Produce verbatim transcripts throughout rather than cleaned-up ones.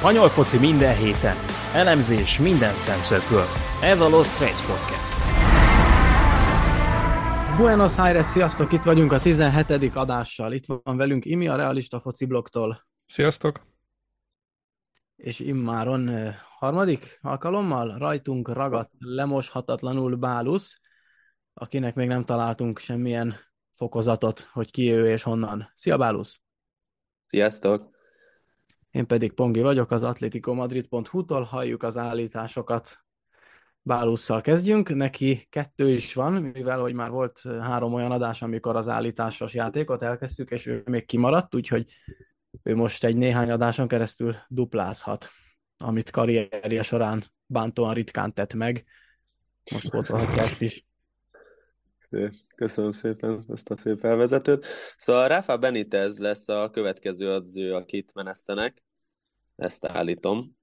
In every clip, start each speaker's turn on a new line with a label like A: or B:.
A: Spanyol foci minden héten. Elemzés minden szemszögből. Ez a Los Tres Podcast.
B: Buenos Aires, sziasztok! Itt vagyunk a tizenhetedik adással. Itt van velünk Imi a Realista Foci blogtól.
C: Sziasztok!
B: És immáron uh, harmadik alkalommal rajtunk ragadt lemoshatatlanul Bálusz, akinek még nem találtunk semmilyen fokozatot, hogy ki ő és honnan. Szia Bálusz!
D: Sziasztok!
B: Én pedig Pongi vagyok, az atletico madrid pont hu-tól, halljuk az állításokat. Bálusszal kezdjünk, neki kettő is van, mivel hogy már volt három olyan adás, amikor az állításos játékot elkezdtük, és ő még kimaradt, úgyhogy ő most egy néhány adáson keresztül duplázhat, amit karrierje során bántóan ritkán tett meg. Most pótolhatja ezt is.
D: Köszönöm szépen ezt a szép felvezetőt. Szóval Rafa Benitez lesz a következő edző, akit menesztenek. Ezt állítom.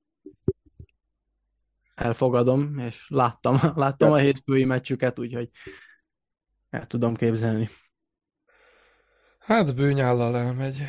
B: Elfogadom, és láttam, láttam a hétfői meccsüket, úgyhogy el tudom képzelni.
C: Hát bőnyállal elmegy.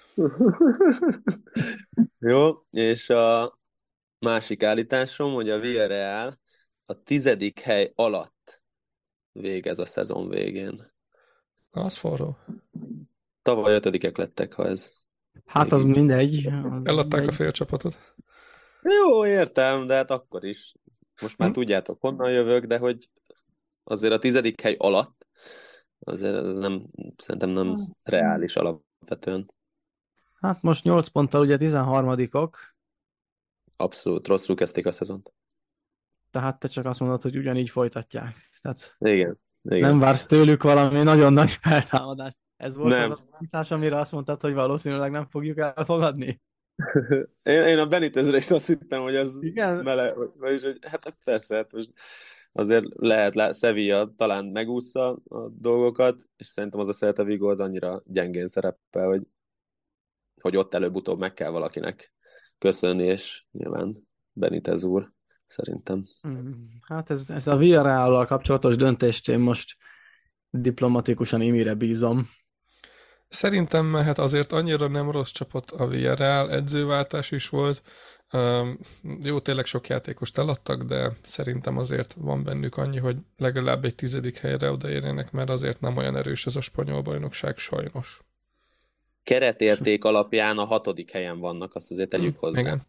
D: Jó, és a másik állításom, hogy a Villarreal a tizedik hely alatt végez a szezon végén.
C: Az forró.
D: Tavaly ötödikek lettek, ha ez...
B: Hát az mindegy. Az
C: Eladták
B: mindegy.
C: a fél csapatot.
D: Jó, értem, de hát akkor is. Most már
C: Hm?
D: tudjátok, honnan jövök, de hogy azért a tizedik hely alatt azért ez nem, szerintem nem reális alapvetően.
B: Hát most nyolc ponttal ugye tizenharmadikok,
D: Abszolút rosszul kezdték a szezont.
B: tehát te csak azt mondod, hogy ugyanígy folytatják. Tehát
D: Igen, igen.
B: nem vársz tőlük valami nagyon nagy feltámadást. Ez volt
D: Nem.
B: az a állítás, amire azt mondtad, hogy valószínűleg nem fogjuk elfogadni?
D: Én, én a Benitezre is azt hittem, hogy ez
B: Igen?
D: mele, vagyis, hogy hát persze, hát most azért lehet, lá- Sevilla talán megúszza a dolgokat, és szerintem az a Celta Vigo annyira gyengén szerepel, hogy, hogy ott előbb-utóbb meg kell valakinek köszönni, és nyilván Benitez úr, szerintem.
B: Mm, Hát ez, ez a Villarreal-al kapcsolatos döntést én most diplomatikusan Imire bízom.
C: Szerintem mehet azért annyira nem rossz csapat a Villarreal, edzőváltás is volt. Um, jó, tényleg sok játékost eladtak, de szerintem azért van bennük annyi, hogy legalább egy tizedik helyre odaérjenek, mert azért nem olyan erős ez a spanyol bajnokság, sajnos.
D: Keretérték alapján a hatodik helyen vannak, azt azért tegyük hozzá.
C: Igen.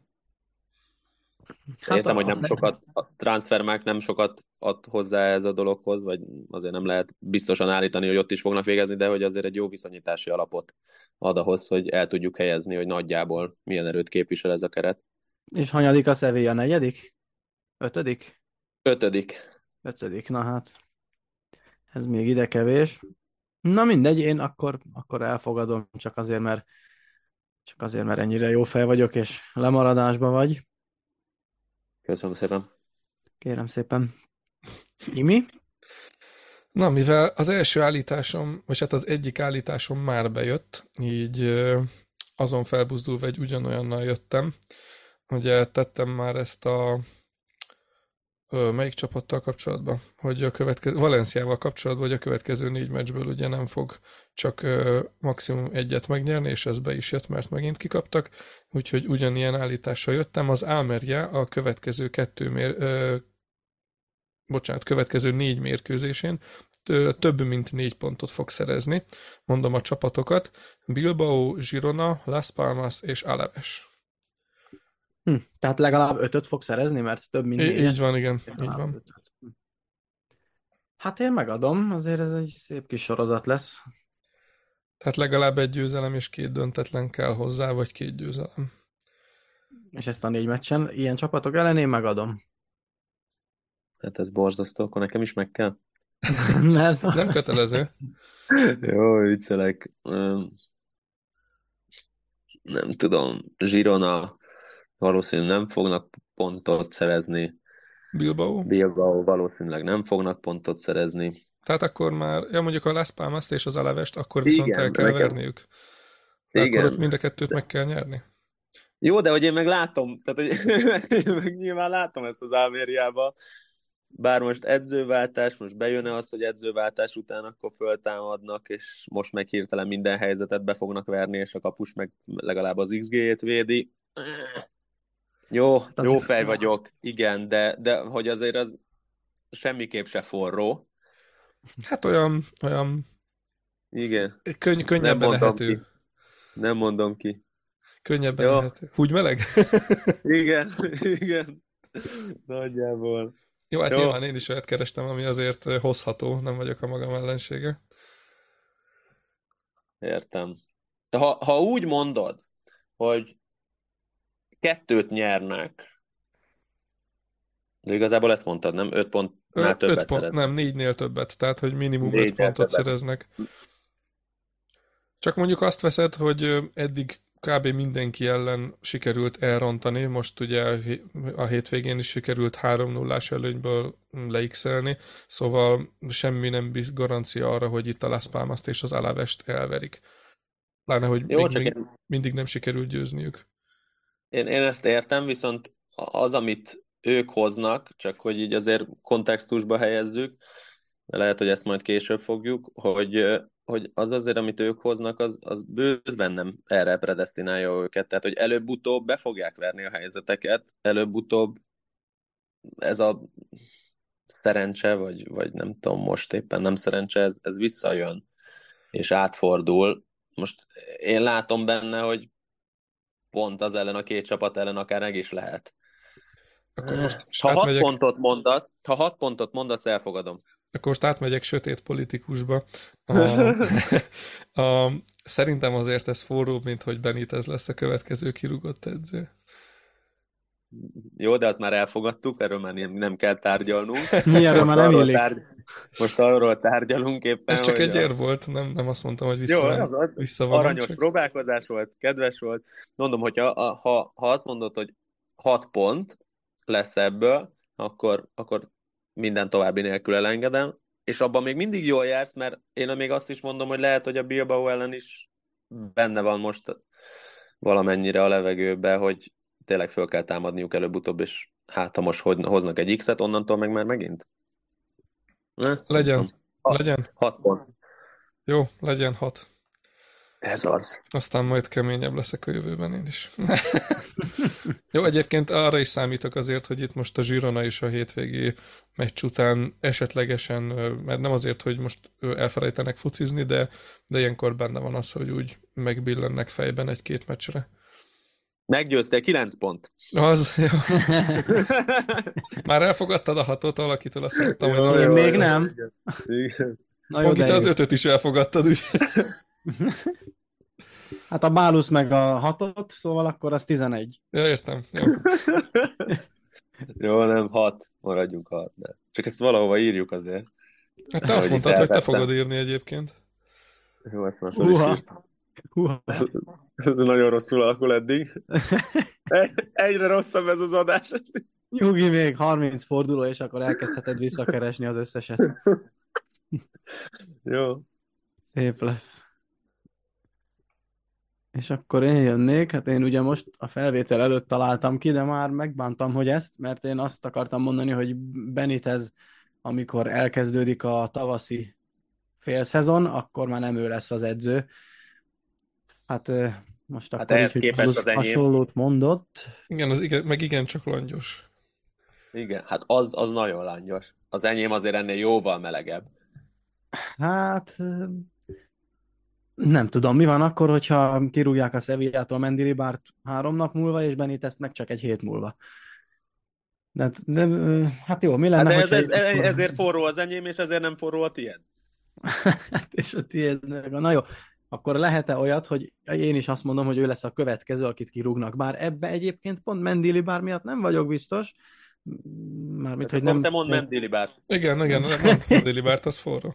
B: Hát
D: Értem,
B: a-
D: hogy nem sokat, a transfermarkt nem sokat ad hozzá ez a dologhoz, vagy azért nem lehet biztosan állítani, hogy ott is fognak végezni, de hogy azért egy jó viszonyítási alapot ad ahhoz, hogy el tudjuk helyezni, hogy nagyjából milyen erőt képvisel ez a keret.
B: És hanyadik a Sevilla? Negyedik? Ötödik?
D: Ötödik.
B: Ötödik, na hát. Ez még ide kevés. Na mindegy, én akkor, akkor elfogadom, csak azért, mert csak azért, mert ennyire jó fej vagyok, és lemaradásban vagy.
D: Köszönöm szépen.
B: Kérem szépen. Imi?
C: Na, mivel az első állításom, vagy hát az egyik állításom már bejött, így ö, azon felbuzdulva egy ugyanolyannal jöttem. Ugye tettem már ezt a ö, melyik csapattal kapcsolatban? Hogy a következő, Valenciával kapcsolatban, hogy a következő négy meccsből ugye nem fog csak ö, maximum egyet megnyerni, és ez be is jött, mert megint kikaptak. Úgyhogy ugyanilyen állítással jöttem. Az Almeria a következő kettő mér, ö, bocsánat, következő négy mérkőzésén ö, több mint négy pontot fog szerezni. Mondom a csapatokat. Bilbao, Girona, Las Palmas és Alaves.
B: Hm, tehát legalább ötöt fog szerezni, mert több mint
C: Í-
B: négyet.
C: így van, igen, így
B: Legalább
C: van.
B: ötöt. Hm. Hát én megadom, azért ez egy szép kis sorozat lesz.
C: Tehát legalább egy győzelem és két döntetlen kell hozzá, vagy két győzelem.
B: És ezt a négy meccsen ilyen csapatok ellen én megadom.
D: Hát ez borzasztó, akkor nekem is meg kell.
B: Mert
C: Nem kötelező.
D: Jó, viccelek. Öm, Nem tudom, Girona valószínűleg nem fognak pontot szerezni.
C: Bilbao.
D: Bilbao valószínűleg nem fognak pontot szerezni.
C: Tehát akkor már, ja mondjuk a Las Palmas-t és az Alavest, akkor viszont
D: Igen,
C: el kell
D: nekem-
C: verniük. De akkor
D: Igen.
C: ott mind a kettőt meg kell nyerni.
D: Jó, de hogy én meg látom, tehát hogy én meg nyilván látom ezt az Almériába, bár most edzőváltás, most bejön-e az, hogy edzőváltás után akkor föltámadnak, és most meg hirtelen minden helyzetet be fognak verni, és a kapus meg legalább az iksz gé-jét védi. Jó,
B: Hát
D: jó
B: azért,
D: fej vagyok, igen, de, de hogy azért az semmiképp se forró.
C: Hát olyan, olyan
D: Igen,
C: könny,
D: nem
C: könnyebben
D: mondom
C: ehető.
D: ki. Nem mondom ki.
C: Könnyebben
D: Jó,
C: ehető. Húgy meleg?
D: igen, igen. Nagyjából.
C: Jó, hát
D: Jó,
C: nyilván én is olyat kerestem, ami azért hozható, nem vagyok a magam ellensége.
D: értem. Ha, ha úgy mondod, hogy kettőt nyernek, de igazából ezt mondtad, nem? Öt
C: Ö,
D: pontnál
C: öt
D: többet
C: pont, nem,
D: szeretnék.
C: négynél többet, tehát hogy minimum öt
D: Négynél
C: pontot
D: többet.
C: szereznek. Csak mondjuk azt veszed, hogy ö, eddig kb. Mindenki ellen sikerült elrontani, most ugye a hé- a hétvégén is sikerült három nullás előnyből leixelni, szóval semmi nem biz garancia arra, hogy itt a Las Palmas-t és az Alavest elverik. Pláne, hogy
D: Jó,
C: még,
D: csak
C: még
D: én,
C: mindig nem sikerült győzniük.
D: én, én ezt értem, viszont az, amit ők hoznak, csak hogy így azért kontextusba helyezzük, de lehet, hogy ezt majd később fogjuk, hogy, hogy az azért, amit ők hoznak, az, az bőven nem erre predestinálja őket. Tehát, hogy előbb-utóbb be fogják verni a helyzeteket, előbb-utóbb ez a szerencse, vagy, vagy nem tudom, most éppen nem szerencse, ez, ez visszajön, és átfordul. Most én látom benne, hogy pont az ellen a két csapat ellen akár meg is lehet.
C: Akkor most is
D: Ha hat
C: átmegyek,
D: pontot mondasz, ha hat pontot mondasz, elfogadom.
C: akkor most átmegyek sötét politikusba. A, a, szerintem azért ez forróbb, mint hogy Benitez lesz a következő kirúgott edző.
D: Jó, de azt már elfogadtuk, erről már nem, nem kell tárgyalnunk.
B: mi erről
D: Most
B: már nem
D: arról,
B: illik.
D: tárgy... Most arról tárgyalunk éppen,
C: Ez csak
D: hogy
C: egy
D: a...
C: érv volt, nem, nem azt mondtam, hogy
D: Jó,
C: vissza,
D: az, az
C: visszavonom,
D: aranyos
C: csak
D: próbálkozás volt, kedves volt. Mondom, hogy ha, ha, ha azt mondod, hogy hat pont lesz ebből, akkor, akkor minden további nélkül elengedem, és abban még mindig jól jársz, mert én még azt is mondom, hogy lehet, hogy a Bilbao ellen is benne van most valamennyire a levegőbe, hogy tényleg föl kell támadniuk előbb-utóbb, és hát ha most hogy hoznak egy X-et, onnantól meg már megint? Ne? Nem
C: legyen,
D: tudom. Hat,
C: legyen,
D: hat pont.
C: jó, legyen hat.
D: Ez az.
C: Aztán majd keményebb leszek a jövőben én is. Jó, egyébként arra is számítok azért, hogy itt most a Girona is a hétvégi meccs után esetlegesen, mert nem azért, hogy most elfelejtenek focizni, de, de ilyenkor benne van az, hogy úgy megbillennek fejben egy-két meccsre.
D: Meggyőztél, kilenc pont.
C: Az, jó. Már elfogadtad a hatot, valakitől azt mondtam, hogy
D: Jó,
C: na,
B: Én
D: jó,
B: még
D: jó,
B: nem.
D: igen. Igen.
B: Na jó,
C: Pongi,
B: de
C: te az
B: jó.
C: ötöt is elfogadtad, úgy.
B: Hát a bálusz meg a hatot, szóval akkor az tizenegy.
C: Ja, értem. Jó.
D: Jó, nem, hat. Maradjunk hat. De. Csak ezt valahova írjuk azért.
C: Hát te azt
D: Hogy itt
C: mondtad, hogy te
D: elvettem.
C: fogod írni egyébként.
D: Jó, ezt már fel is
B: Húha.
D: írtam.
B: Húha.
D: Ez, ez nagyon rosszul alakul eddig. Egy- Egyre rosszabb ez az adás.
B: Nyugi, még harminc forduló, és akkor elkezdheted visszakeresni az összeset.
D: Jó.
B: Szép lesz. És akkor én jönnék, hát én ugye most a felvétel előtt találtam ki, de már megbántam, hogy ezt, mert én azt akartam mondani, hogy Benitez, amikor elkezdődik a tavaszi félszezon, akkor már nem ő lesz az edző. Hát ö, most
D: Hát
B: akkor
D: ehhez
B: is, hogy
D: képest az enyém.
B: hasonlót mondott.
C: Igen, az igen, meg igen, csak langyos.
D: Igen, hát az, az nagyon langyos. Az enyém azért ennél jóval melegebb.
B: Hát ö, nem tudom, mi van akkor, hogyha kirúgják a Sevillától Mendilibárt három nap múlva, és Benitezt meg csak egy hét múlva. De, de ö, hát jó, mi
D: Hát
B: lenne,
D: de ez,
B: hogyha
D: ez,
B: itt akkor...
D: ezért forró az enyém, és ezért nem forró a tiéd.
B: Hát és a tiéd, meg a- na jó, akkor lehet-e olyat, hogy én is azt mondom, hogy ő lesz a következő, akit kirúgnak. Bár ebbe egyébként pont Mendilibár miatt nem vagyok biztos. Mármint, hogy
D: Akkor
B: nem...
D: te mondd Mendilibár.
C: Igen, igen, mondd a Délibárt, az forró.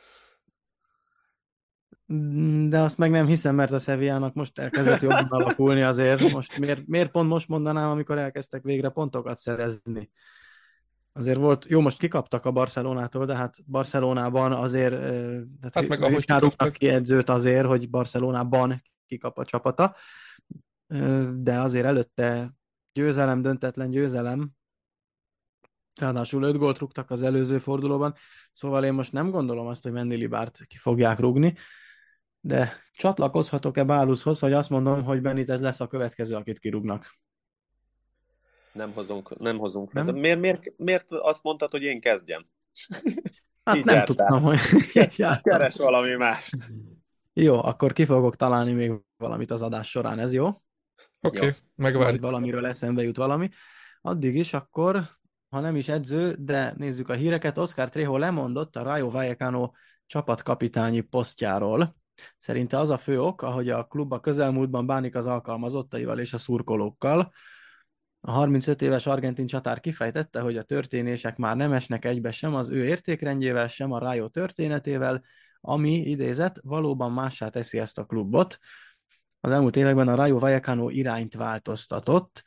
B: De azt meg nem hiszem, mert a Sevillának most elkezdett jobban alakulni azért. Most miért, miért pont most mondanám, amikor elkezdtek végre pontokat szerezni? Azért volt, jó, most kikaptak a Barcelonától, de hát Barcelonában azért, ö,
C: Hát
B: hát
C: meg
B: meg
C: ahogy
B: ahogy
C: kikaptak.
B: ki edzőt azért, hogy Barcelonában kikap a csapata, Ö, de azért előtte győzelem, döntetlen győzelem, ráadásul öt gólt rúgtak az előző fordulóban, szóval én most nem gondolom azt, hogy Mendilibárt ki fogják rúgni, de csatlakozhatok-e Báluszhoz, hogy azt mondom, hogy Benitez lesz a következő, akit kirúgnak.
D: Nem hozunk, nem hozunk. De
B: Nem?
D: miért, miért, miért azt mondtad, hogy én kezdjem?
B: Hát
D: Így
B: nem
D: jártál.
B: tudtam, hogy így jártam.
D: Keres valami mást.
B: Jó, akkor ki fogok találni még valamit az adás során, ez jó?
C: Oké,
D: Jó.
C: okay,
B: Majd
C: megvárjuk.
B: valamiről eszembe jut valami. Addig is akkor, ha nem is edző, de nézzük a híreket. Oscar Trejo lemondott a Rayo Vallecano csapatkapitányi posztjáról. Szerinte az a fő ok, ahogy a klub a közelmúltban bánik az alkalmazottaival és a szurkolókkal. A harmincöt éves argentin csatár kifejtette, hogy a történések már nem esnek egybe sem az ő értékrendjével, sem a Rayo történetével, ami, idézet, valóban mássá teszi ezt a klubot. Az elmúlt években a Rayo Vallecano irányt változtatott.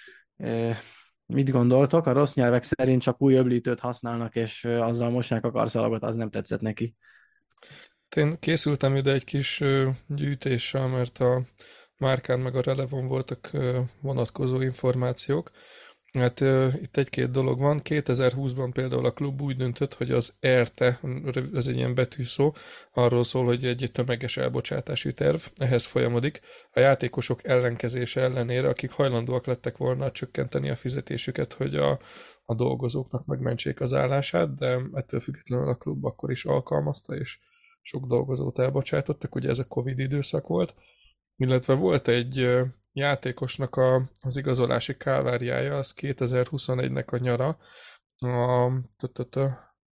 B: Mit gondoltok? A rossz nyelvek szerint csak új öblítőt használnak, és azzal mossák a karszalagot, az nem tetszett neki.
C: Én készültem ide egy kis ö, gyűjtéssel, mert a márkán meg a Relevon voltak ö, vonatkozó információk. Hát ö, itt egy-két dolog van. kétezer-húszban például a klub úgy döntött, hogy az ERTE, ez egy ilyen betűszó, arról szól, hogy egy tömeges elbocsátási terv, ehhez folyamodik. A játékosok ellenkezése ellenére, akik hajlandóak lettek volna csökkenteni a fizetésüket, hogy a, a dolgozóknak megmentsék az állását, de ettől függetlenül a klub akkor is alkalmazta, és sok dolgozót elbocsátottak, ugye ez a Covid időszak volt, illetve volt egy ö, játékosnak a, az igazolási kálváriája, az kétezer-huszonegynek a nyara. A, tö, tö, tö.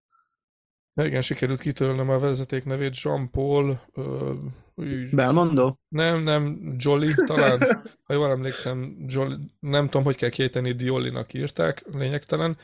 C: Ja, igen, sikerült kitörölnöm a vezeték nevét, Jean-Paul, ö, ügy-
B: Belmondó?
C: nem, nem, Jolly, talán, ha jól emlékszem, Jolly, nem tudom, hogy kell kiejteni, Diollinak írták, lényegtelen.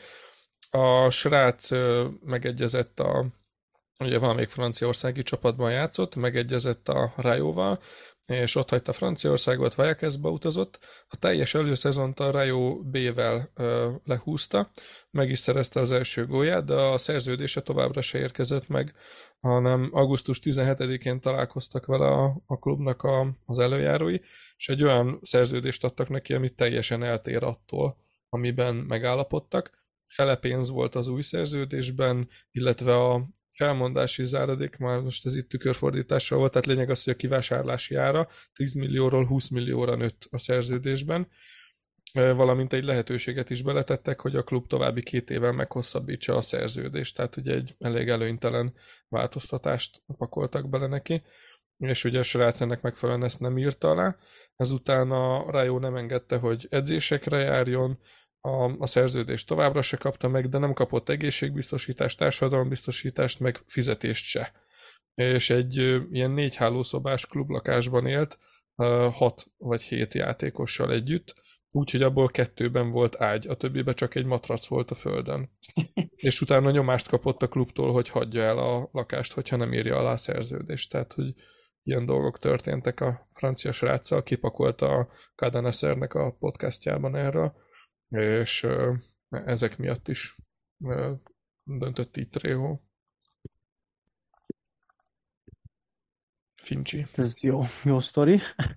C: A srác ö, megegyezett a, ugye valamelyik franciaországi csapatban játszott, megegyezett a Rajóval, és ott hagyta Franciaországot, Vallecasba utazott. A teljes előszezont a Rayo B-vel ö, lehúzta, meg is szerezte az első gólját, de a szerződése továbbra se érkezett meg, hanem augusztus tizenhetedikén találkoztak vele a, a klubnak a, az előjárói, és egy olyan szerződést adtak neki, ami teljesen eltér attól, amiben megállapodtak. Fele pénz volt az új szerződésben, illetve a felmondási záradék, már most ez itt tükörfordítással volt, tehát lényeg az, hogy a kivásárlási ára tíz millióról húsz millióra nőtt a szerződésben, valamint egy lehetőséget is beletettek, hogy a klub további két évvel meghosszabbítsa a szerződést, tehát ugye egy elég előnytelen változtatást pakoltak bele neki, és ugye a srác ennek megfelelően ezt nem írta alá, ezután a Rayo nem engedte, hogy edzésekre járjon, a, a szerződést továbbra se kapta meg, de nem kapott egészségbiztosítást, társadalombiztosítást, meg fizetést se. És egy ö, ilyen négy hálószobás klublakásban élt, ö, hat vagy hét játékossal együtt, úgyhogy abból kettőben volt ágy, a többiben csak egy matrac volt a földön. És utána nyomást kapott a klubtól, hogy hagyja el a lakást, hogyha nem írja alá a szerződést. Tehát, hogy ilyen dolgok történtek a francia sráccal, kipakolta a Cadenessernek a podcastjában erről, és ö, ezek miatt is ö, döntött így Trejo. Fincsi.
B: Ez jó, jó sztori.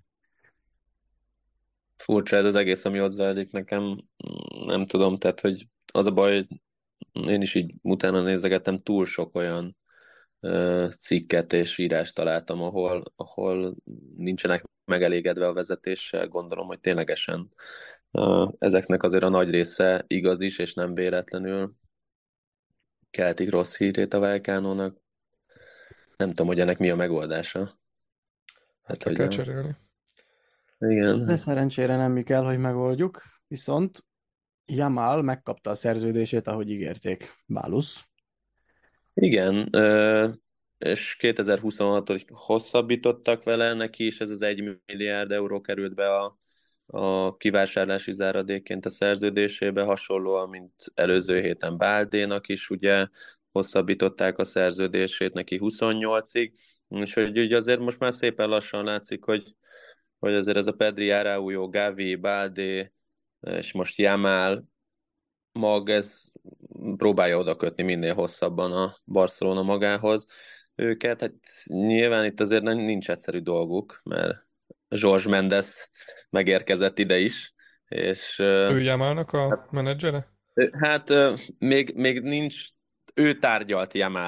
D: Furcsa ez az egész, ami ott zajlik nekem. Nem tudom, tehát, hogy az a baj, hogy én is így utána nézegettem, túl sok olyan ö, cikket és írást találtam, ahol, ahol nincsenek megelégedve a vezetéssel. Gondolom, hogy ténylegesen ö, ezeknek azért a nagy része igaz is, és nem véletlenül keltik rossz hírét a Vallecánónak. Nem tudom, hogy ennek mi a megoldása. Hát,
C: Le
D: hogy
C: kell
D: a...
C: cserélni.
D: Igen.
B: De szerencsére nem mi kell, hogy megoldjuk. Viszont Jamal megkapta a szerződését, ahogy ígérték. Bálusz.
D: Igen, ö, és kétezer-huszonhatig hosszabbítottak vele, neki is ez az egy milliárd euró került be a, a kivásárlási záradékként a szerződésébe, hasonlóan, mint előző héten Baldénak is, ugye hosszabbították a szerződését neki huszonnyolcig, és hogy ugye azért most már szépen lassan látszik, hogy, hogy azért ez a Pedri, Araujo, Gavi, Baldé, és most Jamal mag, ez próbálja oda kötni minél hosszabban a Barcelona magához őket. Hát nyilván itt azért nem, nincs egyszerű dolguk, mert Jorge Mendes megérkezett ide is, és
C: Ő Jamalnak a menedzsere?
D: hát még, még nincs, ő tárgyalt Jamal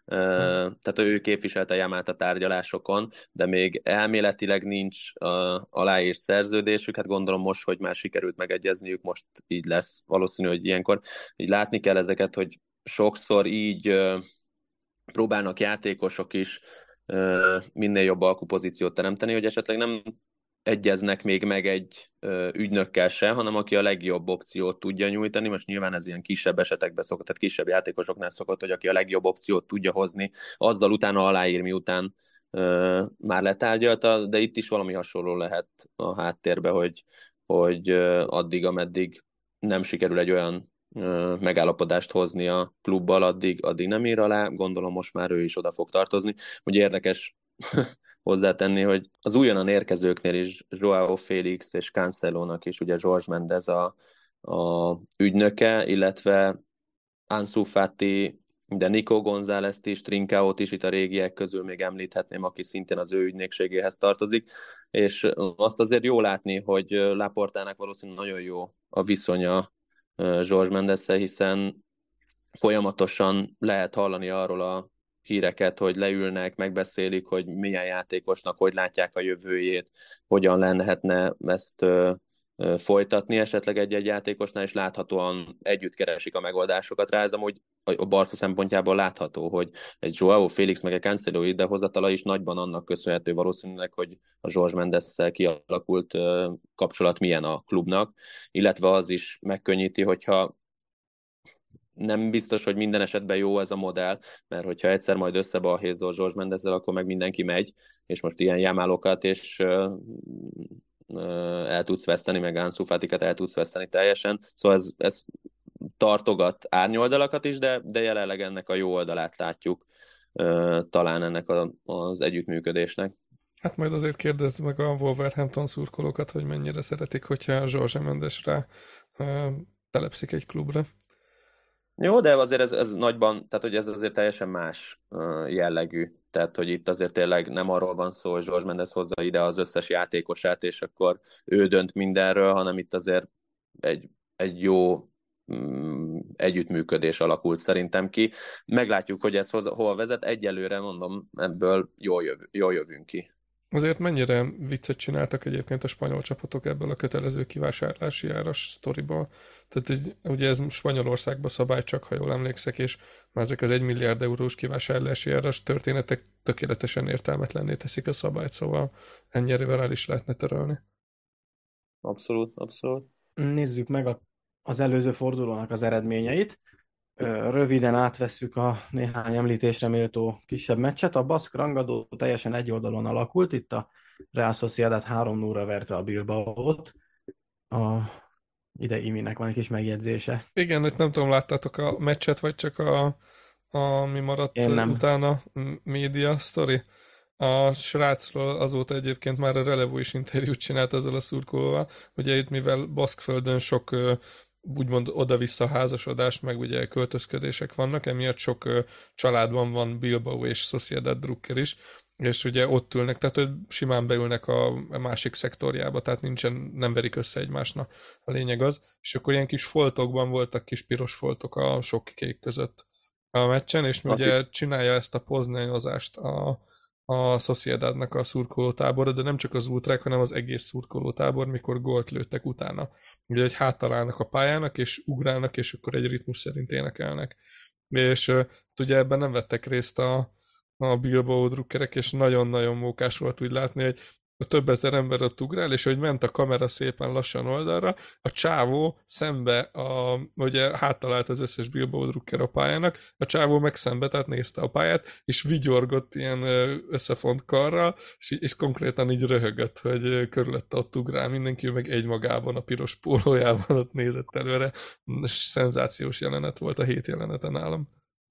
D: tehát ő képviselte Yamát a tárgyalásokon, de még elméletileg nincs aláírt szerződésük, hát gondolom most, hogy már sikerült megegyezniük, most így lesz valószínű, hogy ilyenkor így látni kell ezeket, hogy sokszor így próbálnak játékosok is minél jobb alkupozíciót teremteni, hogy esetleg nem egyeznek még meg egy ö, ügynökkel se, hanem aki a legjobb opciót tudja nyújtani. Most nyilván ez ilyen kisebb esetekben szokott, tehát kisebb játékosoknál szokott, hogy aki a legjobb opciót tudja hozni, azzal utána aláír, miután ö, már letárgyalta, de itt is valami hasonló lehet a háttérbe, hogy, hogy ö, addig, ameddig nem sikerül egy olyan ö, megállapodást hozni a klubbal, addig, addig nem ír alá, gondolom most már ő is oda fog tartozni. Ugye érdekes hozzátenni, hogy az újonnan érkezőknél is Joao Félix és Cancelónak is ugye Jorge Mendes a, a ügynöke, illetve Ansu Fati, de Nico González-t is, Trincaót is itt a régiek közül még említhetném, aki szintén az ő ügynökségéhez tartozik, és azt azért jó látni, hogy Laportának valószínűleg nagyon jó a viszonya Jorge Mendes-szel, hiszen folyamatosan lehet hallani arról a híreket, hogy leülnek, megbeszélik, hogy milyen játékosnak, hogy látják a jövőjét, hogyan lehetne ezt ö, ö, folytatni esetleg egy-egy játékosnál, és láthatóan együtt keresik a megoldásokat rá. Ez amúgy a Barca szempontjából látható, hogy egy Joao Félix meg egy Cancelo idehozatala is nagyban annak köszönhető valószínűleg, hogy a Jorge Mendes-szel kialakult ö, kapcsolat milyen a klubnak, illetve az is megkönnyíti, hogyha nem biztos, hogy minden esetben jó ez a modell, mert hogyha egyszer majd összebalhézol George Mendezzel, akkor meg mindenki megy, és most ilyen jámálokat, és uh, uh, el tudsz veszteni, meg Ansu Fatikat el tudsz veszteni teljesen. Szóval ez, ez tartogat árnyoldalakat is, de, de jelenleg ennek a jó oldalát látjuk uh, talán ennek a, az együttműködésnek.
C: Hát majd azért kérdezd meg a Wolverhampton szurkolókat, hogy mennyire szeretik, hogyha Jorge Mendes rá uh, telepszik egy klubra.
D: Jó, de azért ez, ez nagyban, tehát hogy ez azért teljesen más jellegű. Tehát, hogy itt azért tényleg nem arról van szó, hogy Jorge Mendes hozza ide az összes játékosát, és akkor ő dönt mindenről, hanem itt azért egy, egy jó mm, együttműködés alakult szerintem ki. Meglátjuk, hogy ez hoz, hol vezet. Egyelőre mondom, ebből jól, jöv, jól jövünk ki.
C: Azért mennyire viccet csináltak egyébként a spanyol csapatok ebből a kötelező kivásárlási áras sztoriból. Tehát egy, ugye ez Spanyolországban szabály csak, ha jól emlékszek, és már ezek az egy milliárd eurós kivásárlási áras történetek tökéletesen értelmetlenné teszik a szabályt, szóval ennyire el is lehetne törölni.
D: Abszolút, abszolút.
B: Nézzük meg a, az előző fordulónak az eredményeit. Röviden átvesszük a néhány említésre méltó kisebb meccset. A baszk rangadó teljesen egy oldalon alakult. Itt a Real Sociedad három nulla verte a Bilbaót. A... Ide Iminek van egy kis megjegyzése.
C: Igen, itt nem tudom, láttátok a meccset, vagy csak a, a mi maradt
B: Én nem.
C: utána média sztori. A srácról azóta egyébként már a Relevo is interjút csinált ezzel a szurkolóval. Ugye itt, mivel Baszkföldön sok úgymond oda-vissza házasodás, meg ugye költözködések vannak, emiatt sok családban van Bilbao és Sociedad Drucker is, és ugye ott ülnek, tehát hogy simán beülnek a másik szektorjába, tehát nincsen, nem verik össze egymásnak, a lényeg az, és akkor ilyen kis foltokban voltak kis piros foltok a sok kék között a meccsen, és mi
D: Aki...
C: ugye csinálja ezt a poznányozást a a Sociedadnak a szurkolótábora, de nem csak az ultrák, hanem az egész szurkolótábor, mikor gólt lőttek utána. Ugye, hogy háttalálnak a pályának, és ugrálnak, és akkor egy ritmus szerint énekelnek. És uh, ugye ebben nem vettek részt a, a Bilbao drukkerek, és nagyon-nagyon mókás volt úgy látni, hogy a több ezer ember ott ugrál, és hogy ment a kamera szépen lassan oldalra, a csávó szembe, a, ugye háttalált az összes Bilbao drukker a pályának, a csávó meg szembe, tehát nézte a pályát, és vigyorgott ilyen összefont karral, és, és konkrétan így röhögött, hogy körülötte ott ugrál mindenki, meg egymagában a piros pólójában ott nézett előre. Szenzációs jelenet volt a hét jelenete nálam.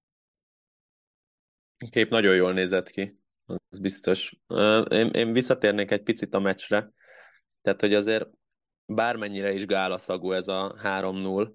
D: A kép nagyon jól nézett ki. Az biztos. Én, én visszatérnék egy picit a meccsre. Tehát, hogy azért bármennyire is gálaszagú ez a három null.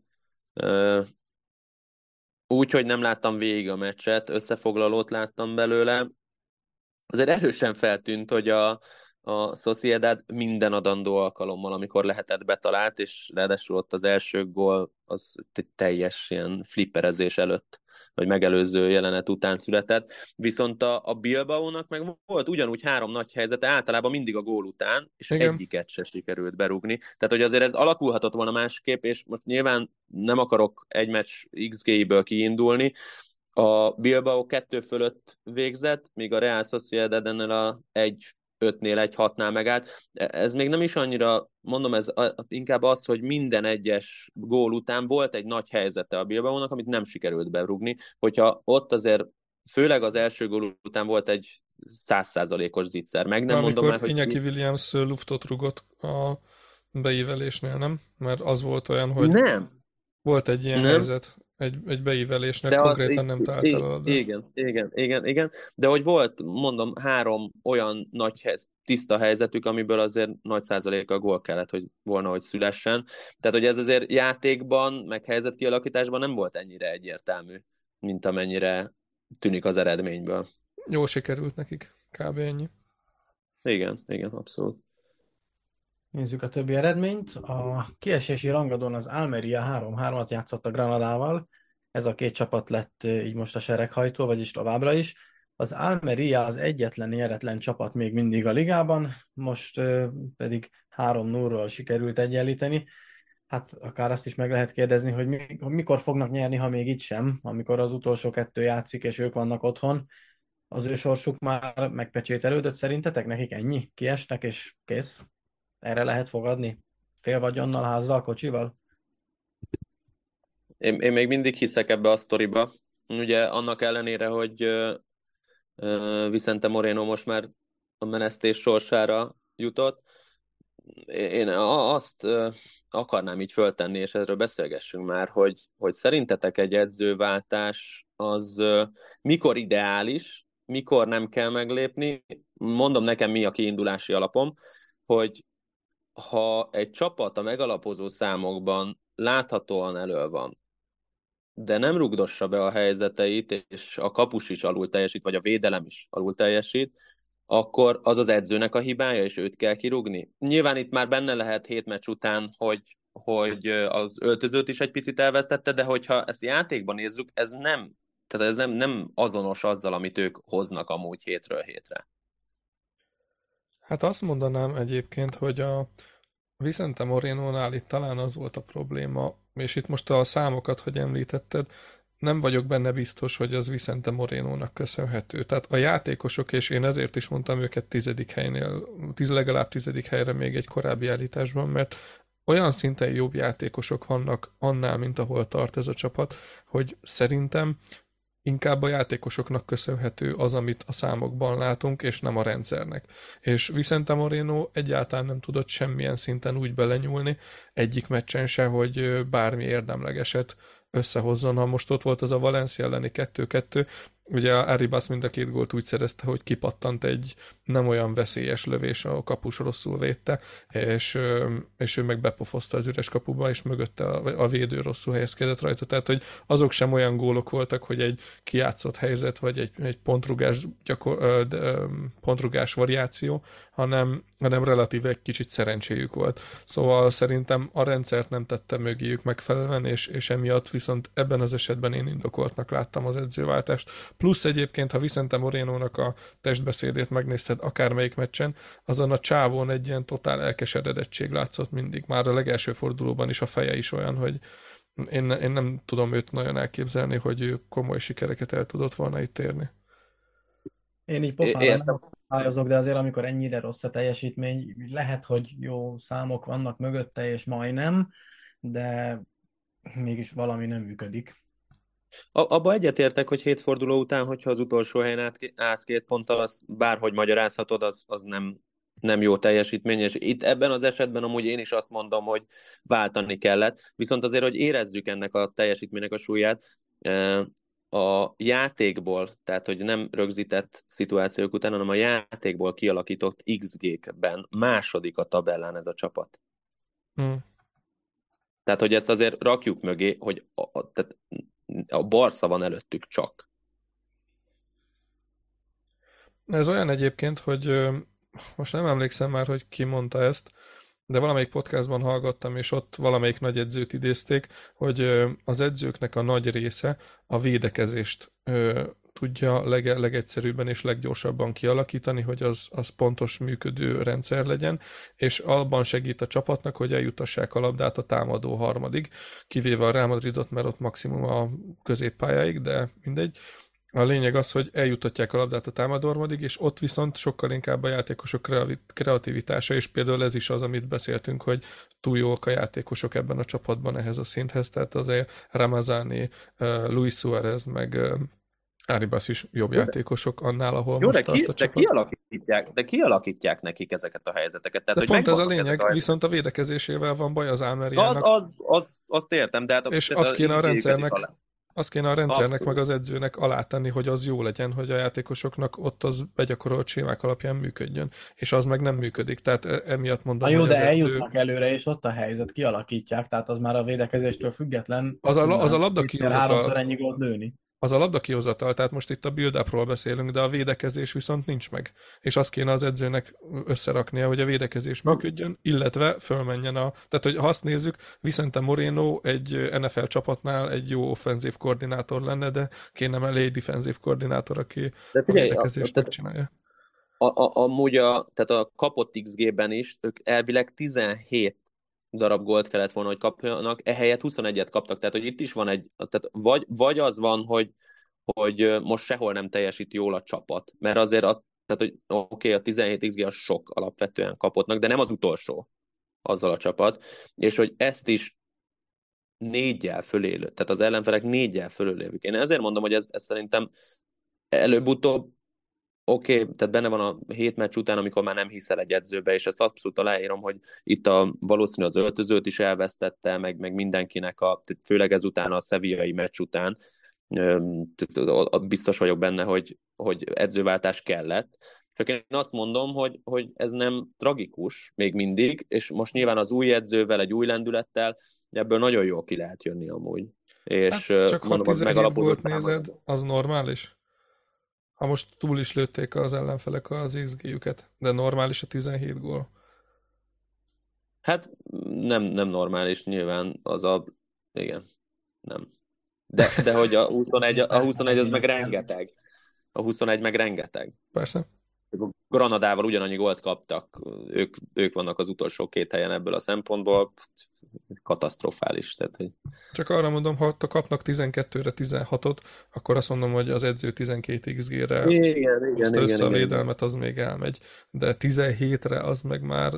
D: Úgy, hogy nem láttam végig a meccset, összefoglalót láttam belőle. Azért erősen feltűnt, hogy a, a Sociedad minden adandó alkalommal, amikor lehetett, betalált, és ráadásul ott az első gól az egy teljes ilyen flipperezés előtt, vagy megelőző jelenet után született. Viszont a, a Bilbaónak meg volt ugyanúgy három nagy helyzete, általában mindig a gól után, és
C: Igen.
D: egyiket se sikerült berúgni. Tehát, hogy azért ez alakulhatott volna másképp, és most nyilván nem akarok egy meccs iksz gé-ből kiindulni. A Bilbao kettő fölött végzett, míg a Real Sociedad ennél a egy ötnél, egy hatnál megállt. Ez még nem is annyira, mondom, ez inkább az, hogy minden egyes gól után volt egy nagy helyzete a Bilbaónak, amit nem sikerült berúgni. Hogyha ott azért, főleg az első gól után volt egy száz százalékos zicser. Meg nem
C: Amikor
D: mondom már, hogy...
C: Iñaki Williams luftot rugott a beívelésnél, nem? Mert az volt olyan, hogy
D: Nem.
C: volt egy ilyen
D: Nem.
C: helyzet, egy, egy beívelésnél,
D: De
C: konkrétan
D: az,
C: nem talált el a labdát.
D: igen, igen, igen, igen, de hogy volt, mondom, három olyan nagy hely, tiszta helyzetük, amiből azért nagy százaléka gól kellett, hogy volna, hogy szülessen. Tehát, hogy ez azért játékban, meg helyzetkialakításban nem volt ennyire egyértelmű, mint amennyire tűnik az eredményből.
C: Jól sikerült nekik, kb. Ennyi.
D: Igen, igen, abszolút.
B: Nézzük a többi eredményt. A kiesési rangadón az Almeria három-hármat játszott a Granadával. Ez a két csapat lett így most a sereghajtó, vagyis továbbra is. Az Almeria az egyetlen nyeretlen csapat még mindig a ligában, most pedig három nullról sikerült egyenlíteni. Hát akár azt is meg lehet kérdezni, hogy mi, mikor fognak nyerni, ha még itt sem, amikor az utolsó kettő játszik, és ők vannak otthon. Az ő sorsuk már megpecsételődött szerintetek? Nekik ennyi? Kiesnek, és kész? Erre lehet fogadni? Fél vagyonnal, házzal, kocsival?
D: Én, én még mindig hiszek ebbe a sztoriba. Ugye annak ellenére, hogy uh, Vicente Moreno most már a menesztés sorsára jutott, én azt uh, akarnám így föltenni, és erről beszélgessünk már, hogy, hogy szerintetek egy edzőváltás az uh, mikor ideális, mikor nem kell meglépni. Mondom nekem, mi a kiindulási alapom, hogy ha egy csapat a megalapozó számokban láthatóan elő van, de nem rugdossa be a helyzeteit, és a kapus is alul teljesít, vagy a védelem is alul teljesít, akkor az az edzőnek a hibája, és őt kell kirúgni. Nyilván itt már benne lehet hét meccs után, hogy, hogy az öltözőt is egy picit elvesztette, de hogyha ezt játékban nézzük, ez nem, tehát ez nem, nem azonos azzal, amit ők hoznak amúgy hétről hétre.
C: Hát azt mondanám egyébként, hogy a Vicente Morénónál itt talán az volt a probléma, és itt most a számokat, hogy említetted, nem vagyok benne biztos, hogy az Vicente Morénónak köszönhető. Tehát a játékosok, és én ezért is mondtam őket tizedik helynél, tíz, legalább tizedik helyre még egy korábbi állításban, mert olyan szinten jobb játékosok vannak annál, mint ahol tart ez a csapat, hogy szerintem inkább a játékosoknak köszönhető az, amit a számokban látunk, és nem a rendszernek. És Vicente Moreno egyáltalán nem tudott semmilyen szinten úgy belenyúlni egyik meccsen se, hogy bármi érdemlegeset összehozzon. Ha most ott volt az a Valencia elleni kettő kettő, ugye a Arribas mind a két gólt úgy szerezte, hogy kipattant egy nem olyan veszélyes lövés, a kapus rosszul védte, és, és ő meg bepofozta az üres kapuba, és mögötte a, a védő rosszul helyezkedett rajta. Tehát, hogy azok sem olyan gólok voltak, hogy egy kijátszott helyzet, vagy egy, egy pontrugás, gyakor, ö, ö, pontrugás variáció, hanem, hanem relatíve egy kicsit szerencséjük volt. Szóval szerintem a rendszert nem tette mögéjük megfelelően, és, és emiatt viszont ebben az esetben én indokoltnak láttam az edzőváltást. Plusz egyébként, ha Vicente Morénónak a testbeszédét megnézted akármelyik meccsen, azon a csávón egy ilyen totál elkeseredettség látszott mindig. Már a legelső fordulóban is a feje is olyan, hogy én, én nem tudom őt nagyon elképzelni, hogy ő komoly sikereket el tudott volna itt érni.
B: Én így pofára nem osztályozok, de azért amikor ennyire rossz a teljesítmény, lehet, hogy jó számok vannak mögötte, és majdnem, de mégis valami nem működik.
D: Abba egyetértek, hogy hét forduló után, hogyha az utolsó helyen át, állsz két ponttal, az bárhogy magyarázhatod, az, az nem, nem jó teljesítmény, és itt ebben az esetben amúgy én is azt mondom, hogy váltani kellett, viszont azért, hogy érezzük ennek a teljesítménynek a súlyát, a játékból, tehát hogy nem rögzített szituációk után, hanem a játékból kialakított iksz gé-kben második a tabellán ez a csapat.
C: Hmm.
D: Tehát, hogy ezt azért rakjuk mögé, hogy a, a, tehát a Barca van előttük csak.
C: Ez olyan egyébként, hogy most nem emlékszem már, hogy ki mondta ezt, de valamelyik podcastban hallgattam, és ott valamelyik nagy edzőt idézték, hogy az edzőknek a nagy része a védekezést tudja leg, legegyszerűbben és leggyorsabban kialakítani, hogy az, az pontos működő rendszer legyen, és abban segít a csapatnak, hogy eljutassák a labdát a támadó harmadig, kivéve a Real Madridot, mert ott maximum a középpályáig, de mindegy. A lényeg az, hogy eljutatják a labdát a támadó harmadig, és ott viszont sokkal inkább a játékosok kreativitása, és például ez is az, amit beszéltünk, hogy túl jók a játékosok ebben a csapatban ehhez a szinthez, tehát azért Ramazani, Luis Suárez, meg Arribas is jobb
D: Jó,
C: játékosok annál, ahol
D: Jó,
C: most
D: de,
C: tart
D: ki,
C: a
D: de,
C: csapat.
D: kialakítják, de kialakítják nekik ezeket a helyzeteket. Tehát,
C: De
D: hogy
C: pont ez a
D: megvannak
C: lényeg,
D: ezek a
C: viszont a védekezésével van baj az
D: Az,
C: Almeriának,
D: az, az, azt értem, de hát a,
C: és
D: tehát
C: azt
D: a
C: kéne a
D: X G-jüket is
C: rendszernek,
D: alá.
C: azt kéne a rendszernek
D: Abszolút.
C: meg az edzőnek alátenni, hogy az jó legyen, hogy a játékosoknak ott az begyakorolt sémák alapján működjön, és az meg nem működik, tehát e- emiatt mondom,
B: Na jó,
C: hogy
B: de
C: az edző...
B: eljutnak előre, és ott a helyzet, kialakítják, tehát az már a védekezéstől független.
C: Az a, la- az a
B: nem
C: labda
B: kétszer, háromszor
C: kihozatal,
B: ennyi gólt lőni.
C: az a labda kihozatal, tehát most itt a build-upról beszélünk, de a védekezés viszont nincs meg. És azt kéne az edzőnek összeraknia, hogy a védekezés működjön, illetve fölmenjen a... Tehát, hogy ha azt nézzük, Vicente Moreno egy en ef el csapatnál egy jó offenzív koordinátor lenne, de kéne mellé egy defenzív koordinátor, aki
D: De
C: a
D: figyelj, a,
C: védekezést
D: tehát
C: megcsinálja.
D: a, a, amúgy a, tehát a kapott iksz gé-ben is ők elvileg tizenhét darab gólt kellett volna, hogy kapjanak, ehelyett huszonegyet kaptak, tehát hogy itt is van egy, tehát vagy, vagy az van, hogy, hogy most sehol nem teljesít jól a csapat, mert azért a, tehát, hogy oké, okay, a tizenhét iksz gé az sok alapvetően kapottnak, de nem az utolsó azzal a csapat, és hogy ezt is négyel fölélő, tehát az ellenfelek négyel fölölévük. Én ezért mondom, hogy ez, ez szerintem előbb-utóbb oké, okay, tehát benne van a hét meccs után, amikor már nem hiszel egy edzőbe, és ezt abszolút aláírom, hogy itt a, valószínű az öltözőt is elvesztette, meg, meg mindenkinek, a, főleg ezután a szevillai meccs után, biztos vagyok benne, hogy, hogy edzőváltás kellett. Csak én azt mondom, hogy, hogy ez nem tragikus még mindig, és most nyilván az új edzővel, egy új lendülettel ebből nagyon jól ki lehet jönni amúgy. És
C: Hát, csak
D: mondom,
C: ha
D: az
C: tizenhét
D: megalapozott
C: gólt nézed, az normális? Ha most túl is lőtték az ellenfelek az iksz gé-jüket, de normális a tizenhét gól.
D: Hát nem, nem normális, nyilván az a... Igen, nem. De, de hogy a huszonegy, a huszonegy az meg rengeteg. A huszonegy meg rengeteg.
C: Persze.
D: A Granadával ugyanannyi gólt kaptak, ők, ők vannak az utolsó két helyen ebből a szempontból. Katasztrofális. Tehát, hogy...
C: Csak arra mondom, ha kapnak tizenkettőre tizenhatot, akkor azt mondom, hogy az edző tizenkét iksz gé-re
D: igen, igen,
C: hozta össze
D: igen,
C: a
D: igen.
C: védelmet, az még elmegy. De tizenhétre az meg már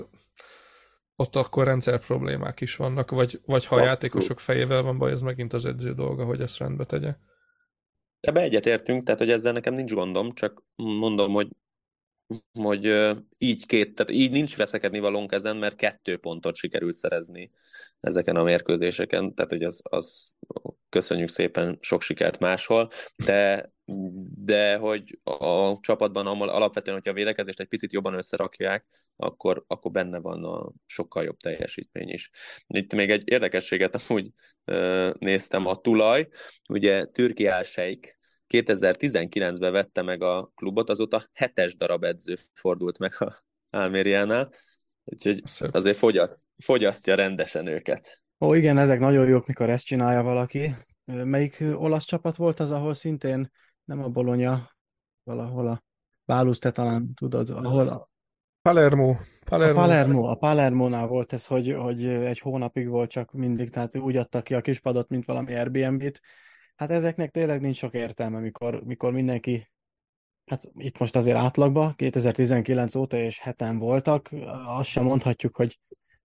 C: ott akkor rendszer problémák is vannak, vagy, vagy ha a játékosok fejével van baj, ez megint az edző dolga, hogy ezt rendbe tegye.
D: Ebbe egyetértünk, tehát hogy ezzel nekem nincs gondom, csak mondom, hogy hogy uh, így két, tehát így nincs veszekedni valónk ezen, mert kettő pontot sikerült szerezni ezeken a mérkőzéseken, tehát hogy az, az köszönjük szépen, sok sikert máshol, de, de hogy a csapatban alapvetően, hogyha a védekezést egy picit jobban összerakják, akkor, akkor benne van a sokkal jobb teljesítmény is. Itt még egy érdekességet amúgy uh, néztem, a tulaj, ugye Türki Al-Sheikh kétezer-tizenkilencben vette meg a klubot, azóta hetes darab edző fordult meg a Almeriánál, úgyhogy
C: Szép.
D: azért fogyaszt, fogyasztja rendesen őket.
B: Ó, igen, ezek nagyon jók, mikor ezt csinálja valaki. Melyik olasz csapat volt az, ahol szintén nem a Bologna, valahol a Bálus, te talán tudod, ahol a,
C: Palermo. Palermo.
B: a Palermo, a Palermónál volt ez, hogy, hogy egy hónapig volt csak mindig, tehát úgy adtak ki a kispadot, mint valami Airbnb-t. Hát ezeknek tényleg nincs sok értelme, mikor, mikor mindenki, hát itt most azért átlagban, kétezer-tizenkilenc óta és heten voltak, azt sem mondhatjuk, hogy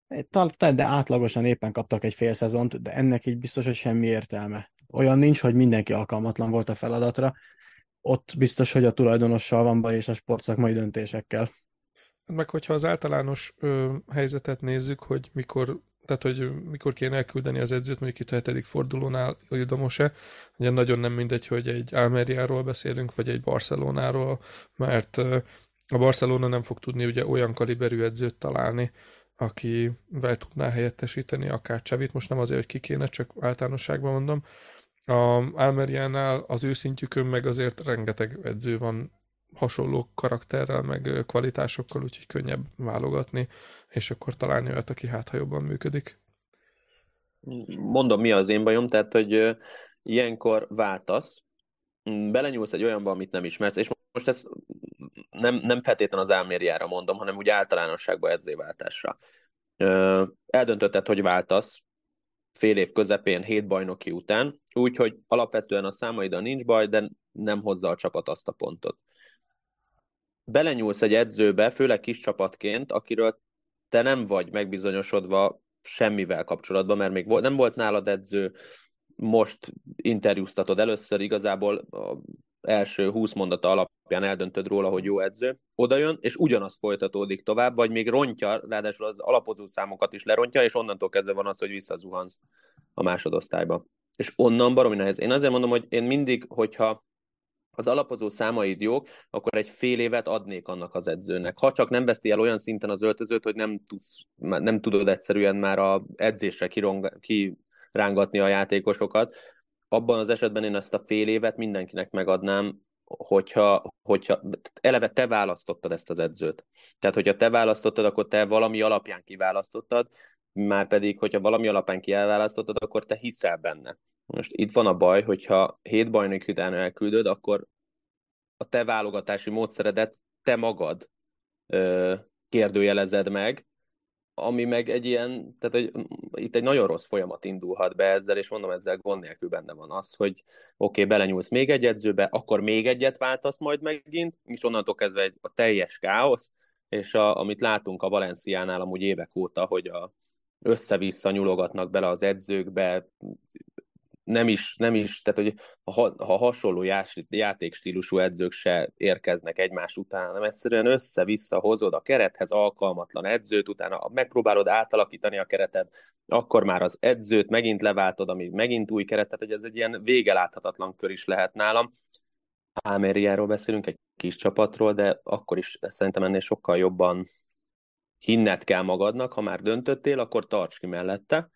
B: de átlagosan éppen kaptak egy fél szezont, de ennek így biztos, hogy semmi értelme. Olyan nincs, hogy mindenki alkalmatlan volt a feladatra. Ott biztos, hogy a tulajdonossal van baj, és a sportszakmai döntésekkel.
C: Meg hogyha az általános ö, helyzetet nézzük, hogy mikor, tehát hogy mikor kéne elküldeni az edzőt, mondjuk itt a hetedik fordulónál Ildomose, ugye nagyon nem mindegy, hogy egy Almeriáról beszélünk, vagy egy Barcelonáról, mert ö, a Barcelona nem fog tudni ugye olyan kaliberű edzőt találni, akivel tudná helyettesíteni akár Xavit, most nem azért, hogy ki kéne, csak általánosságban mondom. A Almeriánál az ő szintjükön meg azért rengeteg edző van hasonló karakterrel, meg kvalitásokkal, úgyhogy könnyebb válogatni, és akkor találni olyat, aki hát, ha jobban működik.
D: Mondom, mi az én bajom, tehát, hogy ö, ilyenkor váltasz, m, belenyúlsz egy olyanba, amit nem ismersz, és most ezt nem, nem feltétlenül az Almeriára mondom, hanem úgy általánosságban edzőváltásra. Ö, eldöntötted, hogy váltasz fél év közepén, hét bajnoki után, úgyhogy alapvetően a számaiddal nincs baj, de nem hozza a csapat azt a pontot. Belenyúlsz egy edzőbe, főleg kis csapatként, akiről te nem vagy megbizonyosodva semmivel kapcsolatban, mert még nem volt nálad edző, most interjúztatod először, igazából az első húsz mondata alapján eldöntöd róla, hogy jó edző, oda jön, és ugyanazt folytatódik tovább, vagy még rontja, ráadásul az alapozó számokat is lerontja, és onnantól kezdve van az, hogy visszazuhansz a másodosztályba. És onnan baromi nehéz. Én azért mondom, hogy én mindig, hogyha az alapozó számaid jók, akkor egy fél évet adnék annak az edzőnek. Ha csak nem veszti el olyan szinten az öltözőt, hogy nem, tudsz, nem tudod egyszerűen már a edzésre kirong, kirángatni a játékosokat, abban az esetben én ezt a fél évet mindenkinek megadnám, hogyha, hogyha eleve te választottad ezt az edzőt. Tehát, hogyha te választottad, akkor te valami alapján kiválasztottad, már pedig, hogyha valami alapján kiválasztottad, akkor te hiszel benne. Most itt van a baj, hogyha hét bajnok után elküldöd, akkor a te válogatási módszeredet te magad ö, kérdőjelezed meg, ami meg egy ilyen, tehát hogy itt egy nagyon rossz folyamat indulhat be ezzel, és mondom, ezzel gond nélkül benne van az, hogy oké, okay, belenyúlsz még egy edzőbe, akkor még egyet váltasz majd megint, és onnantól kezdve egy, a teljes káosz, és a, amit látunk a Valenciánál amúgy évek óta, hogy a össze-vissza nyulogatnak bele az edzőkbe, nem is, nem is, tehát hogy ha, ha hasonló játékstílusú edzők se érkeznek egymás után, hanem egyszerűen össze-vissza hozod a kerethez alkalmatlan edzőt, utána megpróbálod átalakítani a keretet, akkor már az edzőt megint leváltod, ami megint új keretet, hogy ez egy ilyen végeláthatatlan kör is lehet nálam. Almeriáról beszélünk, egy kis csapatról, de akkor is szerintem ennél sokkal jobban hinned kell magadnak, ha már döntöttél, akkor tarts ki mellette.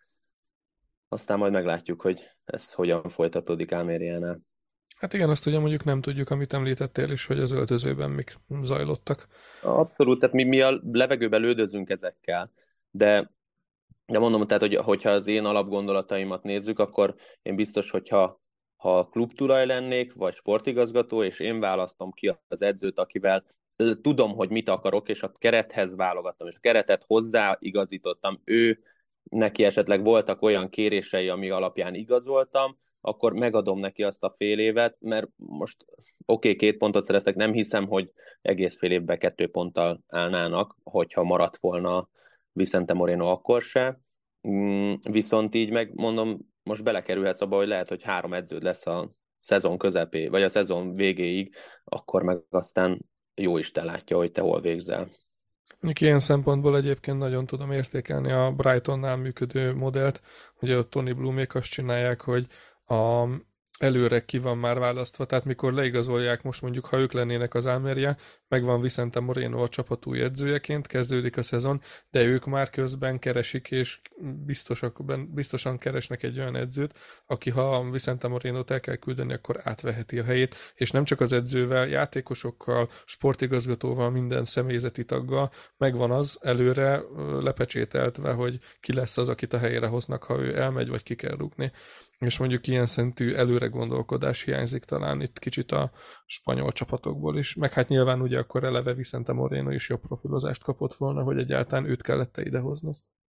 D: Aztán majd meglátjuk, hogy ez hogyan folytatódik Almeriánál.
C: Hát igen, azt ugye mondjuk nem tudjuk, amit említettél is, hogy az öltözőben mik zajlottak.
D: Abszolút, tehát mi, mi a levegőben lődözünk ezekkel, de, de mondom, tehát, hogy, hogyha az én alapgondolataimat nézzük, akkor én biztos, hogyha ha klubtulaj lennék, vagy sportigazgató, és én választom ki az edzőt, akivel tudom, hogy mit akarok, és a kerethez válogattam, és a keretet hozzáigazítottam, ő neki esetleg voltak olyan kérései, ami alapján igazoltam, akkor megadom neki azt a fél évet, mert most oké, okay, két pontot szereztek, nem hiszem, hogy egész fél évben kettő ponttal állnának, hogyha maradt volna Vicente Moreno akkor se. Viszont így megmondom, most belekerülhetsz abba, hogy lehet, hogy három edződ lesz a szezon közepé, vagy a szezon végéig, akkor meg aztán jó Isten látja, hogy te hol végzel.
C: Mondjuk ilyen szempontból egyébként nagyon tudom értékelni a Brightonnál működő modellt, hogy a Tony Blumék azt csinálják, hogy a előre ki van már választva, tehát mikor leigazolják, most mondjuk, ha ők lennének az Almeria, megvan Vicente Moreno a csapat új edzőjeként, kezdődik a szezon, de ők már közben keresik, és biztosak, biztosan keresnek egy olyan edzőt, aki ha Vicente Morenót el kell küldeni, akkor átveheti a helyét, és nem csak az edzővel, játékosokkal, sportigazgatóval, minden személyzeti taggal megvan az előre lepecsételtve, hogy ki lesz az, akit a helyére hoznak, ha ő elmegy, vagy ki kell rúgni. És mondjuk ilyen szintű előre gondolkodás hiányzik talán itt kicsit a spanyol csapatokból is. Meg hát nyilván ugye akkor eleve Vicente Moreno is jobb profilozást kapott volna, hogy egyáltalán őt kellett idehozni.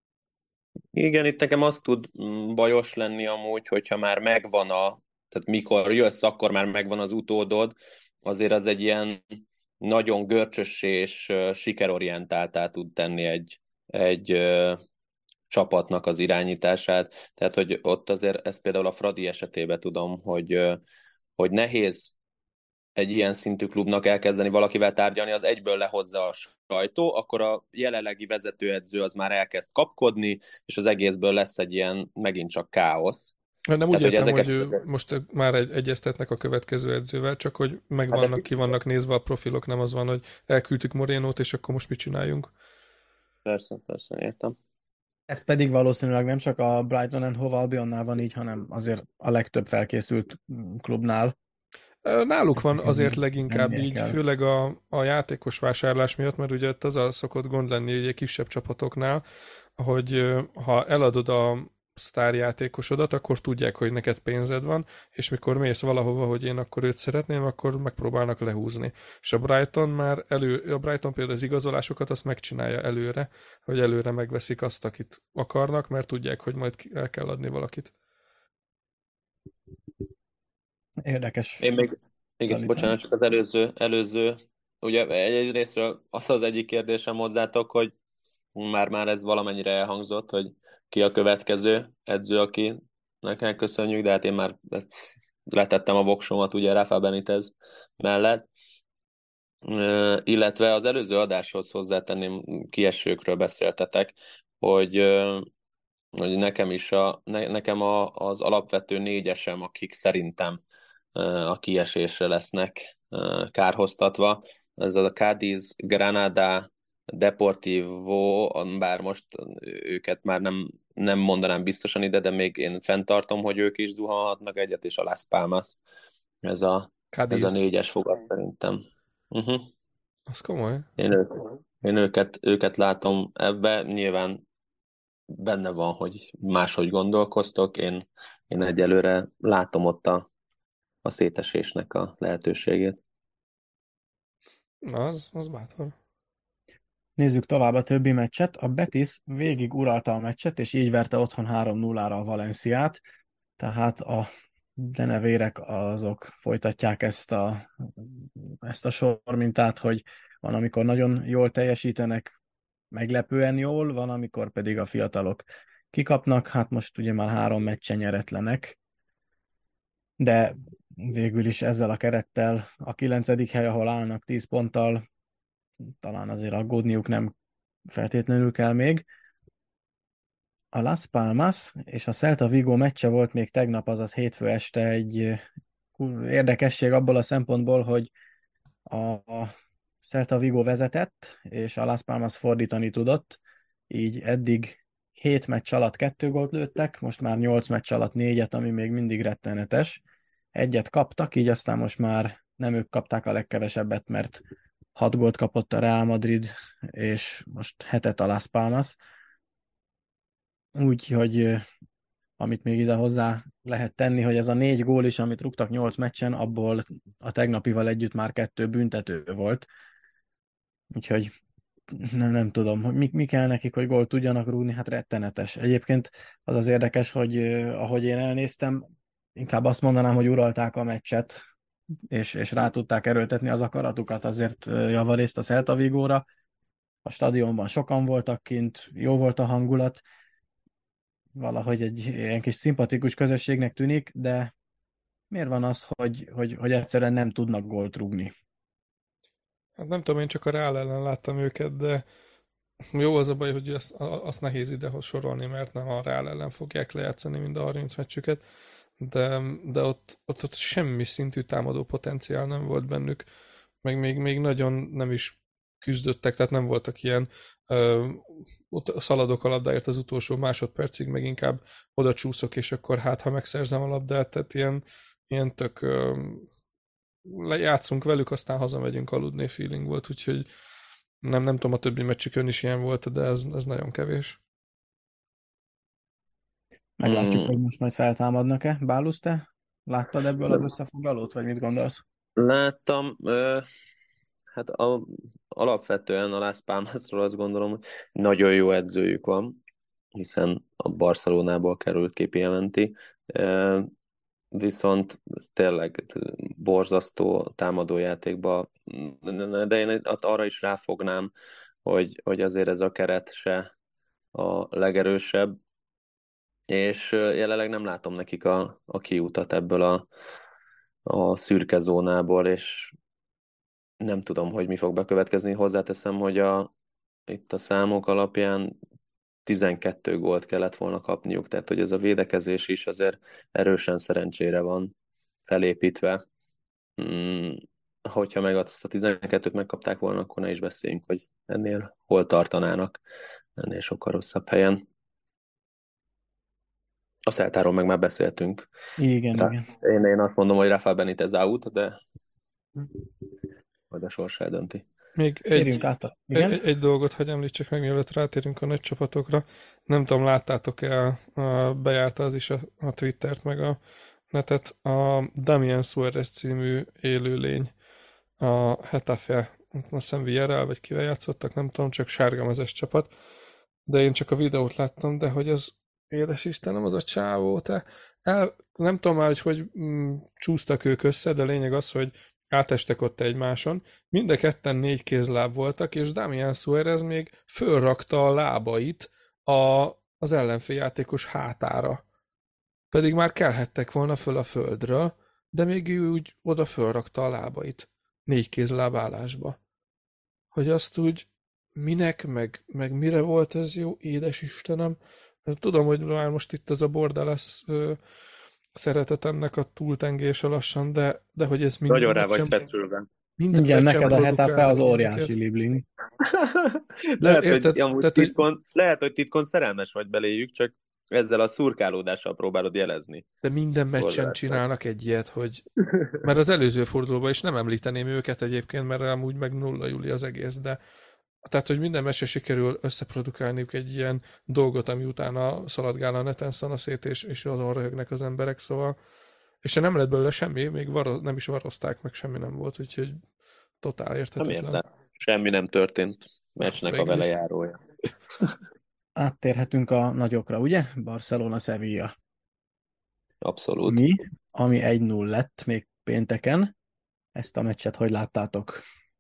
D: Igen, itt nekem az tud bajos lenni amúgy, hogyha már megvan a, tehát mikor jössz, akkor már megvan az utódod, azért az egy ilyen nagyon görcsös és sikerorientáltá tud tenni egy, egy csapatnak az irányítását, tehát hogy ott azért ezt például a Fradi esetében tudom, hogy, hogy nehéz egy ilyen szintű klubnak elkezdeni valakivel tárgyalni, az egyből lehozza a sajtó, akkor a jelenlegi vezetőedző az már elkezd kapkodni, és az egészből lesz egy ilyen megint csak káosz.
C: Nem
D: Tehát,
C: úgy értem, hogy,
D: ezeket...
C: hogy most már egy, egyeztetnek a következő edzővel, csak hogy meg vannak, hát, ki vannak nézve a profilok, nem az van, hogy elküldtük Morénót, és akkor most mit csináljunk.
D: Persze, persze, értem.
B: Ez pedig valószínűleg nem csak a Brighton and Hove Albionnál van így, hanem azért a legtöbb felkészült klubnál.
C: Náluk van
B: Neked
C: azért
B: nem
C: leginkább
B: lennie
C: így,
B: kell.
C: főleg a, a játékos vásárlás miatt, mert ugye ott az a szokott gond lenni ugye kisebb csapatoknál, hogy ö, ha eladod a sztárjátékosodat, akkor tudják, hogy neked pénzed van, és mikor mész valahova, hogy én akkor őt szeretném, akkor megpróbálnak lehúzni. És a Brighton már elő, a Brighton például az igazolásokat azt megcsinálja előre, hogy előre megveszik azt, akit akarnak, mert tudják, hogy majd ki- el kell adni valakit.
B: Érdekes
D: Én még, igen, bocsánat,
B: állítás.
D: csak az előző, előző, ugye egy, egy részről az az egyik kérdésem hozzátok, hogy már-már ez valamennyire elhangzott, hogy ki a következő edző, aki nekem köszönjük, de hát én már letettem a voksomat ugye Rafa Benitez mellett. Ö, illetve az előző adáshoz hozzátenném, kiesőkről beszéltetek, hogy, ö, hogy nekem is a, ne, nekem a, az alapvető négyesem, akik szerintem ö, a kiesésre lesznek ö, kárhoztatva. Ez a Cádiz, Granada, Deportivo, bár most őket már nem, nem mondanám biztosan ide, de még én fenntartom, hogy ők is zuhanhatnak egyet, és a Las Palmas. Ez a, ez a
C: Cadiz.
D: négyes fogad szerintem. Uh-huh.
C: Az komoly.
D: Én, ők, én őket, őket látom ebbe, nyilván benne van, hogy máshogy gondolkoztok, én, én egyelőre látom ott a, a szétesésnek a lehetőségét.
C: Na, az, az bátor.
B: Nézzük tovább a többi meccset. A Betis végig uralta a meccset, és így verte otthon három nulla-ra a Valenciát, tehát a denevérek azok folytatják ezt a, ezt a sormintát, hogy van, amikor nagyon jól teljesítenek, meglepően jól, van, amikor pedig a fiatalok kikapnak, hát most ugye már három meccsen nyeretlenek, de végül is ezzel a kerettel a kilencedik hely, ahol állnak tíz ponttal, talán azért aggódniuk nem feltétlenül kell még. A Las Palmas és a Celta Vigo meccse volt még tegnap, azaz hétfő este egy eh, érdekesség abból a szempontból, hogy a, a Celta Vigo vezetett, és a Las Palmas fordítani tudott, így eddig hét meccs alatt kettő gólt lőttek, most már nyolc meccs alatt négyet, ami még mindig rettenetes. Egyet kaptak, így aztán most már nem ők kapták a legkevesebbet, mert hat gólt kapott a Real Madrid, és most hetet a Las Palmas. Úgyhogy amit még ide hozzá lehet tenni, hogy ez a négy gól is, amit rúgtak nyolc meccsen, abból a tegnapival együtt már kettő büntető volt. Úgyhogy nem, nem tudom, hogy mi, mi kell nekik, hogy gólt tudjanak rúgni, hát rettenetes. Egyébként az az érdekes, hogy eh, ahogy én elnéztem, inkább azt mondanám, hogy uralták a meccset, és, és rá tudták erőltetni az akaratukat azért eh, javarészt a Celta Vigóra. A stadionban sokan voltak kint, jó volt a hangulat, valahogy egy ilyen kis szimpatikus közösségnek tűnik, de miért van az, hogy, hogy, hogy egyszerűen nem tudnak gólt rúgni?
C: Hát nem tudom, én csak a Real ellen láttam őket, de jó az a baj, hogy azt, azt nehéz idehoz sorolni, mert nem a Real ellen fogják lejátszani mind a harminc meccsüket, de, de ott, ott, ott semmi szintű támadó potenciál nem volt bennük, meg még, még nagyon nem is küzdöttek, tehát nem voltak ilyen ö, ott szaladok a labdáért az utolsó másodpercig, meg inkább oda csúszok, és akkor hát, ha megszerzem a labdát, tehát ilyen, ilyen tök ö, lejátszunk velük, aztán hazamegyünk aludni feeling volt, úgyhogy nem, nem tudom, a többi meccsükön is ilyen volt, de ez, ez nagyon kevés.
B: Meglátjuk,
D: Mm,
B: hogy most majd feltámadnak-e. Bálusz, te láttad ebből az összefoglalót, vagy mit gondolsz?
D: láttam, ö, hát a, alapvetően a Las Palmasról azt gondolom, hogy nagyon jó edzőjük van, hiszen a Barcelonából került ki Piementi, ö, viszont ez tényleg borzasztó támadójátékba, de én arra is ráfognám, hogy, hogy azért ez a keret se a legerősebb, és jelenleg nem látom nekik a, a kiutat ebből a, a szürke zónából, és nem tudom, hogy mi fog bekövetkezni. Hozzáteszem, hogy a, itt a számok alapján tizenkettő gólt kellett volna kapniuk, tehát hogy ez a védekezés is azért erősen szerencsére van felépítve. Hmm, hogyha meg azt a tizenkettőt megkapták volna, akkor ne is beszéljünk, hogy ennél hol tartanának, ennél sokkal rosszabb helyen. A Celtáról meg már beszéltünk.
B: Igen,
D: Rá,
B: igen.
D: én, én azt mondom, hogy Rafael Benitez out, de majd a sors eldönti.
C: Még
B: Térjünk
C: egy,
B: át a...
C: egy,
B: Igen?
C: egy dolgot hagy említsek meg, mielőtt rátérünk a nagy csapatokra. Nem tudom, láttátok-e, a, bejárta az is a, a Twittert, meg a netet, a Damian Suarez című élőlény, a Hetafe, azt hiszem Villarreal, vagy kivel játszottak, nem tudom, csak sárgamezes csapat, de én csak a videót láttam, de hogy az, édes Istenem, az a csávó, te, el, nem tudom már, hogy hogy mm, csúsztak ők össze, de lényeg az, hogy átestek ott egymáson, mind a ketten négy kézláb voltak, és Damian Suarez még fölrakta a lábait a, az ellenfél játékos hátára. Pedig már kelhettek volna föl a földről, de még ő úgy oda fölrakta a lábait. Négy kézláb állásba. Hogy azt úgy minek, meg, meg mire volt ez jó, édes Istenem. Tudom, hogy már most itt ez a Borderless ö, szeretetemnek a túltengése lassan, de, de hogy ez minden
D: Nagyon rá vagy
C: meccsen,
D: feszülve.
C: minden
B: Igen,
C: meccsen
B: neked a Hetafe az
C: produkálnak
B: óriási
C: ilyeneket.
B: libling.
C: De
D: lehet,
C: érted?
D: hogy amúgy
C: Tehát, hogy
D: titkon, lehet, hogy titkon szerelmes vagy beléjük, csak ezzel a szurkálódással próbálod jelezni.
C: de minden meccsen
D: Borderlandsnak.
C: csinálnak egy ilyet, hogy mert az előző fordulóban is nem említeném őket egyébként, mert amúgy meg nulla júli az egész, de tehát, hogy minden meccsen sikerül összeprodukálniuk egy ilyen dolgot, ami utána szaladgál a neten szanaszét, és, és azon röhögnek az emberek, szóval és se nem lett belőle semmi, még varo, nem is varozták, meg semmi nem volt, úgyhogy totál
D: Nem
C: érthetetlen.
D: értem. Semmi nem történt. Meccsnek a
C: Végül
D: vele
C: is.
D: járója.
B: Áttérhetünk a nagyokra, ugye? Barcelona-Sevilla.
D: Abszolút.
B: Mi, ami egy null lett még pénteken. Ezt a meccset hogy láttátok?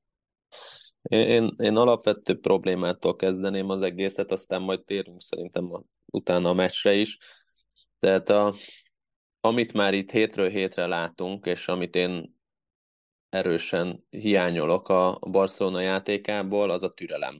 D: Én, én, én alapvető problémától kezdeném az egészet, aztán majd térünk szerintem a, utána a meccsre is. Tehát a, amit már itt hétről hétre látunk, és amit én erősen hiányolok a Barcelona játékából, az a türelem.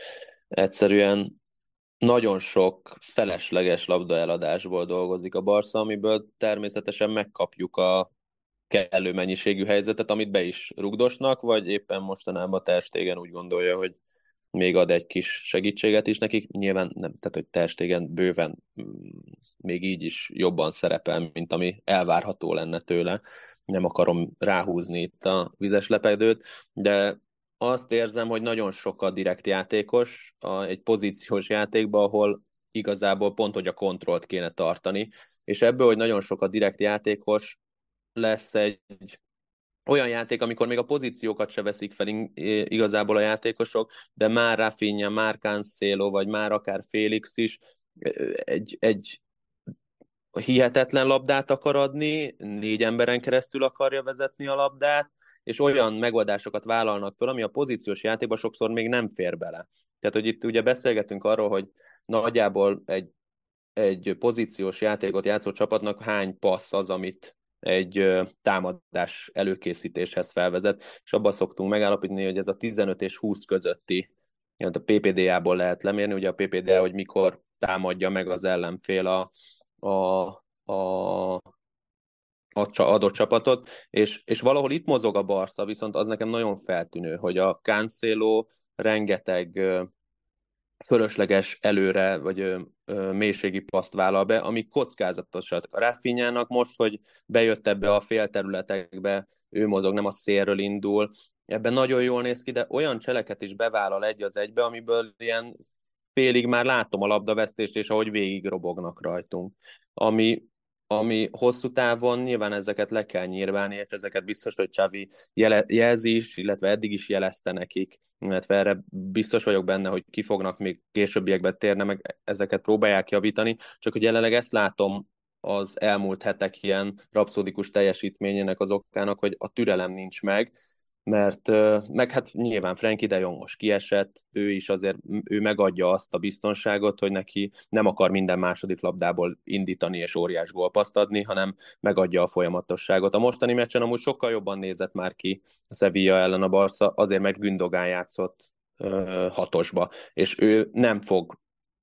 D: Egyszerűen nagyon sok felesleges labdaeladásból dolgozik a Barca, amiből természetesen megkapjuk a kellő mennyiségű helyzetet, amit be is rugdosnak, vagy éppen mostanában Ter Stegen úgy gondolja, hogy még ad egy kis segítséget is nekik. Nyilván nem, tehát hogy Ter Stegen bőven mm, még így is jobban szerepel, mint ami elvárható lenne tőle. Nem akarom ráhúzni itt a vizes lepedőt, de azt érzem, hogy nagyon sok a direkt játékos a, egy pozíciós játékban, ahol igazából pont, hogy a kontrollt kéne tartani, és ebből, hogy nagyon sok a direkt játékos, lesz egy olyan játék, amikor még a pozíciókat se veszik fel igazából a játékosok, de már Rafinha, már Cancelo, vagy már akár Félix is egy, egy hihetetlen labdát akar adni, négy emberen keresztül akarja vezetni a labdát, és olyan megoldásokat vállalnak fel, ami a pozíciós játékban sokszor még nem fér bele. Tehát, hogy itt ugye beszélgetünk arról, hogy nagyjából egy, egy pozíciós játékot játszó csapatnak hány passz az, amit egy támadás előkészítéshez felvezet, és abban szoktunk megállapítani, hogy ez a tizenöt és húsz közötti, a pé pé dé á-ból lehet lemérni, ugye a pé pé dé á, hogy mikor támadja meg az ellenfél a, a, a, a adott csapatot, és, és valahol itt mozog a Barca, viszont az nekem nagyon feltűnő, hogy a Cancelo rengeteg fölösleges előre, vagy ö, ö, mélységi paszt vállal be, ami kockázatosak. A Rafinhának most, hogy bejött ebbe a félterületekbe, ő mozog, nem a szélről indul, ebben nagyon jól néz ki, de olyan cseleket is bevállal egy az egybe, amiből ilyen félig már látom a labdavesztést, és ahogy végig robognak rajtunk. Ami, ami hosszú távon nyilván ezeket le kell nyírválni, és ezeket biztos, hogy Xavi jele, jelzi is, illetve eddig is jelezte nekik, illetve erre biztos vagyok benne, hogy ki fognak még későbbiekben térni, meg ezeket próbálják javítani, csak hogy jelenleg ezt látom az elmúlt hetek ilyen rapszódikus teljesítményének az okának, hogy a türelem nincs meg, mert meg hát nyilván Frenkie de Jong most kiesett, ő is azért, ő megadja azt a biztonságot, hogy neki nem akar minden második labdából indítani és óriás gólpaszt adni, hanem megadja a folyamatosságot. A mostani meccsen amúgy sokkal jobban nézett már ki a Sevilla ellen a Barca, azért mert Gündogan játszott uh, hatosba, és ő nem fog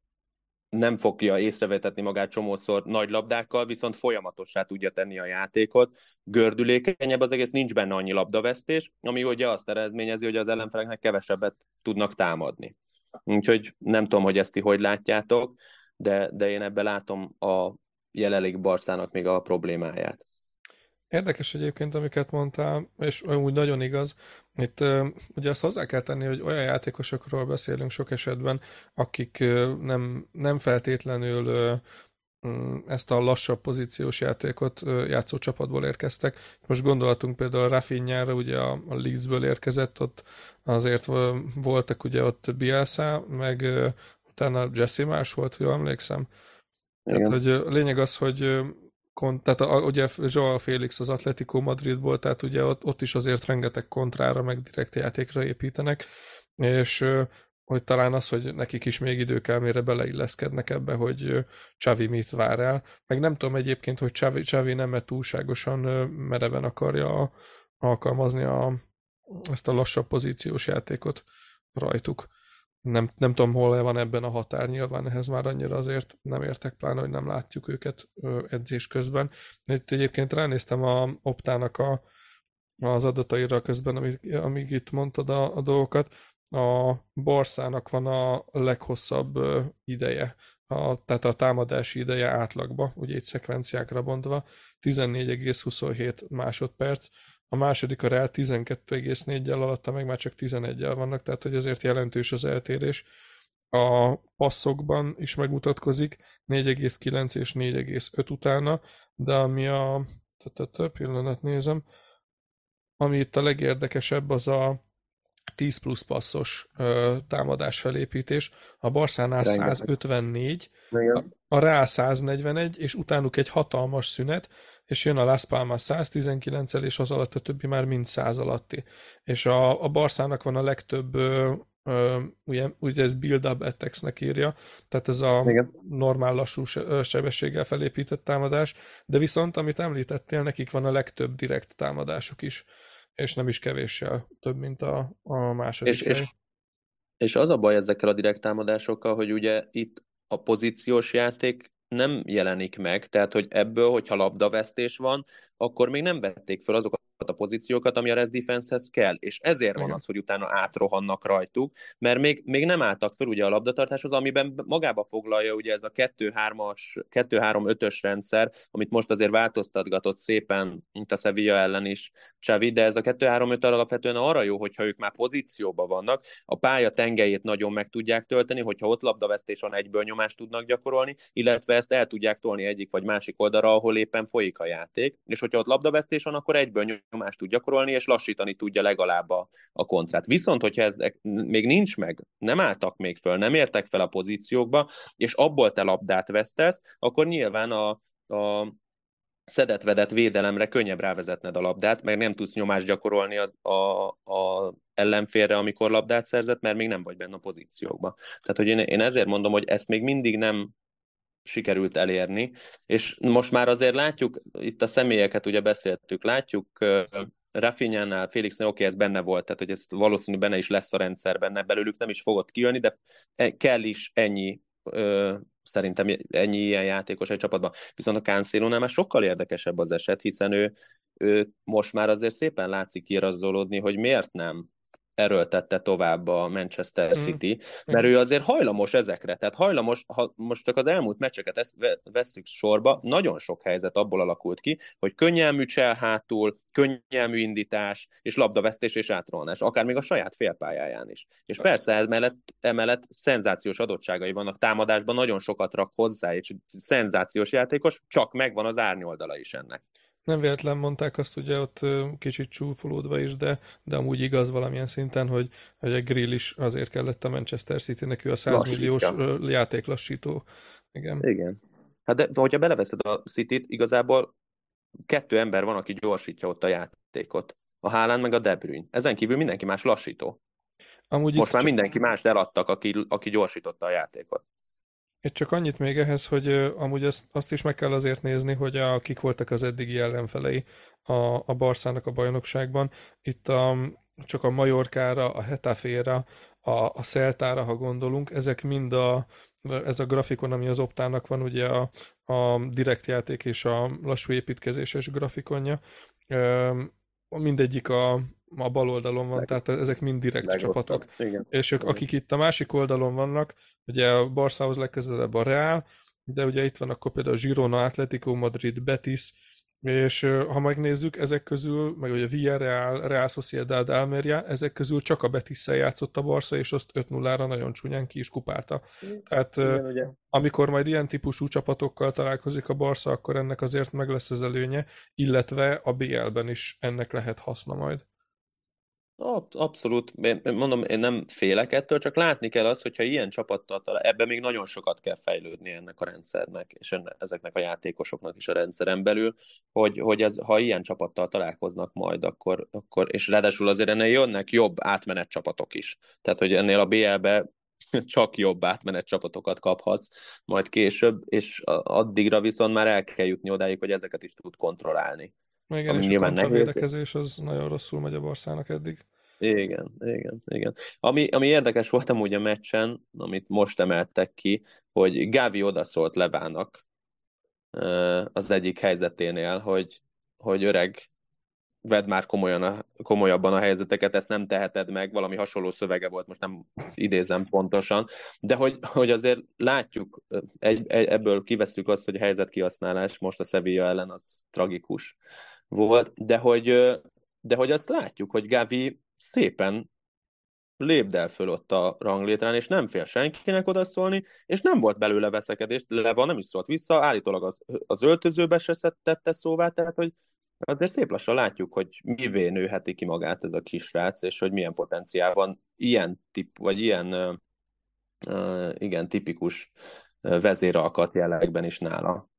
D: nem fogja észrevetetni magát csomószor nagy labdákkal, viszont folyamatossá tudja tenni a játékot. Gördülékenyebb az egész, nincs benne annyi labdavesztés, ami ugye azt eredményezi, hogy az ellenfeleknek kevesebbet tudnak támadni. Úgyhogy nem tudom, hogy ezt ti hogy látjátok, de, de én ebben látom a jelenleg Barszának még a problémáját.
C: Érdekes egyébként, amiket mondtál, és úgy nagyon igaz. Itt uh, ugye azt hozzá kell tenni, hogy olyan játékosokról beszélünk sok esetben, akik uh, nem, nem feltétlenül uh, ezt a lassabb pozíciós játékot játszó csapatból érkeztek. Most gondolatunk például Rafinhára, ugye a, a Leedsből érkezett, ott azért voltak ugye ott Bielsa, meg utána Jesse Marsch volt, jól emlékszem. Igen. Tehát, hogy lényeg az, hogy kont, tehát a, ugye Joao Félix az Atletico Madridból, tehát ugye ott, ott is azért rengeteg kontrára, meg direkt játékra építenek, és hogy talán az, hogy nekik is még idő kell, mire beleilleszkednek ebbe, hogy Xavi mit vár el. Meg nem tudom egyébként, hogy Xavi, Xavi nem túlságosan mereven akarja alkalmazni a, ezt a lassabb pozíciós játékot rajtuk. Nem, nem tudom, hol van ebben a határ, nyilván ehhez már annyira azért nem értek, pláne, hogy nem látjuk őket edzés közben. Itt egyébként ránéztem a Optának a, az adataira közben, amíg, amíg itt mondtad a, a dolgokat. A Barszának van a leghosszabb ideje, a, tehát a támadási ideje átlagba, ugye egy szekvenciákra bontva, tizennégy egész huszonhét másodperc, a második a Real tizenkettő egész négyel alatta, meg már csak tizenegyel vannak, tehát hogy azért jelentős az eltérés. A passzokban is megmutatkozik, négy egész kilenc és négy egész öt utána, de ami a... több pillanat nézem, ami itt a legérdekesebb, az a tíz plusz passzos ö, támadás felépítés. A Barszánál száz ötvennégy, a, a Real száz negyvenegy, és utánuk egy hatalmas szünet, és jön a Las Palmas száz tizenkilenccel, és az alatt a többi már mind száz alatti. És a, a Barszának van a legtöbb, ö, ö, ugye, ugye ez build-up attacks-nek írja, tehát ez a Igen. normál lassú sebességgel felépített támadás, de viszont, amit említettél, nekik van a legtöbb direkt támadásuk is, és nem is kevéssel több, mint a, a második.
D: És, és, és az a baj ezekkel a direkt támadásokkal, hogy ugye itt a pozíciós játék nem jelenik meg, tehát hogy ebből, hogyha labdavesztés van, akkor még nem vették fel azokat a pozíciókat, ami a rest defense-hez kell, és ezért Igen. van az, hogy utána átrohannak rajtuk, mert még, még nem álltak fel ugye a labdatartáshoz, amiben magába foglalja ugye ez a kettő három ötös rendszer, amit most azért változtatgatott szépen, mint a Sevilla ellen is Xavi, de ez a kettő három öt alapvetően arra jó, hogyha ők már pozícióban vannak, a pálya tengelyét nagyon meg tudják tölteni, hogyha ott labdavesztés van, egyből nyomást tudnak gyakorolni, illetve ezt el tudják tolni egyik vagy másik oldalra, ahol éppen folyik a játék, és hogyha ott labdavesztés van, akkor egyből nyomást tud gyakorolni, és lassítani tudja legalább a, a kontrát. Viszont, hogyha ez még nincs meg, nem álltak még föl, nem értek fel a pozíciókba, és abból te labdát vesztesz, akkor nyilván a, a szedett-vedett védelemre könnyebb rávezetned a labdát, meg nem tudsz nyomást gyakorolni az, a, a ellenfélre, amikor labdát szerzett, mert még nem vagy benne a pozíciókba. Tehát, hogy én, én ezért mondom, hogy ezt még mindig nem sikerült elérni, és most már azért látjuk, itt a személyeket ugye beszéltük, látjuk uh, Rafinhánál, Félixnél, oké, okay, ez benne volt, tehát hogy ez valószínű benne is lesz a rendszerben, belőlük nem is fogott kijönni, de kell is ennyi, uh, szerintem ennyi ilyen játékos egy csapatban. Viszont a Cancelónál már sokkal érdekesebb az eset, hiszen ő, ő most már azért szépen látszik kirazolódni, hogy miért nem erőltette tovább a Manchester City, mm. mert ő azért hajlamos ezekre, tehát hajlamos, ha most csak az elmúlt meccseket vesszük sorba, nagyon sok helyzet abból alakult ki, hogy könnyelmű csel hátul, könnyelmű indítás, és labdavesztés és átrohanás, akár még a saját félpályáján is. És persze emellett, emellett szenzációs adottságai vannak, támadásban nagyon sokat rak hozzá, és szenzációs játékos, csak megvan az árnyoldala is ennek.
C: Nem véletlen mondták azt ugye ott kicsit csúfolódva is, de, de amúgy igaz valamilyen szinten, hogy, hogy a Grill is azért kellett a Manchester City-nek, ő a száz milliós játéklassító. Igen.
D: Igen. Hát de hogyha beleveszed a City-t, igazából kettő ember van, aki gyorsítja ott a játékot. A Haaland meg a De Bruyne. Ezen kívül mindenki más lassító. Amúgy most már csak... mindenki mást eladtak, aki, aki gyorsította a játékot.
C: Itt csak annyit még ehhez, hogy uh, amúgy azt, azt is meg kell azért nézni, hogy a, kik voltak az eddigi ellenfelei a, a Barszának a bajnokságban. Itt a, csak a Mallorcára, a Getafére, a, a Celtára, ha gondolunk, ezek mind a, ez a grafikon, ami az Optának van, ugye a, a direkt játék és a lassú építkezéses grafikonja. Um, mindegyik a, a bal oldalon van, Leg, tehát ezek mind direkt legosztabb. Csapatok. Igen. És ők, akik itt a másik oldalon vannak, ugye a Barszához legközelebb a Real, de ugye itt van akkor például Girona, Atletico Madrid, Betis, és ha megnézzük, ezek közül, meg ugye Villarreal, Real Sociedad, Almeria, ezek közül csak a Betisszel játszott a Barca, és azt öt nullára nagyon csúnyán ki is kupálta. Tehát
D: Igen, ugye.
C: amikor majd ilyen típusú csapatokkal találkozik a Barca, akkor ennek azért meg lesz az előnye, illetve a bé el-ben is ennek lehet haszna majd.
D: Ab- Abszolút, én én mondom, én nem félek ettől, csak látni kell azt, hogyha ilyen csapattal talál, ebben még nagyon sokat kell fejlődni ennek a rendszernek, és enne, ezeknek a játékosoknak is a rendszeren belül, hogy, hogy ez, ha ilyen csapattal találkoznak majd, akkor, akkor, és ráadásul azért ennél jönnek jobb átmenet csapatok is. Tehát, hogy ennél a bé el-be csak jobb átmenet csapatokat kaphatsz majd később, és a- addigra viszont már el kell jutni odáig, hogy ezeket is tud kontrollálni.
C: Igen,
D: Ami
C: és a
D: nyilván nehéz.
C: kontravédekezés az nagyon rosszul megy a Barszának eddig.
D: Igen, igen, igen. Ami, ami érdekes volt amúgy a meccsen, amit most emeltek ki, hogy Gavi odaszólt Levának ö, az egyik helyzeténél, hogy, hogy öreg, vedd már komolyan a, komolyabban a helyzeteket, ezt nem teheted meg, valami hasonló szövege volt, most nem idézem pontosan, de hogy, hogy azért látjuk, egy, egy, ebből kivesztük azt, hogy a helyzetkihasználás most a Sevilla ellen az tragikus volt, de hogy, ö, de hogy azt látjuk, hogy Gavi szépen lépd el föl ott a ranglétrán, és nem fél senkinek odaszólni, és nem volt belőle veszekedés, Leva nem is szólt vissza, állítólag az, az öltözőbe se tette szóvá, tehát hogy azért szép lassan látjuk, hogy mivé nőheti ki magát ez a kisrác, és hogy milyen potenciál van ilyen tip, vagy ilyen uh, uh, igen, tipikus uh, vezéralkat jellegben is nála.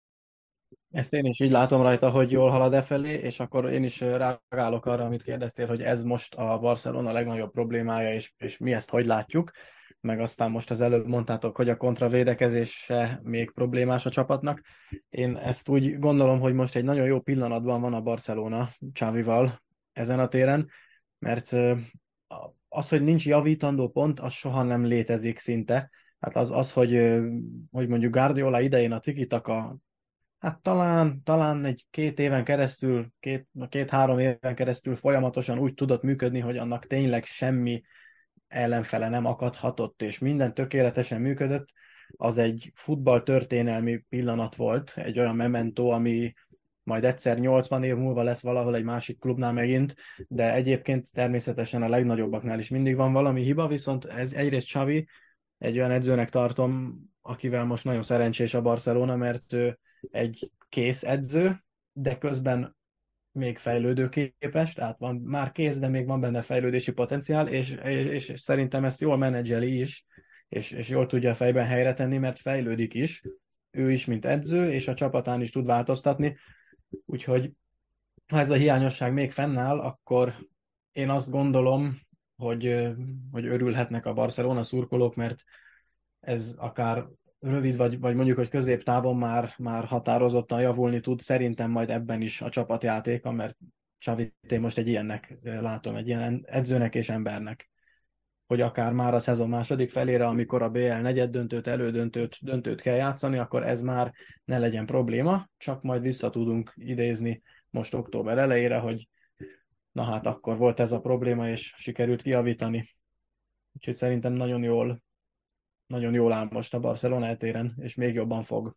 B: Ezt én is így látom rajta, hogy jól halad e felé, és akkor én is reagálok arra, amit kérdeztél, hogy ez most a Barcelona legnagyobb problémája, és, és mi ezt hogy látjuk, meg aztán most az előbb mondtátok, hogy a kontravédekezése még problémás a csapatnak. Én ezt úgy gondolom, hogy most egy nagyon jó pillanatban van a Barcelona Xavival ezen a téren, mert ö, az, hogy nincs javítandó pont, az soha nem létezik szinte. Hát az, az hogy, ö, hogy mondjuk Guardiola idején a tiki-taka. Hát talán, talán egy két éven keresztül, két, két-három éven keresztül folyamatosan úgy tudott működni, hogy annak tényleg semmi ellenfele nem akadhatott, és minden tökéletesen működött. Az egy futball történelmi pillanat volt, egy olyan memento, ami majd egyszer nyolcvan év múlva lesz valahol egy másik klubnál megint, de egyébként természetesen a legnagyobbaknál is mindig van valami hiba, viszont ez egyrészt Xavi, egy olyan edzőnek tartom, akivel most nagyon szerencsés a Barcelona, mert ő egy kész edző, de közben még fejlődőképes, tehát van már kész, de még van benne fejlődési potenciál, és, és, és szerintem ezt jól menedzseli is, és, és jól tudja a fejben helyre tenni, mert fejlődik is, ő is, mint edző, és a csapatán is tud változtatni, úgyhogy ha ez a hiányosság még fennáll, akkor én azt gondolom, hogy, hogy örülhetnek a Barcelona szurkolók, mert ez akár rövid, vagy, vagy mondjuk, hogy középtávon már, már határozottan javulni tud, szerintem majd ebben is a csapatjátéka, mert Xavit én most egy ilyennek látom, egy ilyen edzőnek és embernek, hogy akár már a szezon második felére, amikor a bé el negyeddöntőt, elődöntőt, döntőt kell játszani, akkor ez már ne legyen probléma, csak majd vissza tudunk idézni most október elejére, hogy na hát akkor volt ez a probléma, és sikerült kijavítani. Úgyhogy szerintem nagyon jól nagyon jól áll most a Barcelona eltéren, és még jobban fog.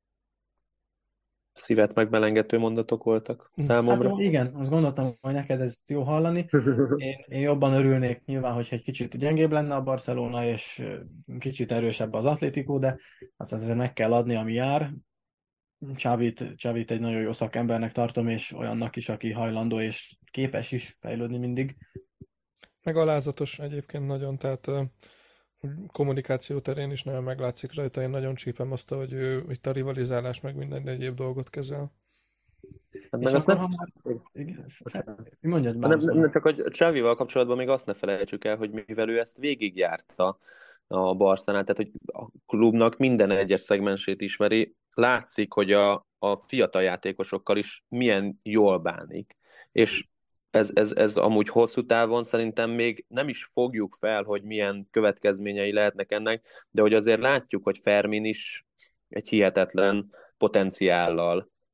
D: Szívet megmelengető mondatok voltak
B: Hát
D: számomra.
B: igen, azt gondoltam, hogy neked ezt jó hallani. Én, én jobban örülnék nyilván, hogyha egy kicsit gyengébb lenne a Barcelona, és kicsit erősebb az Atlético, de azt azért meg kell adni, ami jár. Xavit, Xavit egy nagyon jó szakembernek tartom, és olyannak is, aki hajlandó és képes is fejlődni mindig.
C: Meg alázatos egyébként nagyon, tehát ö, kommunikáció terén is nagyon meglátszik rajta. Én nagyon csípem azt, hogy ő itt a rivalizálás meg minden egyéb dolgot kezel.
D: Hát
B: És
D: meg azt
B: akkor,
D: nem...
B: ha már... Igen, fe... Mi mondjad már?
D: Nem, nem, csak hogy Xavival kapcsolatban még azt ne felejtsük el, hogy mivel ő ezt végigjárta a Barszánál, tehát hogy a klubnak minden egyes szegmensét ismeri, látszik, hogy a, a fiatal játékosokkal is milyen jól bánik. És ez, ez, ez amúgy hosszú távon szerintem még nem is fogjuk fel, hogy milyen következményei lehetnek ennek, de hogy azért látjuk, hogy Fermin is egy hihetetlen potenciállal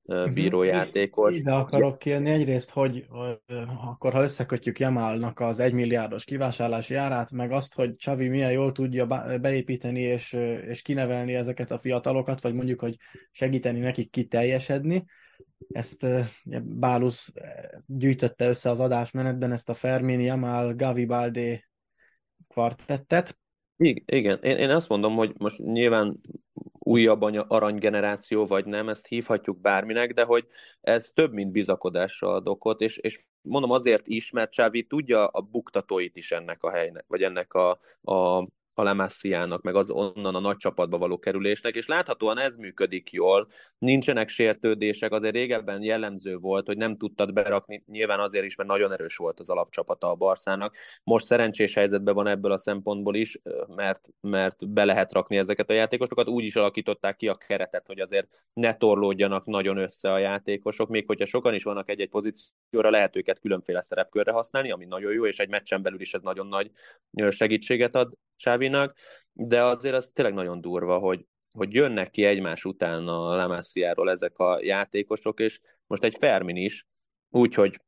D: bíró játékos.
B: Ide akarok kérni egyrészt, hogy ö, akkor ha összekötjük Jamalnak az egymilliárdos kivásárlási árát, meg azt, hogy Xavi milyen jól tudja beépíteni és, és kinevelni ezeket a fiatalokat, vagy mondjuk, hogy segíteni nekik kiteljesedni. Ezt Bálusz gyűjtötte össze az adásmenetben, ezt a Fermin, Jamal, Gavi, Balde kvartettet.
D: Igen, én, én azt mondom, hogy most nyilván újabb aranygeneráció, vagy nem, ezt hívhatjuk bárminek, de hogy ez több, mint bizakodásra ad okot, és, és mondom azért is, mert Xavi tudja a buktatóit is ennek a helynek, vagy ennek a, a a La Masia-nak, meg az onnan a nagy csapatba való kerülésnek, és láthatóan ez működik jól, nincsenek sértődések, azért régebben jellemző volt, hogy nem tudtad berakni, nyilván azért is, mert nagyon erős volt az alapcsapata a Barszának. Most szerencsés helyzetben van ebből a szempontból is, mert, mert be lehet rakni ezeket a játékosokat, úgy is alakították ki a keretet, hogy azért ne torlódjanak nagyon össze a játékosok, még hogyha sokan is vannak egy-egy pozícióra, lehet őket különféle szerepkörre használni, ami nagyon jó, és egy meccsen belül is ez nagyon nagy segítséget ad Xavinak, de azért az tényleg nagyon durva, hogy, hogy jönnek ki egymás után a La Masia-ról ezek a játékosok, és most egy Fermin is, úgyhogy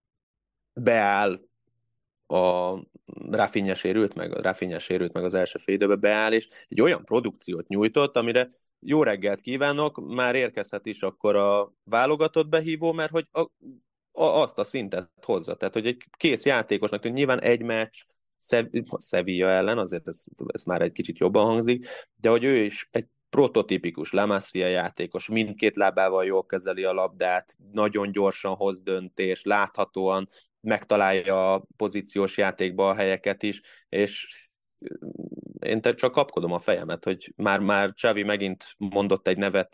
D: beáll a Rafinha sérült meg, Rafinha sérült meg az első fél időben, beáll, és egy olyan produkciót nyújtott, amire jó reggelt kívánok, már érkezhet is akkor a válogatott behívó, mert hogy a, a, azt a szintet hozza, tehát hogy egy kész játékosnak, hogy nyilván egy meccs, Sevilla ellen, azért ez, ez már egy kicsit jobban hangzik, de hogy ő is egy prototípikus La Masia játékos, mindkét lábával jól kezeli a labdát, nagyon gyorsan hoz döntést, láthatóan megtalálja a pozíciós játékba a helyeket is, és én csak kapkodom a fejemet, hogy már, már Xavi megint mondott egy nevet,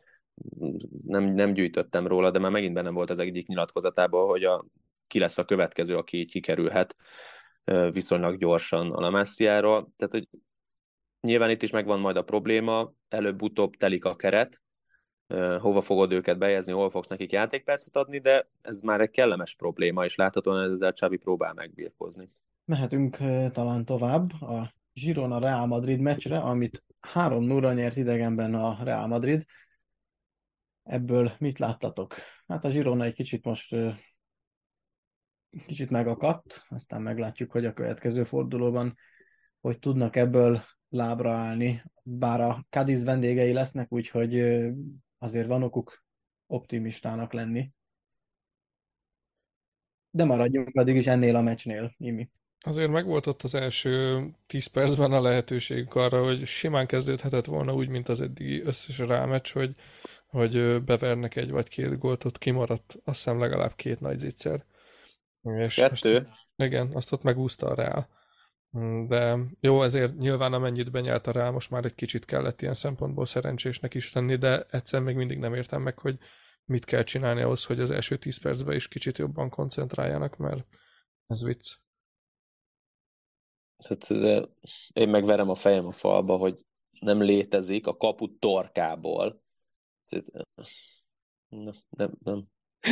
D: nem, nem gyűjtöttem róla, de már megint benne volt az egyik nyilatkozatában, hogy a, ki lesz a következő, aki így kikerülhet viszonylag gyorsan a La Masia-ról. Tehát, hogy nyilván itt is megvan majd a probléma, előbb-utóbb telik a keret, hova fogod őket bejezni, hol fogsz nekik játékpercet adni, de ez már egy kellemes probléma, és láthatóan ezzel Xavi próbál megbirkózni.
B: Mehetünk talán tovább a Girona Real Madrid meccsre, amit három nulla nyert idegenben a Real Madrid. Ebből mit láttatok? Hát a Girona egy kicsit most kicsit megakadt, aztán meglátjuk, hogy a következő fordulóban hogy tudnak ebből lábra állni, bár a Cadiz vendégei lesznek, úgyhogy azért van okuk optimistának lenni. De maradjunk addig is ennél a meccsnél, Imi.
C: Azért megvolt ott az első tíz percben a lehetőségük arra, hogy simán kezdődhetett volna úgy, mint az eddigi összes rámeccs, hogy, hogy bevernek egy vagy két gólt, ott kimaradt azt hiszem legalább két nagy zicser. És
D: Kettő.
C: Most, igen, azt ott megúszta a Real. De jó, ezért nyilván amennyit benyelt a Real, most már egy kicsit kellett ilyen szempontból szerencsésnek is lenni, de egyszer még mindig nem értem meg, hogy mit kell csinálni ahhoz, hogy az első tíz percben is kicsit jobban koncentráljanak, mert ez vicc.
D: Hát, én megverem a fejem a falba, hogy nem létezik a kapu torkából. Nem, nem, nem.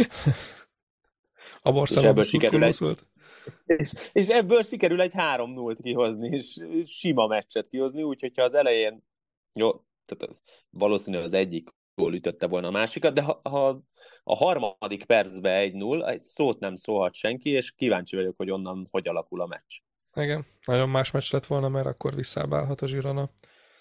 C: A Barcelona
D: sikerül
C: volt.
D: És, és ebből sikerül egy három nullt kihozni, és sima meccset kihozni, úgyhogy ha az elején, jó, tehát az, valószínűleg az egyik gól ütötte volna a másikat, de ha, ha a harmadik percben egy null, egy szót nem szólhat senki, és kíváncsi vagyok, hogy onnan hogy alakul a meccs.
C: Igen, nagyon más meccs lett volna, mert akkor visszábálhat a Girona.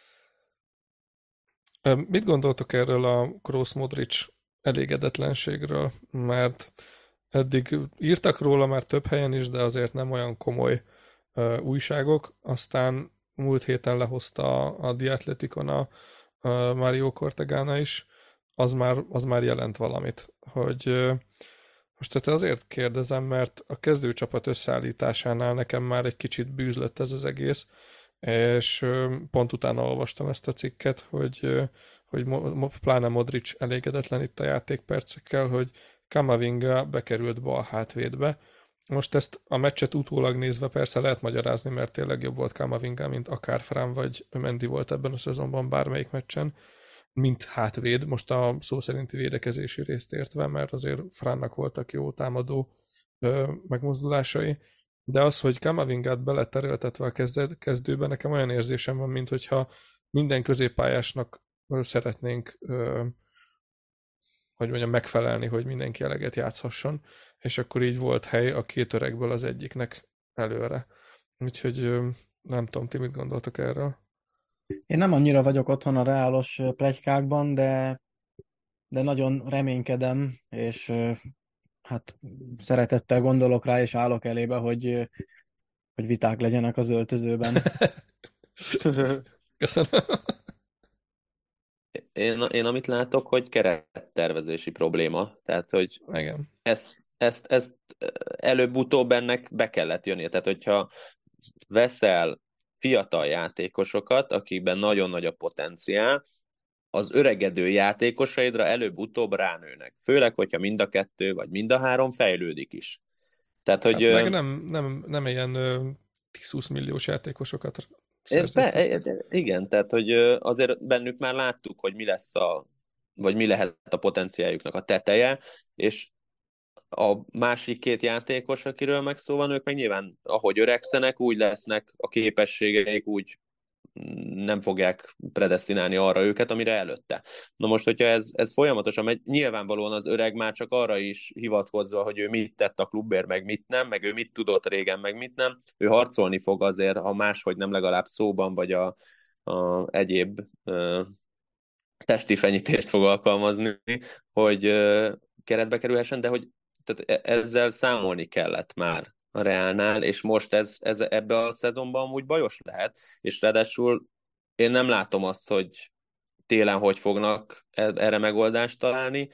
C: Mit gondoltok erről a Kroos-Modric elégedetlenségről? Mert eddig írtak róla már több helyen is, de azért nem olyan komoly uh, újságok. Aztán múlt héten lehozta a, a The Athleticon a, a Mario Cortegana is, az már, az már jelent valamit. Hogy, uh, most tehát azért kérdezem, mert a kezdőcsapat összeállításánál nekem már egy kicsit bűzlött ez az egész, és uh, pont utána olvastam ezt a cikket, hogy, uh, hogy mo- pláne Modric elégedetlen itt a játékpercekkel, hogy Camavinga bekerült bal hátvédbe. Most ezt a meccset utólag nézve persze lehet magyarázni, mert tényleg jobb volt Camavinga, mint akár Fran vagy Mendy volt ebben a szezonban bármelyik meccsen, mint hátvéd, most a szó szerinti védekezési részt értve, mert azért Frannak voltak jó támadó ö, megmozdulásai, de az, hogy Camavingát beletereltetve a kezd- kezdőben, nekem olyan érzésem van, mintha minden középpályásnak szeretnénk ö, hogy mondjam, megfelelni, hogy mindenki eleget játszhasson, és akkor így volt hely a két öregből az egyiknek előre. Úgyhogy ö, nem tudom, ti mit gondoltok erről?
B: Én nem annyira vagyok otthon a reálos ö, pletykákban, de, de nagyon reménykedem, és ö, hát szeretettel gondolok rá, és állok elébe, hogy, ö, hogy viták legyenek az öltözőben.
C: Köszönöm.
D: Én, én amit látok, hogy kerettervezési probléma. Tehát, hogy
C: Igen.
D: ezt, ezt, ezt előbb-utóbb ennek be kellett jönnie. Tehát, hogyha veszel fiatal játékosokat, akikben nagyon nagy a potenciál, az öregedő játékosaidra előbb-utóbb ránőnek. Főleg, hogyha mind a kettő, vagy mind a három fejlődik is. Tehát, hogy...
C: Hát meg nem, nem, nem ilyen ö, tíz-húsz milliós játékosokat
D: Ez be,
C: szerződtek.
D: igen, tehát, hogy azért bennük már láttuk, hogy mi lesz a, vagy mi lehet a potenciáljuknak a teteje, és a másik két játékos, akiről meg szó van, ők meg nyilván, ahogy öregszenek, úgy lesznek a képességeik, úgy nem fogják predesztinálni arra őket, amire előtte. Na most, hogyha ez, ez folyamatosan megy, nyilvánvalóan az öreg már csak arra is hivatkozva, hogy ő mit tett a klubért, meg mit nem, meg ő mit tudott régen, meg mit nem, ő harcolni fog azért, ha máshogy nem legalább szóban, vagy a, a egyéb ö, testi fenyítést fog alkalmazni, hogy ö, keretbe kerülhessen, de hogy tehát ezzel számolni kellett már a Reálnál, és most ez, ez ebbe a szezonban amúgy bajos lehet, és ráadásul én nem látom azt, hogy télen hogy fognak erre megoldást találni.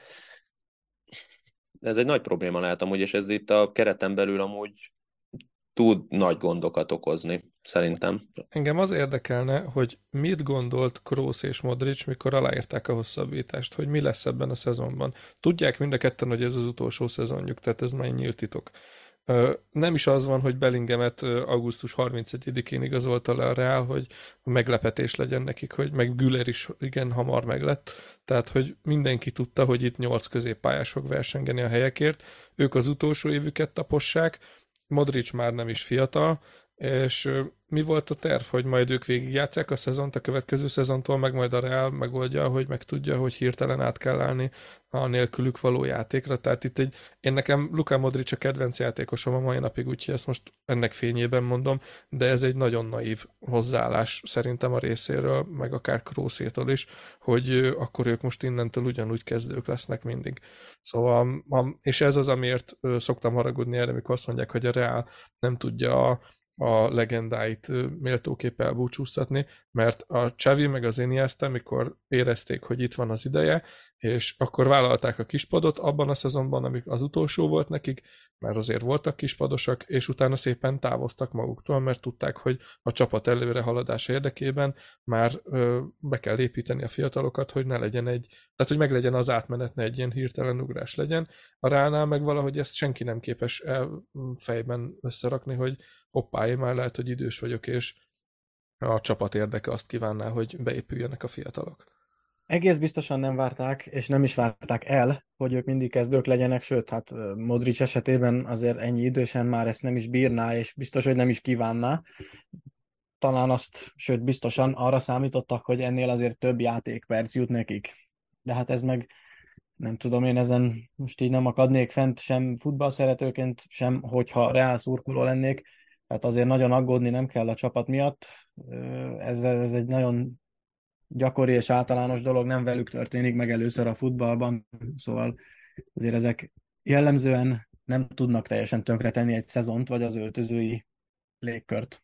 D: Ez egy nagy probléma lehet amúgy, és ez itt a kereten belül amúgy tud nagy gondokat okozni, szerintem.
C: Engem az érdekelne, hogy mit gondolt Kroos és Modric, mikor aláírták a hosszabbítást, hogy mi lesz ebben a szezonban. Tudják mind a ketten, hogy ez az utolsó szezonjuk, tehát ez már egy nyílt titok. Nem is az van, hogy Bellinghamet augusztus harmincegyedikén igazolta le a Real, hogy meglepetés legyen nekik, hogy meg Güler is igen hamar meglett, tehát hogy mindenki tudta, hogy itt nyolc középpályás fog versengeni a helyekért, ők az utolsó évüket tapossák, Modric már nem is fiatal, és mi volt a terv, hogy majd ők végigjátszák a szezont, a következő szezontól meg majd a Real megoldja, hogy meg tudja, hogy hirtelen át kell állni a nélkülük való játékra. Tehát itt egy, én nekem Luka Modric a kedvenc játékosom a mai napig, úgyhogy ezt most ennek fényében mondom, de ez egy nagyon naív hozzáállás szerintem a részéről, meg akár Kroószétól is, hogy akkor ők most innentől ugyanúgy kezdők lesznek mindig. Szóval, és ez az, amiért szoktam haragudni erre, amikor azt mondják, hogy a Real nem tudja a a legendáit méltóképp elbúcsúztatni, mert a Xavi meg az Iniesta, mikor érezték, hogy itt van az ideje, és akkor vállalták a kispadot abban a szezonban, amik az utolsó volt nekik, mert azért voltak kispadosak, és utána szépen távoztak maguktól, mert tudták, hogy a csapat előre haladás érdekében már ö, be kell építeni a fiatalokat, hogy ne legyen egy, tehát hogy meg legyen az átmenet, ne egy ilyen hirtelen ugrás legyen. A Ránál meg valahogy ezt senki nem képes el fejben összerakni, hogy hoppá, én már lehet, hogy idős vagyok, és a csapat érdeke azt kívánná, hogy beépüljenek a fiatalok.
B: Egész biztosan nem várták, és nem is várták el, hogy ők mindig kezdők legyenek, sőt, hát Modric esetében azért ennyi idősen már ezt nem is bírná, és biztos, hogy nem is kívánná. Talán azt, sőt, biztosan arra számítottak, hogy ennél azért több játékperc jut nekik. De hát ez meg, nem tudom, én ezen most így nem akadnék fent sem futballszeretőként, sem hogyha Reál szurkoló lennék, hát azért nagyon aggódni nem kell a csapat miatt. Ez, ez egy nagyon gyakori és általános dolog, nem velük történik meg először a futballban, szóval azért ezek jellemzően nem tudnak teljesen tönkretenni egy szezont, vagy az öltözői légkört.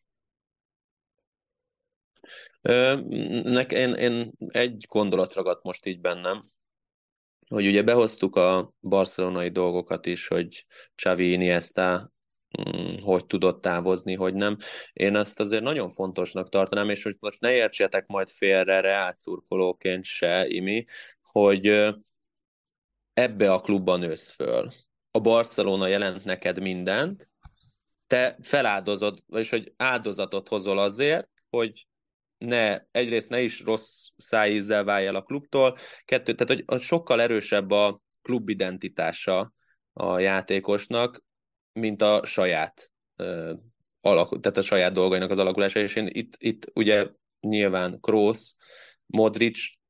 D: Nek, én, én egy gondolat ragadt most így bennem, hogy ugye behoztuk a barcelonai dolgokat is, hogy Xavi, Iniesta hogy tudott távozni, hogy nem. Én ezt azért nagyon fontosnak tartanám, és most, most ne értsetek majd félre Reál szurkolóként se, Imi, hogy ebbe a klubban nősz föl. A Barcelona jelent neked mindent, te feláldozod, vagyis hogy áldozatot hozol azért, hogy ne, egyrészt ne is rossz szájízzel válj el a klubtól, kettő, tehát hogy sokkal erősebb a klub identitása a játékosnak, mint a saját uh, alakul, tehát a saját dolgainak az alakulása, és én itt, itt ugye nyilván Kroos, Modric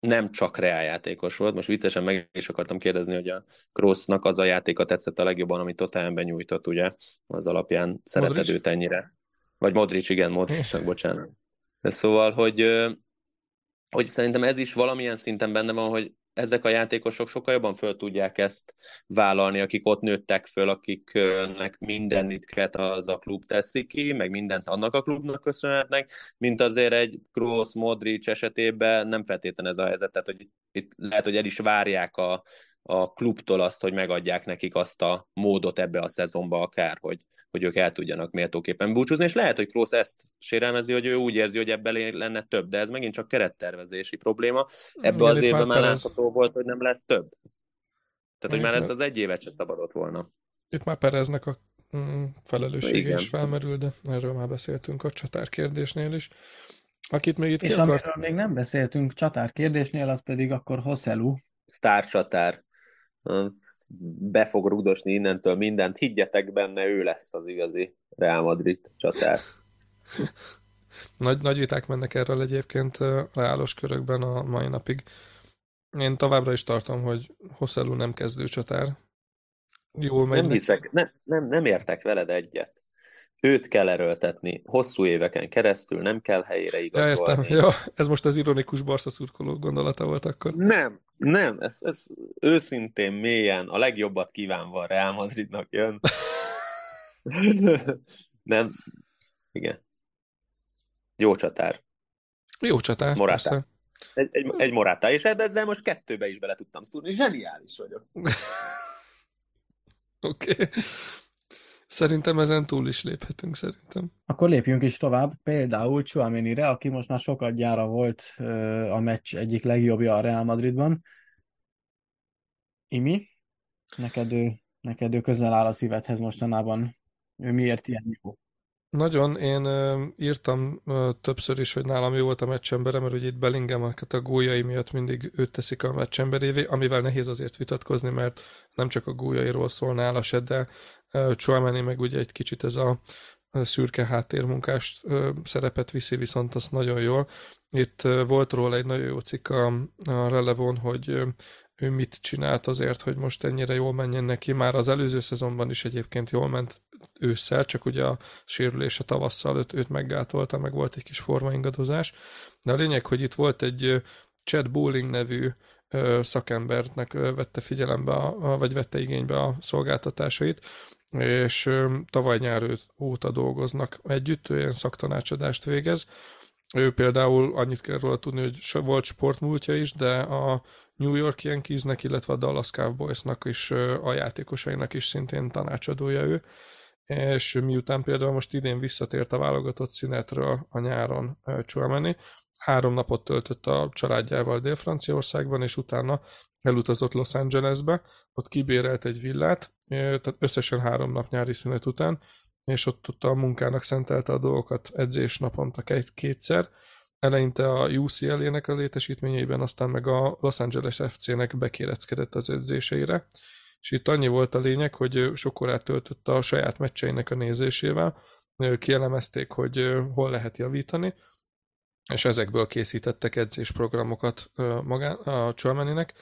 D: nem csak Real játékos volt. Most viccesen meg is akartam kérdezni, hogy a Kroosnak az a játéka tetszett a legjobban, amit Tottenhamben nyújtott, ugye? Az alapján szereted
C: Modric?
D: őt ennyire. Vagy Modric, igen, Modricnak, bocsánat. De szóval, hogy, ö, hogy szerintem ez is valamilyen szinten benne van, hogy ezek a játékosok sokkal jobban föl tudják ezt vállalni, akik ott nőttek föl, akiknek mindenit az a klub teszi ki, meg mindent annak a klubnak köszönhetnek, mint azért egy Kroos, Modric esetében nem feltétlenül ez a helyzet, tehát hogy itt lehet, hogy el is várják a, a klubtól azt, hogy megadják nekik azt a módot ebbe a szezonba akár, hogy, hogy ők el tudjanak méltóképpen búcsúzni, és lehet, hogy Kroos ezt sérelmezi, hogy ő úgy érzi, hogy ebben lenne több, de ez megint csak kerettervezési probléma. Ebbe
C: Igen,
D: az
C: itt
D: évben
C: már
D: már
C: Perez,
D: látható volt, hogy nem lesz több. Tehát, hogy már ezt
C: itt,
D: az egy évet se szabadott volna.
C: itt már Pereznek a mm, felelőssége
D: Igen.
C: is felmerül, de erről már beszéltünk a csatár kérdésnél is. Akit még itt ki
B: És
C: akart...
B: amiről még nem beszéltünk csatár kérdésnél, az pedig akkor Hosselu.
D: Sztárcsatár. Be fog rugdosni innentől mindent. Higgyetek benne, ő lesz az igazi Real Madrid csatár.
C: Nagy, nagy viták mennek erről egyébként ö, reálos körökben a mai napig. Én továbbra is tartom, hogy Hosselu nem kezdő csatár. Jól megy
D: Nem
C: neki.
D: hiszek, nem, nem, nem értek veled egyet. Őt kell erőltetni hosszú éveken keresztül, nem kell helyére
C: Ja, értem.
D: igazolni.
C: Ja, ez most az ironikus Barca szurkoló gondolata volt akkor.
D: Nem, nem, ez, ez őszintén, mélyen, a legjobbat kívánva a Real Madridnak jön. Nem, igen. Jó csatár.
C: Jó csatár,
D: Morata.
C: persze.
D: Egy, egy, egy Morata, és ezzel most kettőbe is bele tudtam szúrni. Zseniális vagyok.
C: Oké. Okay. Szerintem ezen túl is léphetünk, szerintem.
B: Akkor lépjünk is tovább, például Tchouaménire, aki most már sokat gyára volt ö, a meccs egyik legjobbja a Real Madridban. Imi, neked ő, neked ő közel áll a szívedhez mostanában. Ő miért ilyen jó?
C: Nagyon, én ö, írtam ö, többször is, hogy nálam jó volt a meccsembere, mert ugye itt Bellingham-eket a góljai miatt mindig őt teszik a meccsemberévé, amivel nehéz azért vitatkozni, mert nem csak a góljairól szól nála se, de ö, Tchouaméni meg ugye egy kicsit ez a ö, szürke háttérmunkást ö, szerepet viszi, viszont azt nagyon jól. Itt ö, volt róla egy nagyon jó cikk a, a Relevon, hogy ö, ő mit csinált azért, hogy most ennyire jól menjen neki. Már az előző szezonban is egyébként jól ment ősszel, csak ugye a sérülés a tavasszal őt, őt meggátolta, meg volt egy kis formaingadozás. De a lényeg, hogy itt volt egy ö, Chad Bowling nevű ö, szakembernek ö, vette figyelembe, a, a, vagy vette igénybe a szolgáltatásait, és ö, tavaly nyár óta dolgoznak együtt, ő ilyen szaktanácsadást végez. Ő például annyit kell róla tudni, hogy volt sportmúltja is, de a New York Yankeesnek, illetve a Dallas Cowboysnak is, a játékosainak is szintén tanácsadója ő. És miután például most idén visszatért a válogatott szünetről a nyáron Tchouaméni, három napot töltött a családjával Dél-Franciaországban, és utána elutazott Los Angelesbe, ott kibérelt egy villát, tehát összesen három nap nyári szünet után, és ott tudta a munkának szentelte a dolgokat edzés naponta kétszer. Eleinte a U C L A-nek a létesítményeiben, aztán meg a Los Angeles F C-nek bekéreckedett az edzéseire. És itt annyi volt a lényeg, hogy sok órát töltött a saját meccseinek a nézésével, kielemezték, hogy hol lehet javítani, és ezekből készítettek edzésprogramokat magán, a Tchouaméninek,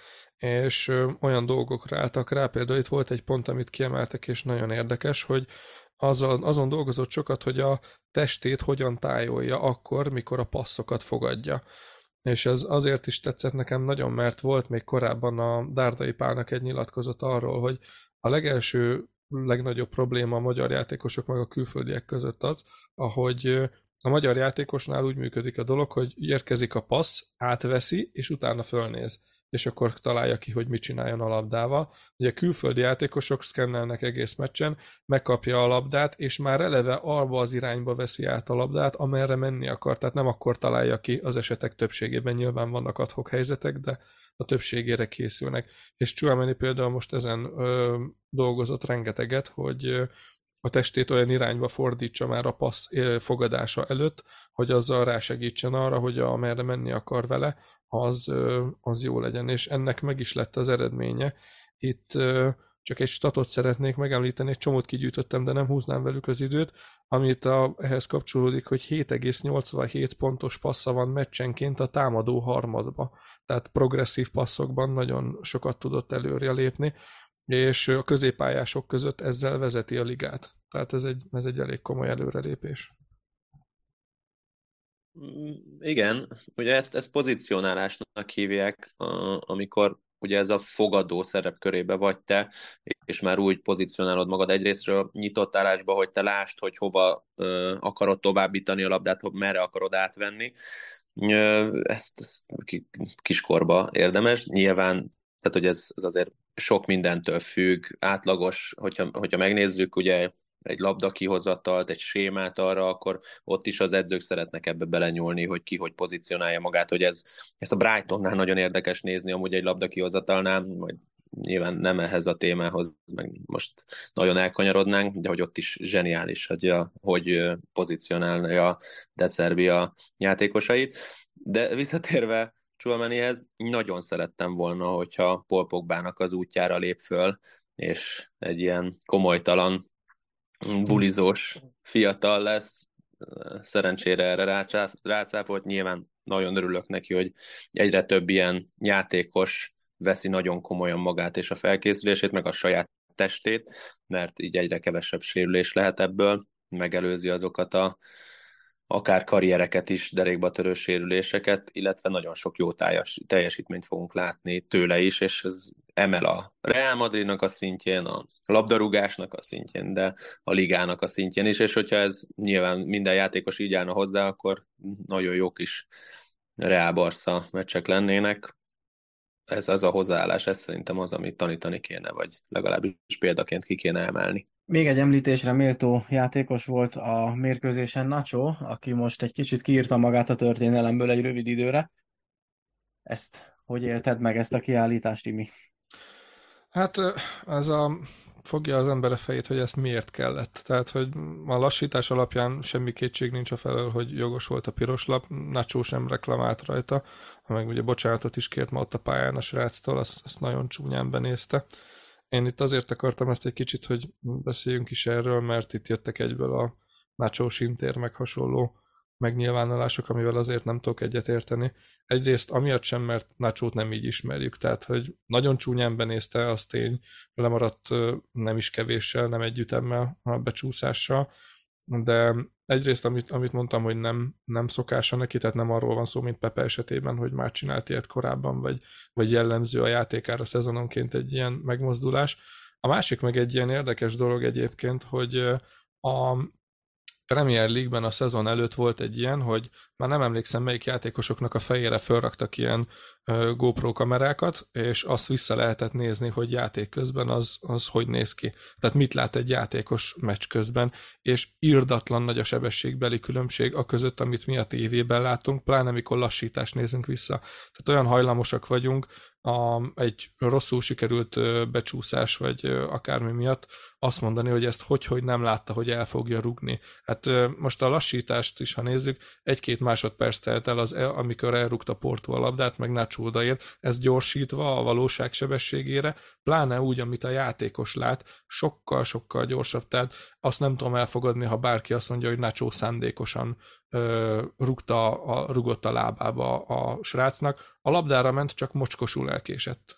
C: és olyan dolgokra álltak rá, például itt volt egy pont, amit kiemeltek, és nagyon érdekes, hogy azon, azon dolgozott sokat, hogy a testét hogyan tájolja akkor, mikor a passzokat fogadja. És ez azért is tetszett nekem nagyon, mert volt még korábban a Dárdai Pálnak egy nyilatkozat arról, hogy a legelső, legnagyobb probléma a magyar játékosok meg a külföldiek között az, ahogy a magyar játékosnál úgy működik a dolog, hogy érkezik a passz, átveszi, és utána fölnéz, és akkor találja ki, hogy mit csináljon a labdával. Ugye a külföldi játékosok szkennelnek egész meccsen, megkapja a labdát, és már eleve arba az irányba veszi át a labdát, amerre menni akar, tehát nem akkor találja ki, az esetek többségében nyilván vannak ad-hoc helyzetek, de a többségére készülnek. És Tchouaméni például most ezen ö, dolgozott rengeteget, hogy ö, a testét olyan irányba fordítsa már a passz fogadása előtt, hogy azzal rásegítsen arra, hogy amerre menni akar vele, az, az jó legyen, és ennek meg is lett az eredménye. Itt Csak egy statot szeretnék megemlíteni, egy csomót kigyűjtöttem, de nem húznám velük az időt, amit a, ehhez kapcsolódik, hogy hét egész nyolcvanhét pontos passza van meccsenként a támadó harmadba. Tehát progresszív passzokban nagyon sokat tudott előre lépni, és a középpályások között ezzel vezeti a ligát. Tehát ez egy, ez egy elég komoly előrelépés.
D: Igen, ugye ezt, ezt pozicionálásnak hívják, amikor ugye ez a fogadó szerepkörébe vagy te, és már úgy pozícionálod magad egyrésztről nyitott állásba, hogy te lásd, hogy hova ö, akarod továbbítani a labdát, hogy merre akarod átvenni. Ö, ezt, ezt kiskorba érdemes. Nyilván, tehát hogy ez, ez azért sok mindentől függ, átlagos, hogyha, hogyha megnézzük, ugye egy labda kihozatalt, egy sémát arra, akkor ott is az edzők szeretnek ebbe belenyúlni, hogy ki hogy pozícionálja magát, hogy ez, ezt a Brightonnál nagyon érdekes nézni, amúgy egy labda kihozatalnál, majd nyilván nem ehhez a témához, meg most nagyon elkanyarodnánk, de hogy ott is zseniális, hogy, a, hogy pozícionálja a De Zerbi a játékosait. De visszatérve Tchouaménihez, nagyon szerettem volna, hogyha Paul Pogbának az útjára lép föl, és egy ilyen komolytalan bulizós fiatal lesz, szerencsére erre rácáfolt, nyilván nagyon örülök neki, hogy egyre több ilyen játékos veszi nagyon komolyan magát és a felkészülését, meg a saját testét, mert így egyre kevesebb sérülés lehet ebből, megelőzi azokat a akár karriereket is, derékba törő sérüléseket, illetve nagyon sok jó tájas, teljesítményt fogunk látni tőle is, és ez emel a Real Madridnak a szintjén, a labdarúgásnak a szintjén, de a ligának a szintjén is, és hogyha ez nyilván minden játékos így állna hozzá, akkor nagyon jó kis Real Barca meccsek lennének. Ez az a hozzáállás, ez szerintem az, amit tanítani kéne, vagy legalábbis példaként ki kéne emelni.
B: Még egy említésre méltó játékos volt a mérkőzésen Nacho, aki most egy kicsit kiírta magát a történelemből egy rövid időre. Ezt hogy élted meg, ezt a kiállítást, Imi?
C: Hát ez a fogja az ember a fejét, hogy ezt miért kellett. Tehát, hogy a lassítás alapján semmi kétség nincs a felől, hogy jogos volt a piros lap, Nacho sem reklamált rajta, meg ugye bocsánatot is kért ma ott a pályán a sráctól, azt, azt nagyon csúnyán benézte. Én itt azért akartam ezt egy kicsit, hogy beszéljünk is erről, mert itt jöttek egyből a Nacho Sintér meg hasonló megnyilvánulások, amivel azért nem tudok egyet érteni. Egyrészt amiatt sem, mert Nachót nem így ismerjük, tehát hogy nagyon csúnyán benézte, az tény, lemaradt nem is kevéssel, nem egy ütemmel, a becsúszással, de egyrészt amit, amit mondtam, hogy nem, nem szokása neki, tehát nem arról van szó, mint Pepe esetében, hogy már csinált ilyet korábban, vagy, vagy jellemző a játékára szezononként egy ilyen megmozdulás. A másik meg egy ilyen érdekes dolog egyébként, hogy a Premier League-ben a szezon előtt volt egy ilyen, hogy már nem emlékszem, melyik játékosoknak a fejére felraktak ilyen uh, GoPro kamerákat, és azt vissza lehetett nézni, hogy játék közben az, az hogy néz ki. Tehát mit lát egy játékos meccs közben, és irdatlan nagy a sebességbeli különbség a között, amit mi a tévében látunk, pláne amikor lassítást nézünk vissza. Tehát olyan hajlamosak vagyunk, a, egy rosszul sikerült becsúszás, vagy akármi miatt azt mondani, hogy ezt hogy-hogy nem látta, hogy el fogja rugni. Hát most a lassítást is, ha nézzük, egy-két másodperc telt el, az, amikor elrúgta Porto a labdát, meg Nacho odaér, ez gyorsítva a valóság sebességére, pláne úgy, amit a játékos lát, sokkal-sokkal gyorsabb. Tehát azt nem tudom elfogadni, ha bárki azt mondja, hogy Nacho szándékosan ö, rúgta a, rugott a lábába a srácnak. A labdára ment, csak mocskosul elkésett.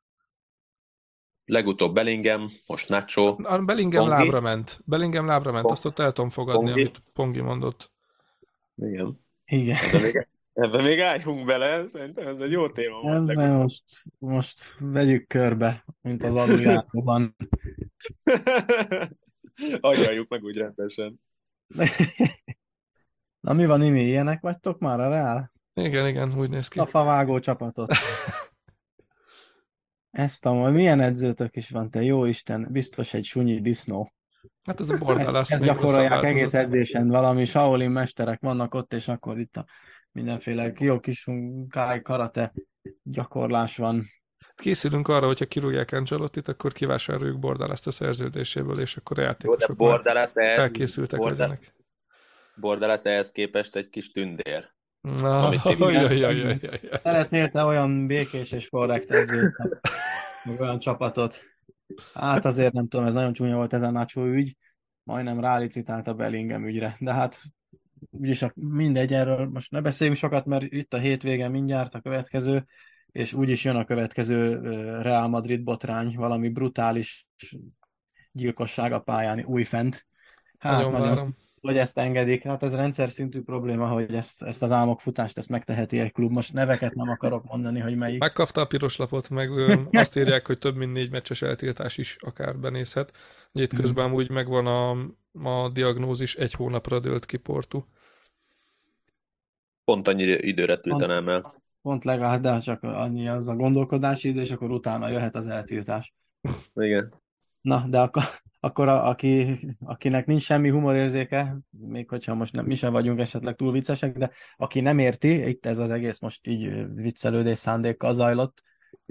D: Legutóbb Bellingham, most Nacho.
C: A Bellingham
D: Pongi?
C: lábra ment. Bellingham lábra ment, azt ott el tudom fogadni,
D: Pongi?
C: amit Pongi mondott.
D: Igen.
B: Igen.
D: Ebben még, ebben még álljunk bele, szerintem ez egy jó téma volt.
B: Ebben most, most vegyük körbe, mint az admirálóban.
D: Agyaljuk meg úgy rendesen.
B: Na mi van, Imi, ilyenek vagytok már a Real?
C: Igen, igen, úgy néz ki.
B: A favágó csapatot. Ezt a, milyen edzőtök is van, te jó Isten, biztos egy sunyi disznó.
C: Hát ez a Bordalász
B: Ezt
C: még
B: gyakorolják
C: rosszabb
B: egész
C: változat.
B: edzésen, valami Shaolin mesterek vannak ott, és akkor itt a mindenféle jó kis káj karate gyakorlás van.
C: Készülünk arra, hogyha kirúgják Ancelottit, akkor kivásároljuk Bordalászt a szerződéséből, és akkor a
D: Jó, de
C: játékosok már
D: Bordalász ehhez,
C: felkészültek
D: Borda-
C: legyenek.
D: Bordalász ehhez képest egy kis tündér.
C: Na,
D: Amit ti
C: jaj, jaj, jaj, jaj, jaj.
B: Szeretnél te olyan békés és korrekt edzőt, meg olyan csapatot? Hát azért nem tudom, ez nagyon csúnya volt ez a Nacho ügy, majdnem rálicitált a Bellingham ügyre, de hát úgyis a- mindegy, erről most ne beszéljünk sokat, mert itt a hétvége mindjárt a következő, és úgyis jön a következő ö, Real Madrid botrány, valami brutális gyilkosság a pályán újfent. Hát
C: Nagyon
B: nagyon
C: várom.
B: szép, hogy ezt engedik. Hát ez rendszer szintű probléma, hogy ezt, ezt az álmokfutást ezt megteheti egy klub. Most neveket nem akarok mondani, hogy melyik.
C: Megkapta a piros lapot, meg ö, azt írják, hogy több mint négy meccses eltiltás is akár benézhet. Itt közben úgy megvan a, a diagnózis, egy hónapra dőlt ki Portu.
D: Pont annyi időre tiltanám
B: Pont,
D: el.
B: pont legalább, de csak annyi az a gondolkodási idő, és akkor utána jöhet az eltiltás.
D: Igen.
B: Na, de akkor, akkor a, aki, akinek nincs semmi humorérzéke, még hogyha most nem, mi sem vagyunk esetleg túl viccesek, de aki nem érti, itt ez az egész most így ö, viccelődés szándékkal zajlott.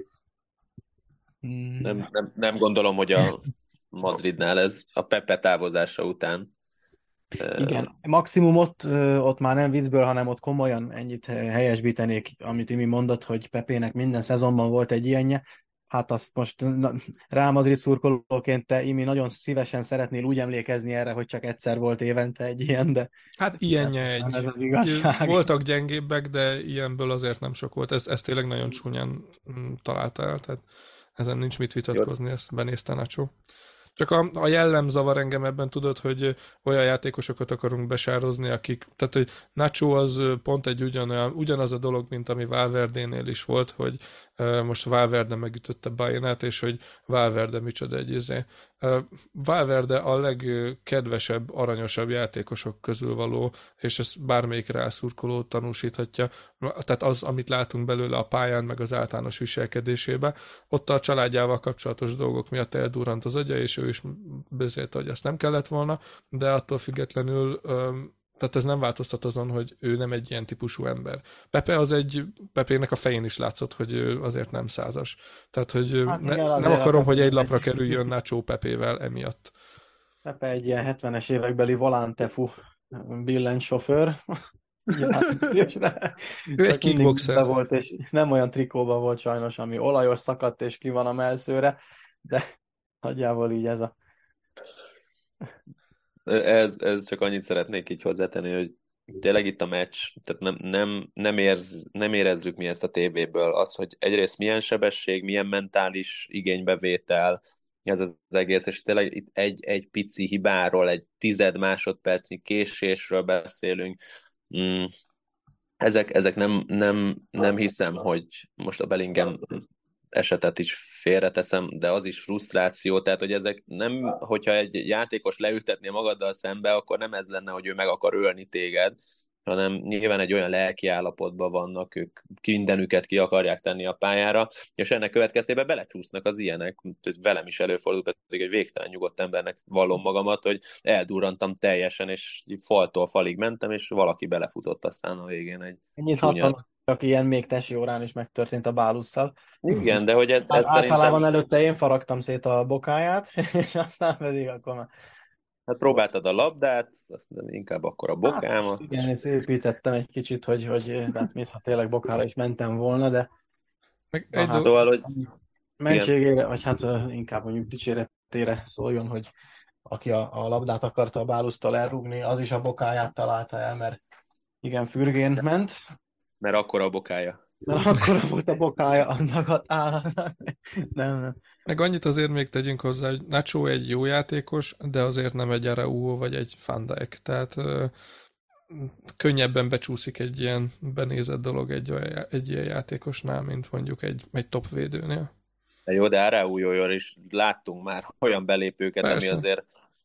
B: Mm,
D: Nem, nem, nem gondolom, hogy a Madridnál ez a Pepe távozása után.
B: igen, maximum ott, ö, ott már nem viccből, hanem ott komolyan ennyit helyesbítenék, amit Imi mondott, hogy Pepének minden szezonban volt egy ilyenje. Hát azt most na, Real Madrid szurkolóként te, Imi, nagyon szívesen szeretnél úgy emlékezni erre, hogy csak egyszer volt évente egy ilyen, de
C: Hát
B: hát
C: ilyenje
B: aztán ez
C: egy.
B: az igazság.
C: Voltak gyengébbek, de ilyenből azért nem sok volt. Ez, ez tényleg nagyon csúnyán mm, találta el, tehát ezen nincs mit vitatkozni, ezt benézte Nacho. Csak a, a jellem zavar engem ebben, tudod, hogy olyan játékosokat akarunk besározni, akik, tehát hogy Nacho az pont egy ugyanolyan, ugyanaz a dolog, mint ami Valverdénél is volt, hogy uh, most Valverde megütötte Bayernát, és hogy Valverde micsoda egy izé. Uh, Valverde a legkedvesebb, aranyosabb játékosok közül való, és ezt bármelyik rászurkoló tanúsíthatja. Tehát az, amit látunk belőle a pályán, meg az általános viselkedésébe, ott a családjával kapcsolatos dolgok miatt eldurrant az agya, és ő is beszélte, hogy ezt nem kellett volna, de attól függetlenül öm, tehát ez nem változtat azon, hogy ő nem egy ilyen típusú ember. Pepe az egy, Pepének a fején is látszott, hogy ő azért nem százas. Tehát, hogy
B: Hát
C: ne,
B: igen,
C: nem
B: azért a
C: akarom,
B: Pepe
C: hogy egy
B: az
C: lapra
B: egy,
C: kerüljön Nacho Pepével emiatt.
B: Pepe egy ilyen hetvenes évekbeli volántefu billencsofőr. Világítésre.
C: Ő egy
B: Csak mindig be
C: kickboxer.
B: volt, és nem olyan trikóban volt sajnos, ami olajos szakadt, és ki van a mellszőre, de nagyjából így ez a...
D: Ez, ez csak annyit szeretnék így hozzátenni, hogy tényleg itt a meccs, tehát nem, nem, nem, érz, nem érezzük mi ezt a tévéből, az, hogy egyrészt milyen sebesség, milyen mentális igénybevétel, ez az egész, és tényleg itt egy, egy pici hibáról, egy tized másodpercnyi késésről beszélünk. Mm, ezek, ezek nem, nem, nem hiszem, hogy most a Bellingham esetet is félreteszem, de az is frusztráció, tehát hogy ezek nem, hogyha egy játékos leültetné magaddal szembe, akkor nem ez lenne, hogy ő meg akar ölni téged, hanem nyilván egy olyan lelki állapotban vannak, ők mindenüket ki akarják tenni a pályára, és ennek következtében belecsúsznak az ilyenek. Velem is előfordul, pedig egy végtelen nyugodt embernek vallom magamat, hogy eldurrantam teljesen, és faltól falig mentem, és valaki belefutott aztán a végén egy
B: Ennyit
D: csúnya.
B: hattam, csak ilyen még tesi órán is megtörtént a Bálusszal.
D: Igen, de hogy ez,
B: Hát
D: ez
B: általában
D: szerintem,
B: előtte én faragtam szét a bokáját, és aztán pedig akkor már...
D: hát próbáltad a labdát, azt nem, inkább akkor a
B: Hát
D: bokámat,
B: igen,
D: és
B: én szépítettem egy kicsit, hogy, hogy hát mintha tényleg bokára is mentem volna, de
C: Meg
B: na
C: egy
B: hát
C: dolog,
D: szóval, hogy igen,
B: mentségére, vagy hát ö, inkább mondjuk dicséretére szóljon, hogy aki a, a labdát akarta a Bálusztól elrúgni, az is a bokáját találta el, mert igen, fürgén ment,
D: mert akkor a bokája.
B: mert akkor volt a bokája annak a tálának. Nem, nem.
C: meg annyit azért még tegyünk hozzá, hogy Nacho egy jó játékos, de azért nem egy Araujo vagy egy Van Dijk. Tehát ö, könnyebben becsúszik egy ilyen benézett dolog egy, olyan, egy ilyen játékosnál, mint mondjuk egy, egy top védőnél.
D: De jó, de Araujóról is láttunk már olyan belépőket,
C: Persze.
D: ami azért,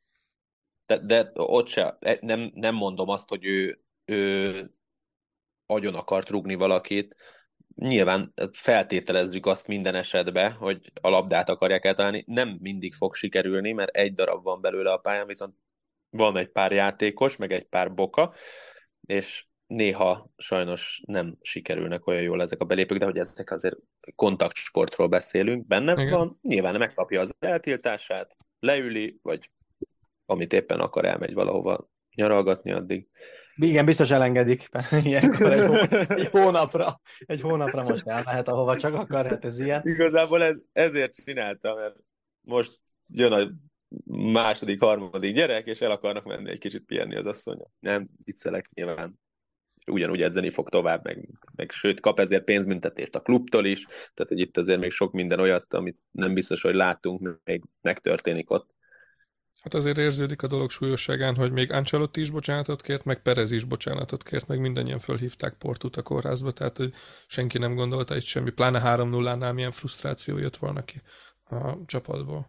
D: de, de ott se, nem, nem mondom azt, hogy ő, ő agyon akart rúgni valakit. Nyilván feltételezzük azt minden esetben, hogy a labdát akarják eltalálni. Nem mindig fog sikerülni, mert egy darab van belőle a pályán, viszont van egy pár játékos, meg egy pár boka, és néha sajnos nem sikerülnek olyan jól ezek a belépők, de hogy ezek azért kontaktsportról beszélünk, benne
C: Igen.
D: van, nyilván megkapja az eltiltását, leüli, vagy amit éppen akar, elmegy valahova nyaralgatni addig.
B: Igen, biztos elengedik. Ilyenkor egy, hó, egy hónapra, egy hónapra most elmehet, ahova csak akar, hát ez ilyen.
D: Igazából ez, ezért csinálta, mert most jön a második, harmadik gyerek, és el akarnak menni egy kicsit pihenni az asszonya. Nem, viccelek nyilván. Ugyanúgy edzeni fog tovább, meg, meg sőt, kap ezért pénzbüntetést a klubtól is, tehát hogy itt azért még sok minden olyat, amit nem biztos, hogy látunk, még megtörténik ott.
C: Hát azért érződik a dolog súlyosságán, hogy még Ancelotti is bocsánatot kért, meg Perez is bocsánatot kért, meg mindannyian fölhívták Portut a kórházba, tehát hogy senki nem gondolta itt semmi, pláne három nullánál milyen frusztráció jött volna ki a csapatból.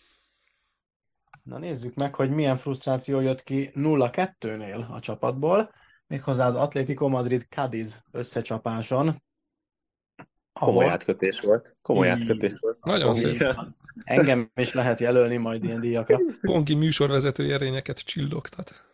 B: Na nézzük meg, hogy milyen frusztráció jött ki nulla kettőnél a csapatból, méghozzá az Atlético Madrid Cádiz összecsapáson.
D: Komoly
B: ahol-
D: átkötés volt. Komoly
B: Így.
D: átkötés volt.
C: Nagyon szép.
B: Így van. Engem is lehet jelölni majd ilyen díjakra,
C: Pongi műsorvezető erényeket csillogtat.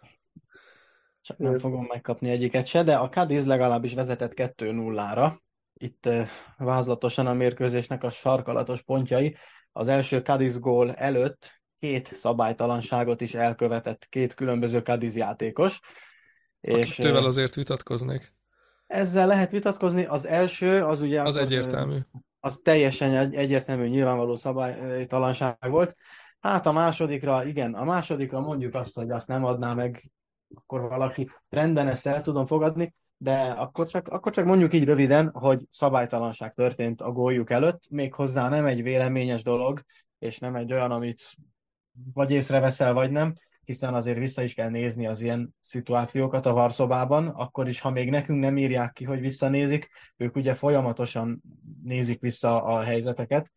B: csak nem fogom megkapni egyiket se, de a Cádiz legalábbis vezetett kettő nullára. Itt eh, vázlatosan a mérkőzésnek a sarkalatos pontjai. Az első Cádiz gól előtt két szabálytalanságot is elkövetett két különböző Cádiz játékos.
C: A
B: És
C: kettővel
B: eh,
C: azért vitatkoznék.
B: ezzel lehet vitatkozni. Az első, az ugye
C: Az
B: akkor,
C: egyértelmű.
B: az teljesen egy, egyértelmű, nyilvánvaló szabálytalanság volt. Hát a másodikra, igen, a másodikra mondjuk azt, hogy azt nem adná meg, akkor valaki rendben, ezt el tudom fogadni, de akkor csak, akkor csak mondjuk így röviden, hogy szabálytalanság történt a góljuk előtt, méghozzá nem egy véleményes dolog, és nem egy olyan, amit vagy észreveszel, vagy nem, hiszen azért vissza is kell nézni az ilyen szituációkat a varszobában, akkor is, ha még nekünk nem írják ki, hogy visszanézik, ők ugye folyamatosan nézik vissza a helyzeteket.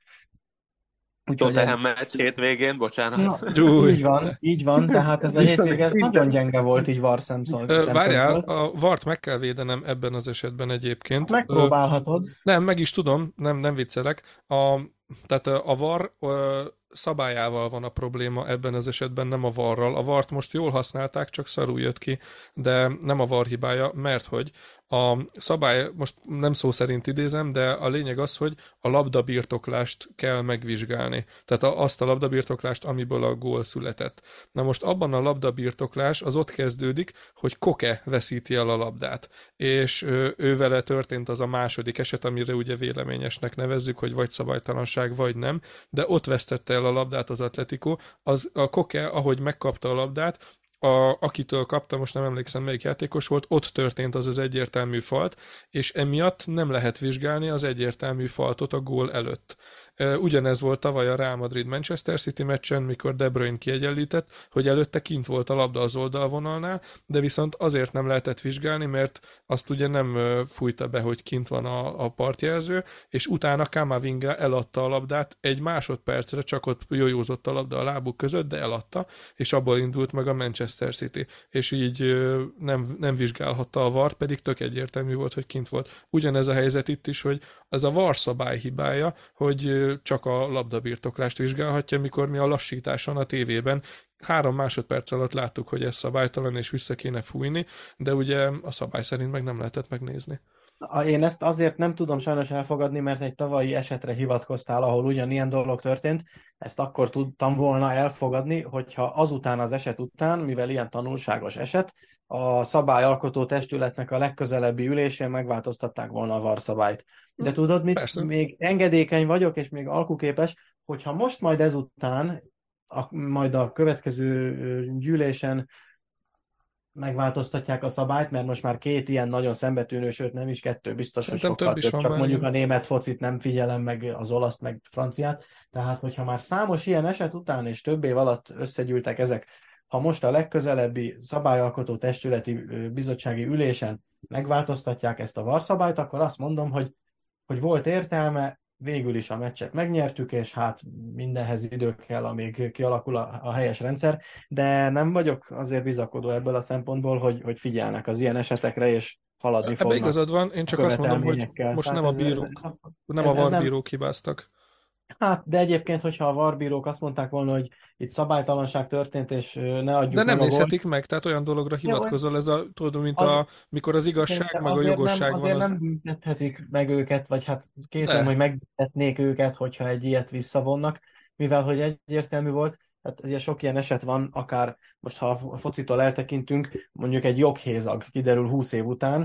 B: Úgyhogy ez,
D: Tottenham meccs hétvégén, bocsánat.
B: na,
C: Gyúj.
B: így van, így van, tehát ez a hétvége ez nagyon gyenge volt így var szemszög-
C: Ö, Várjál,
B: szemszögből.
C: a vart meg kell védenem ebben az esetben egyébként. Ö,
B: Megpróbálhatod.
C: Nem, meg is tudom, nem, nem viccelek. A, tehát ö, a var ö, szabályával van a probléma ebben az esetben, nem a varral. A vart most jól használták, csak szarul jött ki, de nem a var hibája, mert hogy a szabály, most nem szó szerint idézem, de a lényeg az, hogy a labdabirtoklást kell megvizsgálni. Tehát a- azt a labdabirtoklást, amiből a gól született. Na most abban a labdabirtoklás az ott kezdődik, hogy Koke veszíti el a labdát. És ö, ővele történt az a második eset, amire ugye véleményesnek nevezzük, hogy vagy szabálytalanság, vagy nem, de ott vesztette el a labdát az Atletico. Az, a Koke, ahogy megkapta a labdát, a, akitől kapta, most nem emlékszem melyik játékos volt, ott történt az az egyértelmű falt, és emiatt nem lehet vizsgálni az egyértelmű faltot a gól előtt. Ugyanez volt tavaly a Real Madrid-Manchester City meccsen, mikor De Bruyne kiegyenlített, hogy előtte kint volt a labda az oldalvonalnál, de viszont azért nem lehetett vizsgálni, mert azt ugye nem fújta be, hogy kint van a, a partjelző, és utána Camavinga eladta a labdát egy másodpercre, csak ott jójózott a labda a lábuk között, de eladta, és abból indult meg a Manchester City, és így nem, nem vizsgálhatta a var, pedig tök egyértelmű volt, hogy kint volt. Ugyanez a helyzet itt is, hogy ez a var szabály hibája, hogy csak a labdabirtoklást vizsgálhatja, mikor mi a lassításon a tévében három másodperc alatt láttuk, hogy ez szabálytalan, és vissza kéne fújni, de ugye a szabály szerint meg nem lehetett megnézni.
B: A- Én ezt azért nem tudom sajnos elfogadni, mert egy tavalyi esetre hivatkoztál, ahol ugyanilyen dolog történt. Ezt akkor tudtam volna elfogadni, hogyha azután az eset után, mivel ilyen tanulságos eset, a szabályalkotó testületnek a legközelebbi ülésén megváltoztatták volna a var szabályt. De tudod mit?
C: Persze.
B: Még engedékeny vagyok, és még alkuképes, hogyha most majd ezután, a, majd a következő ö, gyűlésen megváltoztatják a szabályt, mert most már két ilyen nagyon szembetűnő, sőt nem is kettő, biztos, hogy
C: Szerintem
B: sokkal
C: több is
B: több,
C: van
B: csak
C: már,
B: mondjuk
C: igen.
B: a német focit nem figyelem, meg az olaszt, meg franciát. Tehát, hogyha már számos ilyen eset után és több év alatt összegyűltek ezek, ha most a legközelebbi szabályalkotó testületi ö, bizottsági ülésen megváltoztatják ezt a varszabályt, akkor azt mondom, hogy, hogy volt értelme, végül is a meccset megnyertük, és hát mindenhez idő kell, amíg kialakul a, a helyes rendszer, de nem vagyok azért bizakodó ebből a szempontból, hogy, hogy figyelnek az ilyen esetekre, és haladni
C: Ebbe
B: fognak
C: igazad van, én csak azt mondom, hogy
B: követelményekkel.
C: most
B: Tehát
C: nem a
B: ez-
C: bírók,
B: ez-
C: nem
B: ez-
C: a
B: ez nem-
C: varbírók hibáztak.
B: Hát, de egyébként, hogyha a varbírók azt mondták volna, hogy itt szabálytalanság történt, és ö, ne adjuk
C: De nem
B: meg a gólt,
C: nézhetik meg, tehát olyan dologra
B: De olyan-
C: hivatkozol, ez a, tudod, mint
B: Az-
C: a, mikor az igazság,
B: de
C: meg a
B: azért
C: jogosság
B: nem,
C: van.
B: azért
C: Az...
B: nem büntethetik meg őket, vagy hát kétlem,
C: De.
B: hogy megbüntetnék őket, hogyha egy ilyet visszavonnak, mivel hogy egyértelmű volt. Tehát ugye sok ilyen eset van, akár most ha a focitól eltekintünk, mondjuk egy joghézag kiderül húsz év után,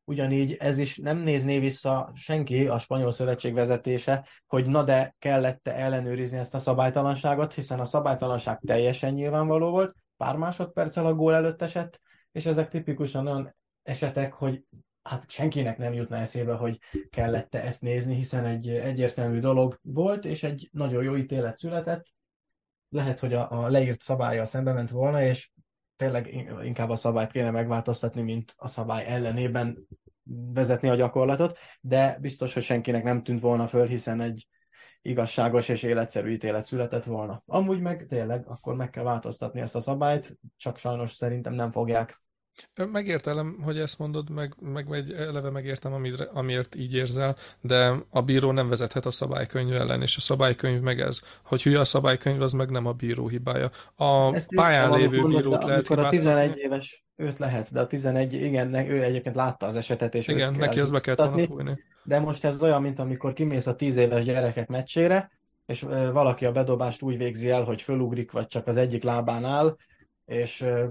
B: ugyanígy ez is nem nézné vissza senki, a spanyol szövetség vezetése, hogy na de kellett-e ellenőrizni ezt a szabálytalanságot, hiszen a szabálytalanság teljesen nyilvánvaló volt, pár másodperccel a gól előtt esett, és ezek tipikusan olyan esetek, hogy hát senkinek nem jutna eszébe, hogy kellett-e ezt nézni, hiszen egy egyértelmű dolog volt, és egy nagyon jó ítélet született. Lehet, hogy a, a leírt szabállyal szembe ment volna, és tényleg inkább a szabályt kéne megváltoztatni, mint a szabály ellenében vezetni a gyakorlatot, de biztos, hogy senkinek nem tűnt volna föl, hiszen egy igazságos és életszerű ítélet született volna. Amúgy meg tényleg akkor meg kell változtatni ezt a szabályt, csak sajnos szerintem nem fogják.
C: Megértelem, hogy ezt mondod, meg, meg egy eleve megértem, amire, amiért így érzel, de a bíró nem vezethet a szabálykönyv ellen, és a szabálykönyv meg ez. Hogy hülye a szabálykönyv, az meg nem a bíró hibája. A
B: Ezt
C: pályán
B: értem,
C: lévő
B: amit mondasz,
C: bírót
B: de
C: lehet
B: amikor a tizenegy
C: hibáztatni.
B: éves őt lehet, de a tizenegy, igen, ne- ő egyébként látta az esetet, és
C: Igen,
B: őt kell
C: neki az be kellett volna
B: hibáztatni,
C: fújni.
B: de most ez olyan, mint amikor kimész a tíz éves gyerekek meccsére, és ö, valaki a bedobást úgy végzi el, hogy fölugrik, vagy csak az egyik lábán áll, és ö,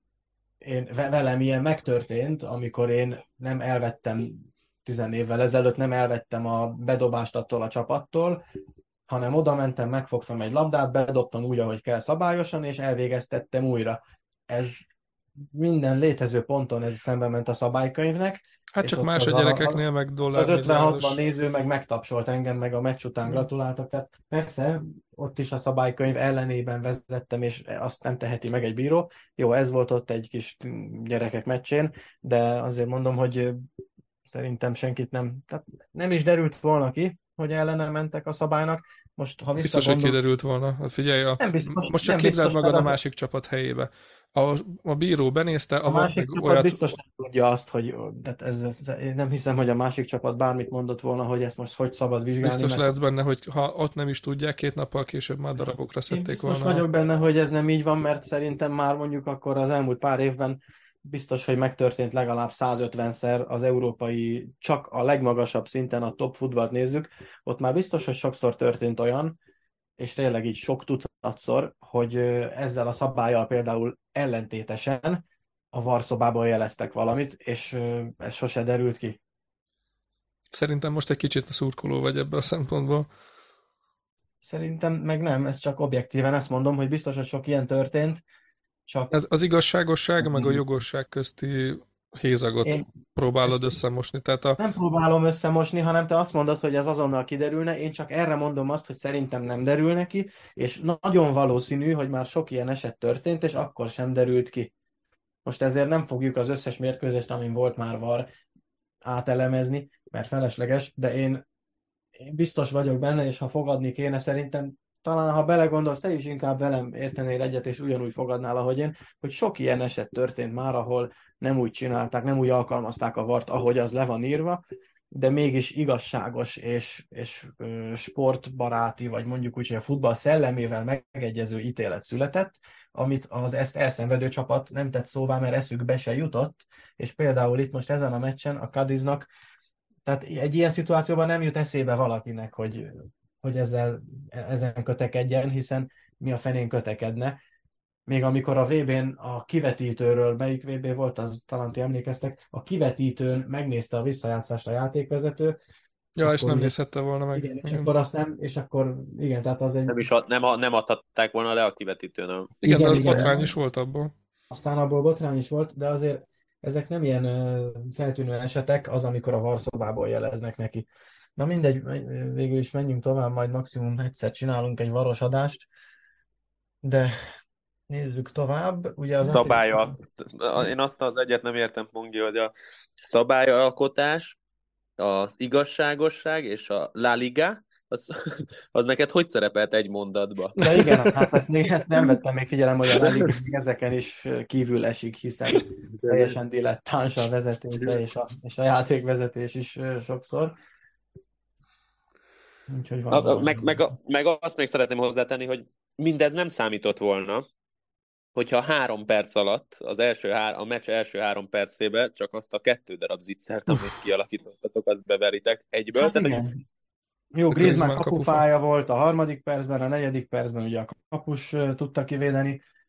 B: én, ve- velem ilyen megtörtént, amikor én nem elvettem tizen évvel ezelőtt, nem elvettem a bedobást attól a csapattól, hanem oda mentem, megfogtam egy labdát, bedobtam úgy, ahogy kell szabályosan, és elvégeztettem újra. Ez minden létező ponton ez szembe ment a szabálykönyvnek,
C: Hát
B: és
C: csak
B: ott
C: más a
B: az, a,
C: gyerekeknél, meg
B: az ötven-hatvan
C: dollármilliárdos.
B: néző meg megtapsolt engem, meg a meccs után gratuláltak. Tehát persze, ott is a szabálykönyv ellenében vezettem, és azt nem teheti meg egy bíró. Jó, ez volt ott egy kis gyerekek meccsén, de azért mondom, hogy szerintem senkit nem, tehát nem is derült volna ki, hogy ellene mentek a szabálynak. Most, ha
C: Biztos, hogy
B: visszagondol,
C: kiderült volna. Hát figyelj, a,
B: nem biztos,
C: most csak
B: nem
C: képzeld
B: biztos,
C: magad
B: mert
C: a
B: a,
C: másik csapat helyébe. A, a bíró benézte,
B: a
C: avart
B: másik
C: meg
B: csapat
C: olyat,
B: biztos nem tudja azt, hogy tehát ez, ez, én nem hiszem, hogy a másik csapat bármit mondott volna, hogy ezt most hogy szabad vizsgálni,
C: biztos
B: meg
C: lehetsz benne, hogy ha ott nem is tudják, két nappal később már darabokra
B: én
C: szedték
B: biztos
C: volna.
B: vagyok benne, hogy ez nem így van, mert szerintem már mondjuk akkor az elmúlt pár évben biztos, hogy megtörtént legalább százötvenszer az európai, csak a legmagasabb szinten a top futballt nézzük, ott már biztos, hogy sokszor történt olyan, és tényleg így sok tucatszor, hogy ö, ezzel a szabállyal például ellentétesen a varszobában jeleztek valamit, és ö, ez sose derült ki.
C: Szerintem most egy kicsit szurkoló vagy ebből a szempontból.
B: Szerintem meg nem, ez csak objektíven ezt mondom, hogy biztos, hogy sok ilyen történt, csak
C: Ez az igazságosság meg a jogosság közti hézagot
B: én
C: próbálod
B: ezt
C: összemosni. Tehát a,
B: nem próbálom összemosni, hanem te azt mondod, hogy ez azonnal kiderülne, én csak erre mondom azt, hogy szerintem nem derül neki, és nagyon valószínű, hogy már sok ilyen eset történt, és akkor sem derült ki. Most ezért nem fogjuk az összes mérkőzést, amin volt már var, átelemezni, mert felesleges, de én, én biztos vagyok benne, és ha fogadni kéne, szerintem talán, ha belegondolsz, te is inkább velem értenél egyet, és ugyanúgy fogadnál, ahogy én, hogy sok ilyen eset történt már, ahol nem úgy csinálták, nem úgy alkalmazták a vart, ahogy az le van írva, de mégis igazságos és, és ö, sportbaráti, vagy mondjuk úgy, hogy a futball szellemével megegyező ítélet született, amit az ezt elszenvedő csapat nem tett szóvá, mert eszükbe se jutott, és például itt most ezen a meccsen a Cadiznak, tehát egy ilyen szituációban nem jut eszébe valakinek, hogy, hogy ezzel, ezen kötekedjen, hiszen mi a fenén kötekedne. Még amikor a vé bén a kivetítőről, melyik vé bé volt, az talán ti emlékeztek, a kivetítőn megnézte a visszajátszást a játékvezető,
C: ja, és
B: akkor
C: nem
B: ugye,
C: nézhette volna meg.
B: igen, és
C: Igen,
B: akkor azt nem, és akkor igen, tehát az egy,
D: Nem is ad, nem, a- nem adhatták volna le a kivetítőn. A...
C: Igen, de
B: igen,
C: az botrány
B: igen,
C: is volt abból.
B: aztán abból botrány is volt, de azért ezek nem ilyen ö, feltűnő esetek, az, amikor a varszobából jeleznek neki. Na mindegy, végül is menjünk tovább, majd maximum egyszer csinálunk egy varos adást, de nézzük tovább. Ugye az Atlético...
D: Szabálya. Én azt az egyet nem értem, Pongi, hogy a szabályalkotás, az igazságosság és a La Liga, az, az neked hogy szerepelt egy mondatba?
B: Ja igen, hát ezt, még, ezt nem vettem még figyelem, hogy a La Liga még ezeken is kívül esik, hiszen teljesen dilettáns a vezetése, és a, és a játékvezetés is ö, sokszor. Úgyhogy van
D: A, a, meg,
B: valami.
D: meg, a, meg azt még szeretném hozzátenni, hogy mindez nem számított volna, hogyha három perc alatt, az első hár, a meccs első három percében csak azt a kettő darab zicsert, amit kialakítottatok, azt beveritek egyből.
B: Hát
D: Tehát, hogy
B: igen. Jó,
C: A
B: Griezmann
C: Griezmann kapufa.
B: kapufája volt a harmadik percben, a negyedik percben ugye a kapus ö, tudta kivédeni,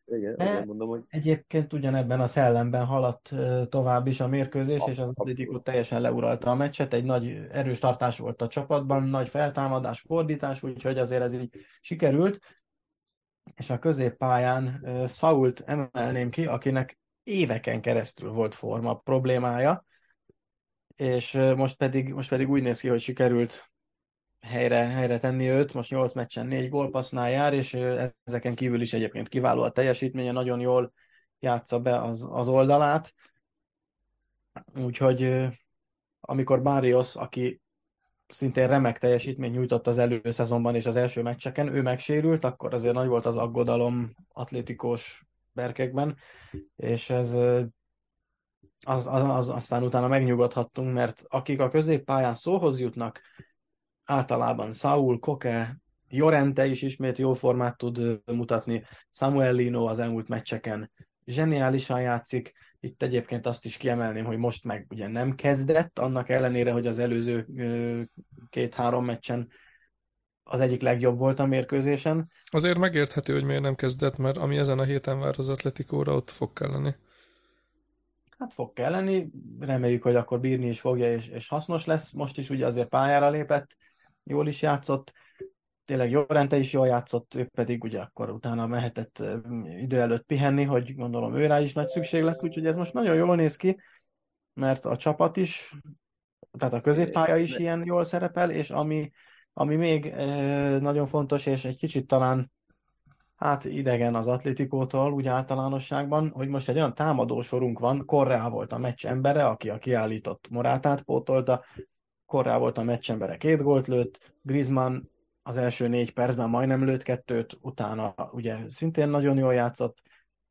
D: igen, azért
B: De
D: mondom, hogy
B: egyébként ugyanebben a szellemben haladt ö, tovább is a mérkőzés, és az Atletico
D: abszolút.
B: teljesen leuralta a meccset. Egy nagy erős tartás volt a csapatban, nagy feltámadás, fordítás, úgyhogy azért ez így sikerült. És a középpályán ö, Sault emelném ki, akinek éveken keresztül volt forma problémája, és ö, most pedig, most pedig úgy néz ki, hogy sikerült helyre, helyre tenni őt, most nyolc meccsen négy gólpassznál jár, és ö, ezeken kívül is egyébként kiváló a teljesítménye, nagyon jól játsza be az, az oldalát, úgyhogy ö, amikor Barrios, aki szintén remek teljesítmény nyújtott az előszezonban és az első meccseken, ő megsérült, akkor azért nagy volt az aggodalom atlétikós berkekben, és ez ö, az, az, az, aztán utána megnyugodhattunk, mert akik a középpályán szóhoz jutnak, általában Saul, Koke, Llorente is ismét jó formát tud ö, mutatni, Samuel Lino az elmúlt meccseken zseniálisan játszik, itt egyébként azt is kiemelném, hogy most meg ugye nem kezdett, annak ellenére, hogy az előző ö, két-három meccsen az egyik legjobb volt a mérkőzésen.
C: Azért megérthető, hogy miért nem kezdett, mert ami ezen a héten vár az Atletikóra, ott fog kelleni.
B: Hát fog kelleni, reméljük, hogy akkor bírni is fogja, és, és hasznos lesz. Most is ugye azért pályára lépett, jól is játszott, tényleg Llorente is jól játszott, ő pedig ugye akkor utána mehetett ö, idő előtt pihenni, hogy gondolom őrá is nagy szükség lesz, úgyhogy ez most nagyon jól néz ki, mert a csapat is, tehát a
D: Igen, és
B: középpálya is
D: ne-
B: ilyen jól szerepel, és ami, ami még ö, nagyon fontos, és egy kicsit talán hát idegen az Atlétikótól, úgy általánosságban, hogy most egy olyan támadósorunk van, Correa volt a meccs embere, aki a kiállított Morátát pótolta, Correa volt a meccs embere, két gólt lőtt, Griezmann az első négy percben majdnem lőtt kettőt, utána ugye szintén nagyon jól játszott,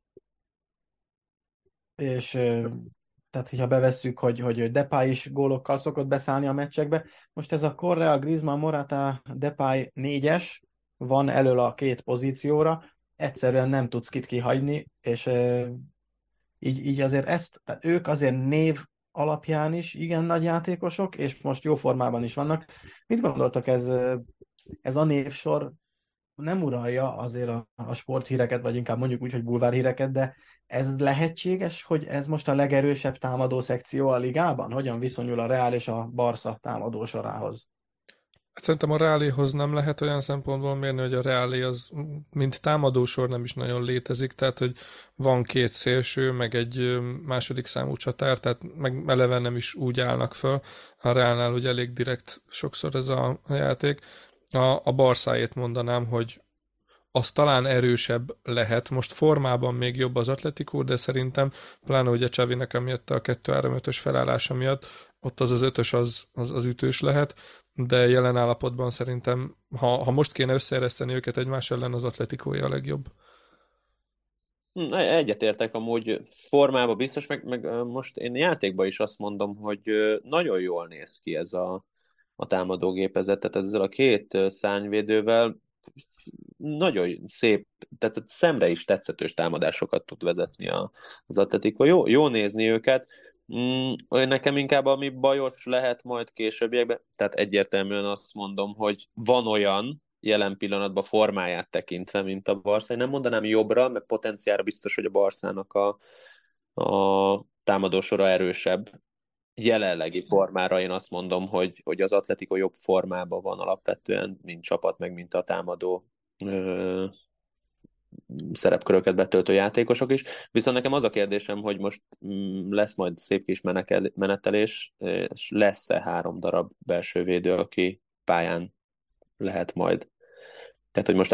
B: és ö, tehát, hogyha bevesszük, hogy, hogy Depay is gólokkal szokott beszállni a meccsekbe, most ez a Correa, Griezmann, Morata, Depay négyes van elől a két pozícióra, egyszerűen nem tudsz kit kihagyni, és ö, így, így azért ezt, tehát ők azért név alapján is igen nagy játékosok, és most jó formában is vannak. Mit gondoltak, ez, ö, ez a névsor nem uralja azért a, a sporthíreket, vagy inkább mondjuk úgy, hogy bulvárhíreket, de ez lehetséges, hogy ez most a legerősebb támadó szekció a ligában? Hogyan viszonyul a Real és a Barca támadó sorához?
C: Hát szerintem a Reáléhoz nem lehet olyan szempontból mérni, hogy a Reálé az mint támadósor nem is nagyon létezik, tehát hogy van két szélső, meg egy ö, második számú csatár, tehát meg eleve nem is úgy állnak föl. A Reálnál ugye elég direkt sokszor ez a, a játék. A, a Barszáét mondanám, hogy az talán erősebb lehet. Most formában még jobb az Atletico, de szerintem, pláne ugye Xavinek emiatt a kettő három ötös felállása miatt, ott az az ötös az, az, az ütős lehet, de jelen állapotban szerintem, ha, ha most kéne összeereszteni őket egymás ellen, az Atleticója a legjobb.
D: Hm, egyetértek amúgy formában biztos, meg, meg ö, most én játékban is azt mondom, hogy ö, nagyon jól néz ki ez a, a támadógépezet, tehát ezzel a két ö, szárnyvédővel nagyon szép, tehát szemre is tetszetős támadásokat tud vezetni a, az Atletico. Jó, jó nézni őket. Mm, nekem inkább ami bajos lehet majd későbbiekben, tehát egyértelműen azt mondom, hogy van olyan jelen pillanatban formáját tekintve, mint a Barca. Én nem mondanám jobbra, mert potenciára biztos, hogy a Barszának a, a támadósora erősebb. Jelenlegi formára én azt mondom, hogy, hogy az Atletico jobb formában van alapvetően, mint csapat, meg mint a támadó ö, szerepköröket betöltő játékosok is. Viszont nekem az a kérdésem, hogy most mm, lesz majd szép kis menekel, menetelés, és lesz-e három darab belső védő, aki pályán lehet majd. Tehát, hogy most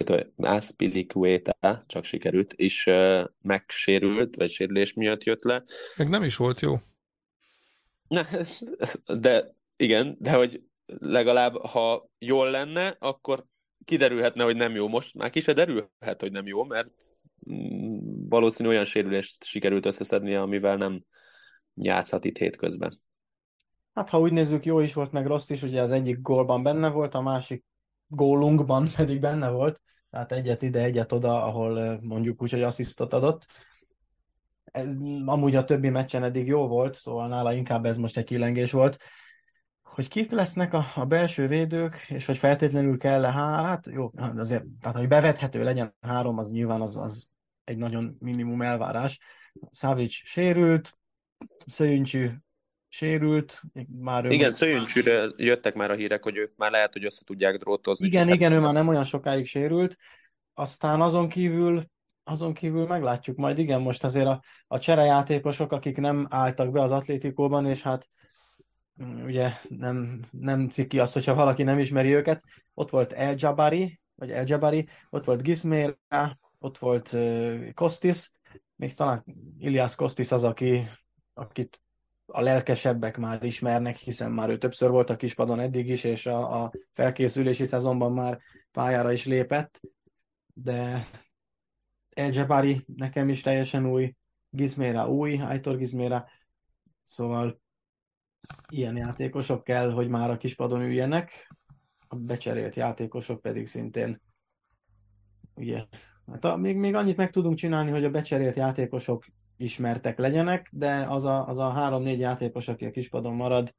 D: Azpilicueta csak sikerült, és uh, megsérült, vagy sérülés miatt jött le.
C: Meg nem is volt jó.
D: Na, de igen, de hogy legalább, ha jól lenne, akkor kiderülhetne, hogy nem jó. Most már ki se derülhet, hogy nem jó, mert mm, valószínű olyan sérülést sikerült összeszednie, amivel nem játszhat itt hétközben.
B: Hát, ha úgy nézzük, jó is volt, meg rossz is, ugye az egyik gólban benne volt, a másik gólunkban pedig benne volt, tehát egyet ide, egyet oda, ahol ö, mondjuk úgy, hogy asszisztot adott. Ez, amúgy a többi meccsen eddig jó volt, szóval nála inkább ez most egy kilengés volt. Hogy kik lesznek a, a belső védők, és hogy feltétlenül kell-e, hát jó, hát azért, tehát hogy bevethető legyen három, az nyilván az, az egy nagyon minimum elvárás. Savic sérült, Szőncsű sérült, már ő
D: Igen,
B: most...
D: Szőncsűről jöttek már a hírek, hogy ők már lehet, hogy össze tudják drótozni.
B: Igen,
D: csak
B: igen,
D: hát...
B: ő már nem olyan sokáig sérült, aztán azon kívül, azon kívül meglátjuk majd, igen, most azért a, a cserejátékosok, akik nem álltak be az Atlétikóban, és hát mm, ugye nem, nem ciki az, hogyha valaki nem ismeri őket, ott volt El Jabari, vagy El Jabari, ott volt Gismera, ott volt uh, Kostis, még talán Ilias Kostis az, aki, akit a lelkesebbek már ismernek, hiszen már ő többször volt a kispadon eddig is, és a, a felkészülési szezonban már pályára is lépett, de El Jabari nekem is teljesen új, Gismera új, Aitor Gismera, szóval ilyen játékosok kell, hogy már a kispadon üljenek, a becserélt játékosok pedig szintén, ugye, hát a, még, még annyit meg tudunk csinálni, hogy a becserélt játékosok ismertek legyenek, de az a, az a három-négy játékos, aki a kispadon marad,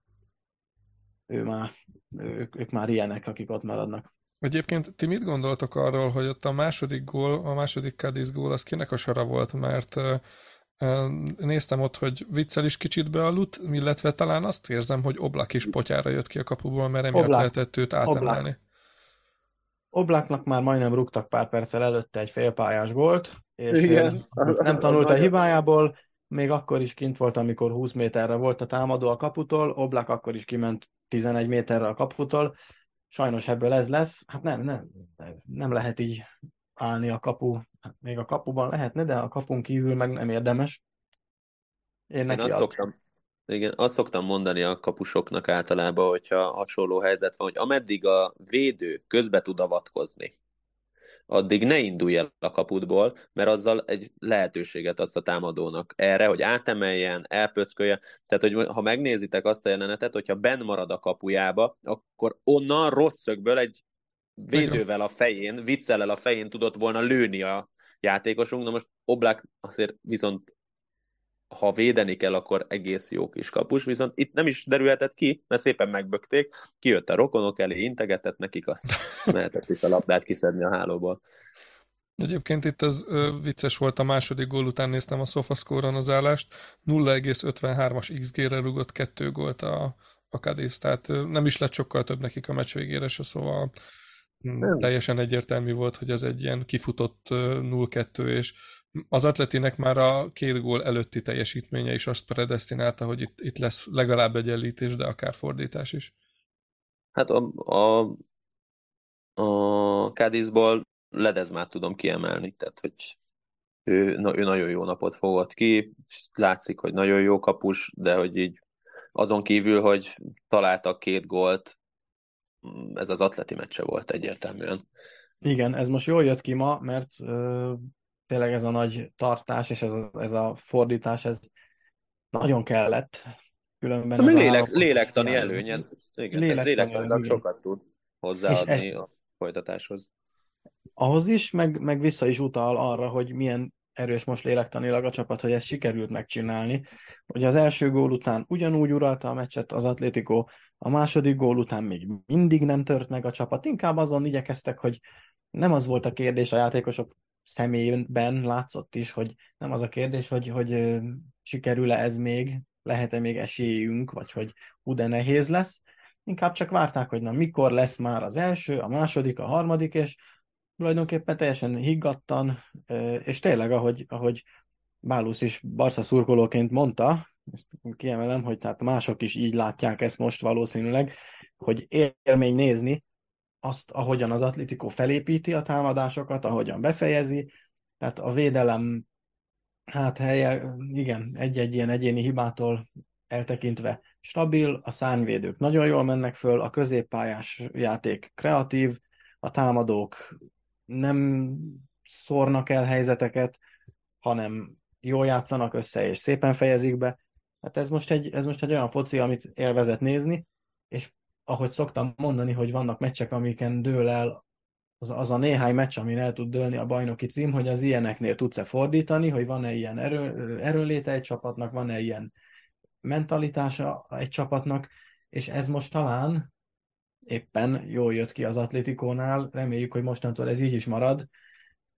B: ő már, ők, ők már ilyenek, akik ott maradnak.
C: Egyébként ti mit gondoltok arról, hogy ott a második gól, a második Cadiz gól, az kinek a sora volt? Mert uh, uh, néztem ott, hogy Witsel is kicsit bealudt, illetve talán azt érzem, hogy Oblak is potyára jött ki a kapuból, mert emiatt
B: Oblak.
C: lehetett őt átemelni.
B: Oblak. Oblaknak már majdnem rúgtak pár perccel előtte egy félpályás gólt, és
D: Igen.
B: nem tanult a hibájából, még akkor is kint volt, amikor húsz méterre volt a támadó a kaputól, Oblak akkor is kiment tizenegy méterre a kaputól, sajnos ebből ez lesz, hát nem, nem, nem lehet így állni a kapu, hát még a kapuban lehetne, de a kapun kívül meg nem érdemes. Én
D: Én
B: neki
D: azt
B: ad.
D: szoktam, igen, azt szoktam mondani a kapusoknak általában, hogyha hasonló helyzet van, hogy ameddig a védő közbe tud avatkozni, addig ne indulj el a kapudból, mert azzal egy lehetőséget adsz a támadónak erre, hogy átemeljen, elpöckölje. Tehát, hogy ha megnézitek azt a jelenetet, hogyha benn marad a kapujába, akkor onnan rosszögből egy védővel a fején, viccellel a fején tudott volna lőni a játékosunk. Na most Oblak azért viszont ha védeni kell, akkor egész jó kis kapus, viszont itt nem is derülhetett ki, mert szépen megbökték, kijött a rokonok elé, integetett nekik, azt mehetett itt a labdát kiszedni a hálóból.
C: Egyébként itt ez ö, vicces volt, a második gól után néztem a SofaScore-on az állást, nulla egész ötvenhármas iksz gé-re rúgott kettő gólt a, a Cadiz, tehát ö, nem is lett sokkal több nekik a meccs végére se, szóval m, teljesen egyértelmű volt, hogy ez egy ilyen kifutott nulla kettő, és az Atletinek már a két gól előtti teljesítménye is azt predesztinálta, hogy itt, itt lesz legalább egyenlítés, de akár fordítás is.
D: Hát a, a, a Cadizból Ledezmát tudom kiemelni, tehát hogy ő, na, ő nagyon jó napot fogott ki, látszik, hogy nagyon jó kapus, de hogy így azon kívül, hogy találtak két gólt, ez az atleti meccse volt egyértelműen.
B: Igen, ez most jól jött ki ma, mert ö, tényleg ez a nagy tartás és ez a, ez a fordítás, ez nagyon kellett. Különben
D: Na,
B: ez
D: még
B: a
D: lélek,
B: három
D: lélektani
B: hiányzik.
D: előny, ez, igen,
B: Lélektani
D: ez lélektanilag
B: előny, igen.
D: sokat tud
B: És
D: hozzáadni
B: ez,
D: a folytatáshoz.
B: ahhoz is, meg, meg vissza is utal arra, hogy milyen erős most lélektanilag a csapat, hogy ezt sikerült megcsinálni. Ugye az első gól után ugyanúgy uralta a meccset az Atlético, a második gól után még mindig nem tört meg a csapat. Inkább azon igyekeztek, hogy nem az volt a kérdés a játékosok személyben, látszott is, hogy nem az a kérdés, hogy, hogy ö, sikerül-e ez még, lehet-e még esélyünk, vagy hogy hú, de nehéz lesz. Inkább csak várták, hogy na mikor lesz már az első, a második, a harmadik, és tulajdonképpen teljesen higgadtan, és tényleg, ahogy, ahogy Bálusz is Barca szurkolóként mondta, ezt kiemelem, hogy tehát mások is így látják ezt most valószínűleg, hogy élmény nézni azt, ahogyan az Atletico felépíti a támadásokat, ahogyan befejezi, tehát a védelem, hát helye, igen, egy-egy ilyen egyéni hibától eltekintve stabil, a szárnyvédők nagyon jól mennek föl, a középpályás játék kreatív, a támadók nem szórnak el helyzeteket, hanem jól játszanak össze, és szépen fejezik be. Hát ez most egy, ez most egy olyan foci, amit élvezet nézni, és ahogy szoktam mondani, hogy vannak meccsek, amiken dől el, az, az a néhány meccs, amin el tud dőlni a bajnoki cím, hogy az ilyeneknél tudsz-e fordítani, hogy van-e ilyen erő, erőléte egy csapatnak, van-e ilyen mentalitása egy csapatnak, és ez most talán éppen jól jött ki az Atlétikónál, reméljük, hogy mostantól ez így is marad,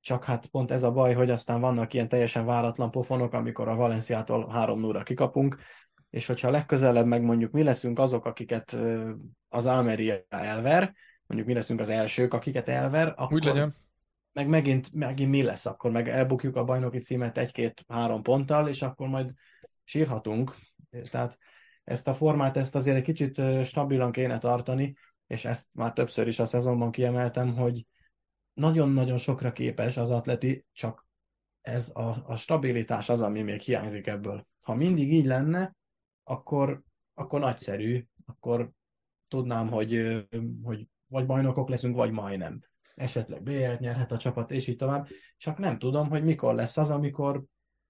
B: csak hát pont ez a baj, hogy aztán vannak ilyen teljesen váratlan pofonok, amikor a Valenciától három nulla kikapunk, és hogyha legközelebb meg mondjuk mi leszünk azok, akiket az Almeria elver, mondjuk mi leszünk az elsők, akiket elver,
C: Úgy
B: akkor
C: legyen.
B: meg megint, megint mi lesz, akkor meg elbukjuk a bajnoki címet egy-két-három ponttal, és akkor majd sírhatunk. Tehát ezt a formát, ezt azért egy kicsit stabilan kéne tartani, és ezt már többször is a szezonban kiemeltem, hogy nagyon-nagyon sokra képes az Atleti, csak ez a, a stabilitás az, ami még hiányzik ebből. Ha mindig így lenne, akkor, akkor nagyszerű, akkor tudnám, hogy, hogy vagy bajnokok leszünk, vagy majdnem. Esetleg bé el-t nyerhet a csapat, és így tovább. Csak nem tudom, hogy mikor lesz az, amikor,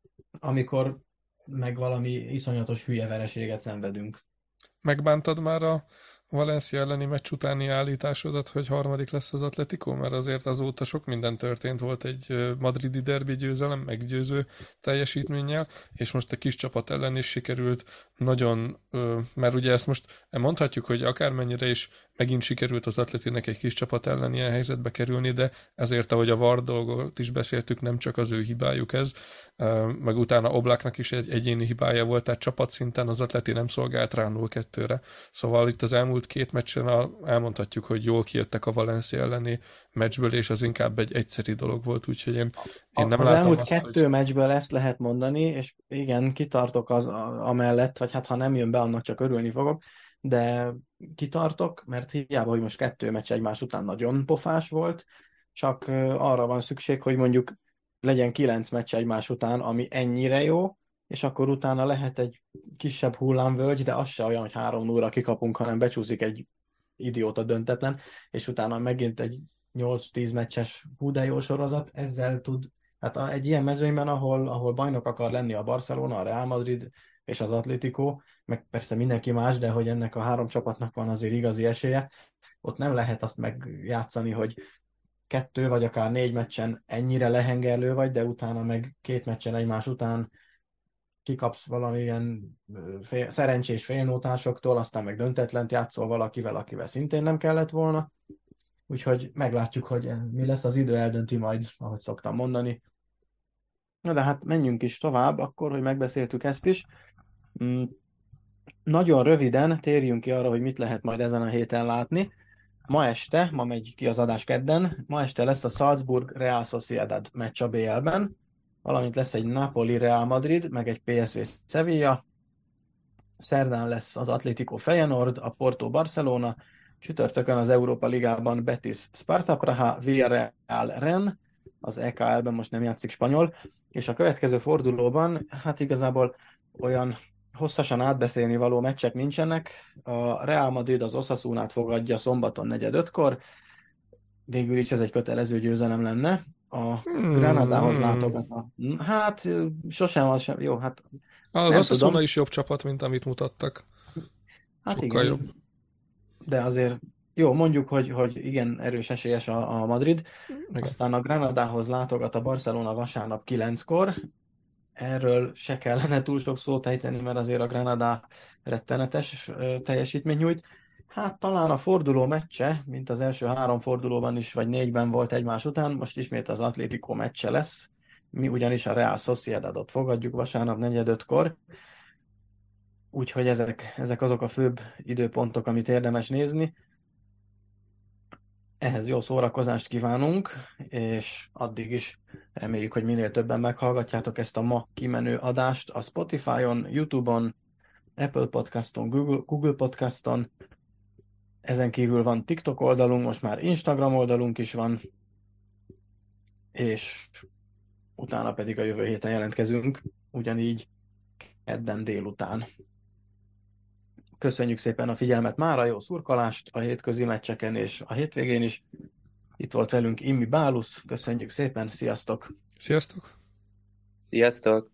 B: amikor meg valami iszonyatos hülye vereséget szenvedünk.
C: Megbántad már a Valencia elleni meccs utáni állításodat, hogy harmadik lesz az Atletico? Mert azért azóta sok minden történt, volt egy madridi derbi győzelem, meggyőző teljesítménnyel, és most a kis csapat ellen is sikerült nagyon, mert ugye ezt most mondhatjuk, hogy akármennyire is megint sikerült az Atletinek egy kis csapat ellen ilyen helyzetbe kerülni, de ezért, ahogy a VAR dolgot is beszéltük, nem csak az ő hibájuk ez, meg utána Oblaknak is egy egyéni hibája volt, tehát csapatszinten az Atleti nem szolgált rá nulla kettőre. Szóval itt az elmúlt két meccsen elmondhatjuk, hogy jól kijöttek a Valencia elleni meccsből, és az inkább egy egyszeri dolog volt, úgyhogy én, én nem
B: Az
C: látom
B: elmúlt
C: azt,
B: kettő
C: hogy...
B: meccsből ezt lehet mondani, és igen, kitartok az a, amellett, vagy hát ha nem jön be, annak csak örülni fogok, de kitartok, mert hiába, hogy most kettő meccs egymás után nagyon pofás volt, csak arra van szükség, hogy mondjuk legyen kilenc meccs egymás után, ami ennyire jó, és akkor utána lehet egy kisebb hullámvölgy, de az se olyan, hogy három nulla kikapunk, hanem becsúszik egy idióta döntetlen, és utána megint egy nyolc-tíz meccses hú de jó sorozat, ezzel tud, hát a- egy ilyen mezőnyben, ahol, ahol bajnok akar lenni a Barcelona, a Real Madrid és az Atlético, meg persze mindenki más, de hogy ennek a három csapatnak van azért igazi esélye, ott nem lehet azt megjátszani, hogy kettő vagy akár négy meccsen ennyire lehengerlő vagy, de utána meg két meccsen egymás után kikapsz valamilyen ö, fél, szerencsés félnótásoktól, aztán meg döntetlent játszol valakivel, akivel szintén nem kellett volna. Úgyhogy meglátjuk, hogy mi lesz, az idő eldönti majd, ahogy szoktam mondani. Na de hát menjünk is tovább, akkor, hogy megbeszéltük ezt is. Mm, nagyon röviden térjünk ki arra, hogy mit lehet majd ezen a héten látni. Ma este, ma megy ki az adás kedden, ma este lesz a Salzburg Real Sociedad meccs a bé el-ben, valamint lesz egy Napoli Real Madrid, meg egy pé es vé Sevilla, szerdán lesz az Atlético Feyenoord, a Porto Barcelona, csütörtökön az Európa Ligában Betis Sparta Praha, Villarreal Rennes, az é ká el-ben most nem játszik spanyol, és a következő fordulóban, hát igazából olyan hosszasan átbeszélni való meccsek nincsenek. A Real Madrid az Osasunát fogadja szombaton negyed ötkor, végül is ez egy kötelező győzelem lenne. A Granadához
C: Hmm.
B: látogatna. Hát sosem az sem, jó, hát
C: Az
B: nem
C: Osasuna
B: tudom.
C: is jobb csapat, mint amit mutattak.
B: Hát
C: Sokkal
B: igen,
C: jobb.
B: de azért jó, mondjuk, hogy, hogy igen, erős esélyes a, a Madrid.
C: Igen.
B: Aztán a Granadához látogat a Barcelona vasárnap kilenckor. Erről se kellene túl sok szót ejteni, mert azért a Granada rettenetes ö, teljesítményt nyújt. Hát talán a forduló meccse, mint az első három fordulóban is, vagy négyben volt egymás után, most ismét az Atlético meccse lesz. Mi ugyanis a Real Sociedadot fogadjuk vasárnap negyed ötkor. Úgyhogy ezek, ezek azok a főbb időpontok, amit érdemes nézni. Ehhez jó szórakozást kívánunk, és addig is reméljük, hogy minél többen meghallgatjátok ezt a ma kimenő adást a Spotify-on, YouTube-on, Apple Podcaston, Google, Google Podcaston. Ezen kívül van TikTok oldalunk, most már Instagram oldalunk is van, és utána pedig a jövő héten jelentkezünk, ugyanígy kedden délután. Köszönjük szépen a figyelmet mára, jó szurkolást a hétközi meccseken és a hétvégén is. Itt volt velünk Immi Bálusz, köszönjük szépen, sziasztok!
C: Sziasztok!
D: Sziasztok!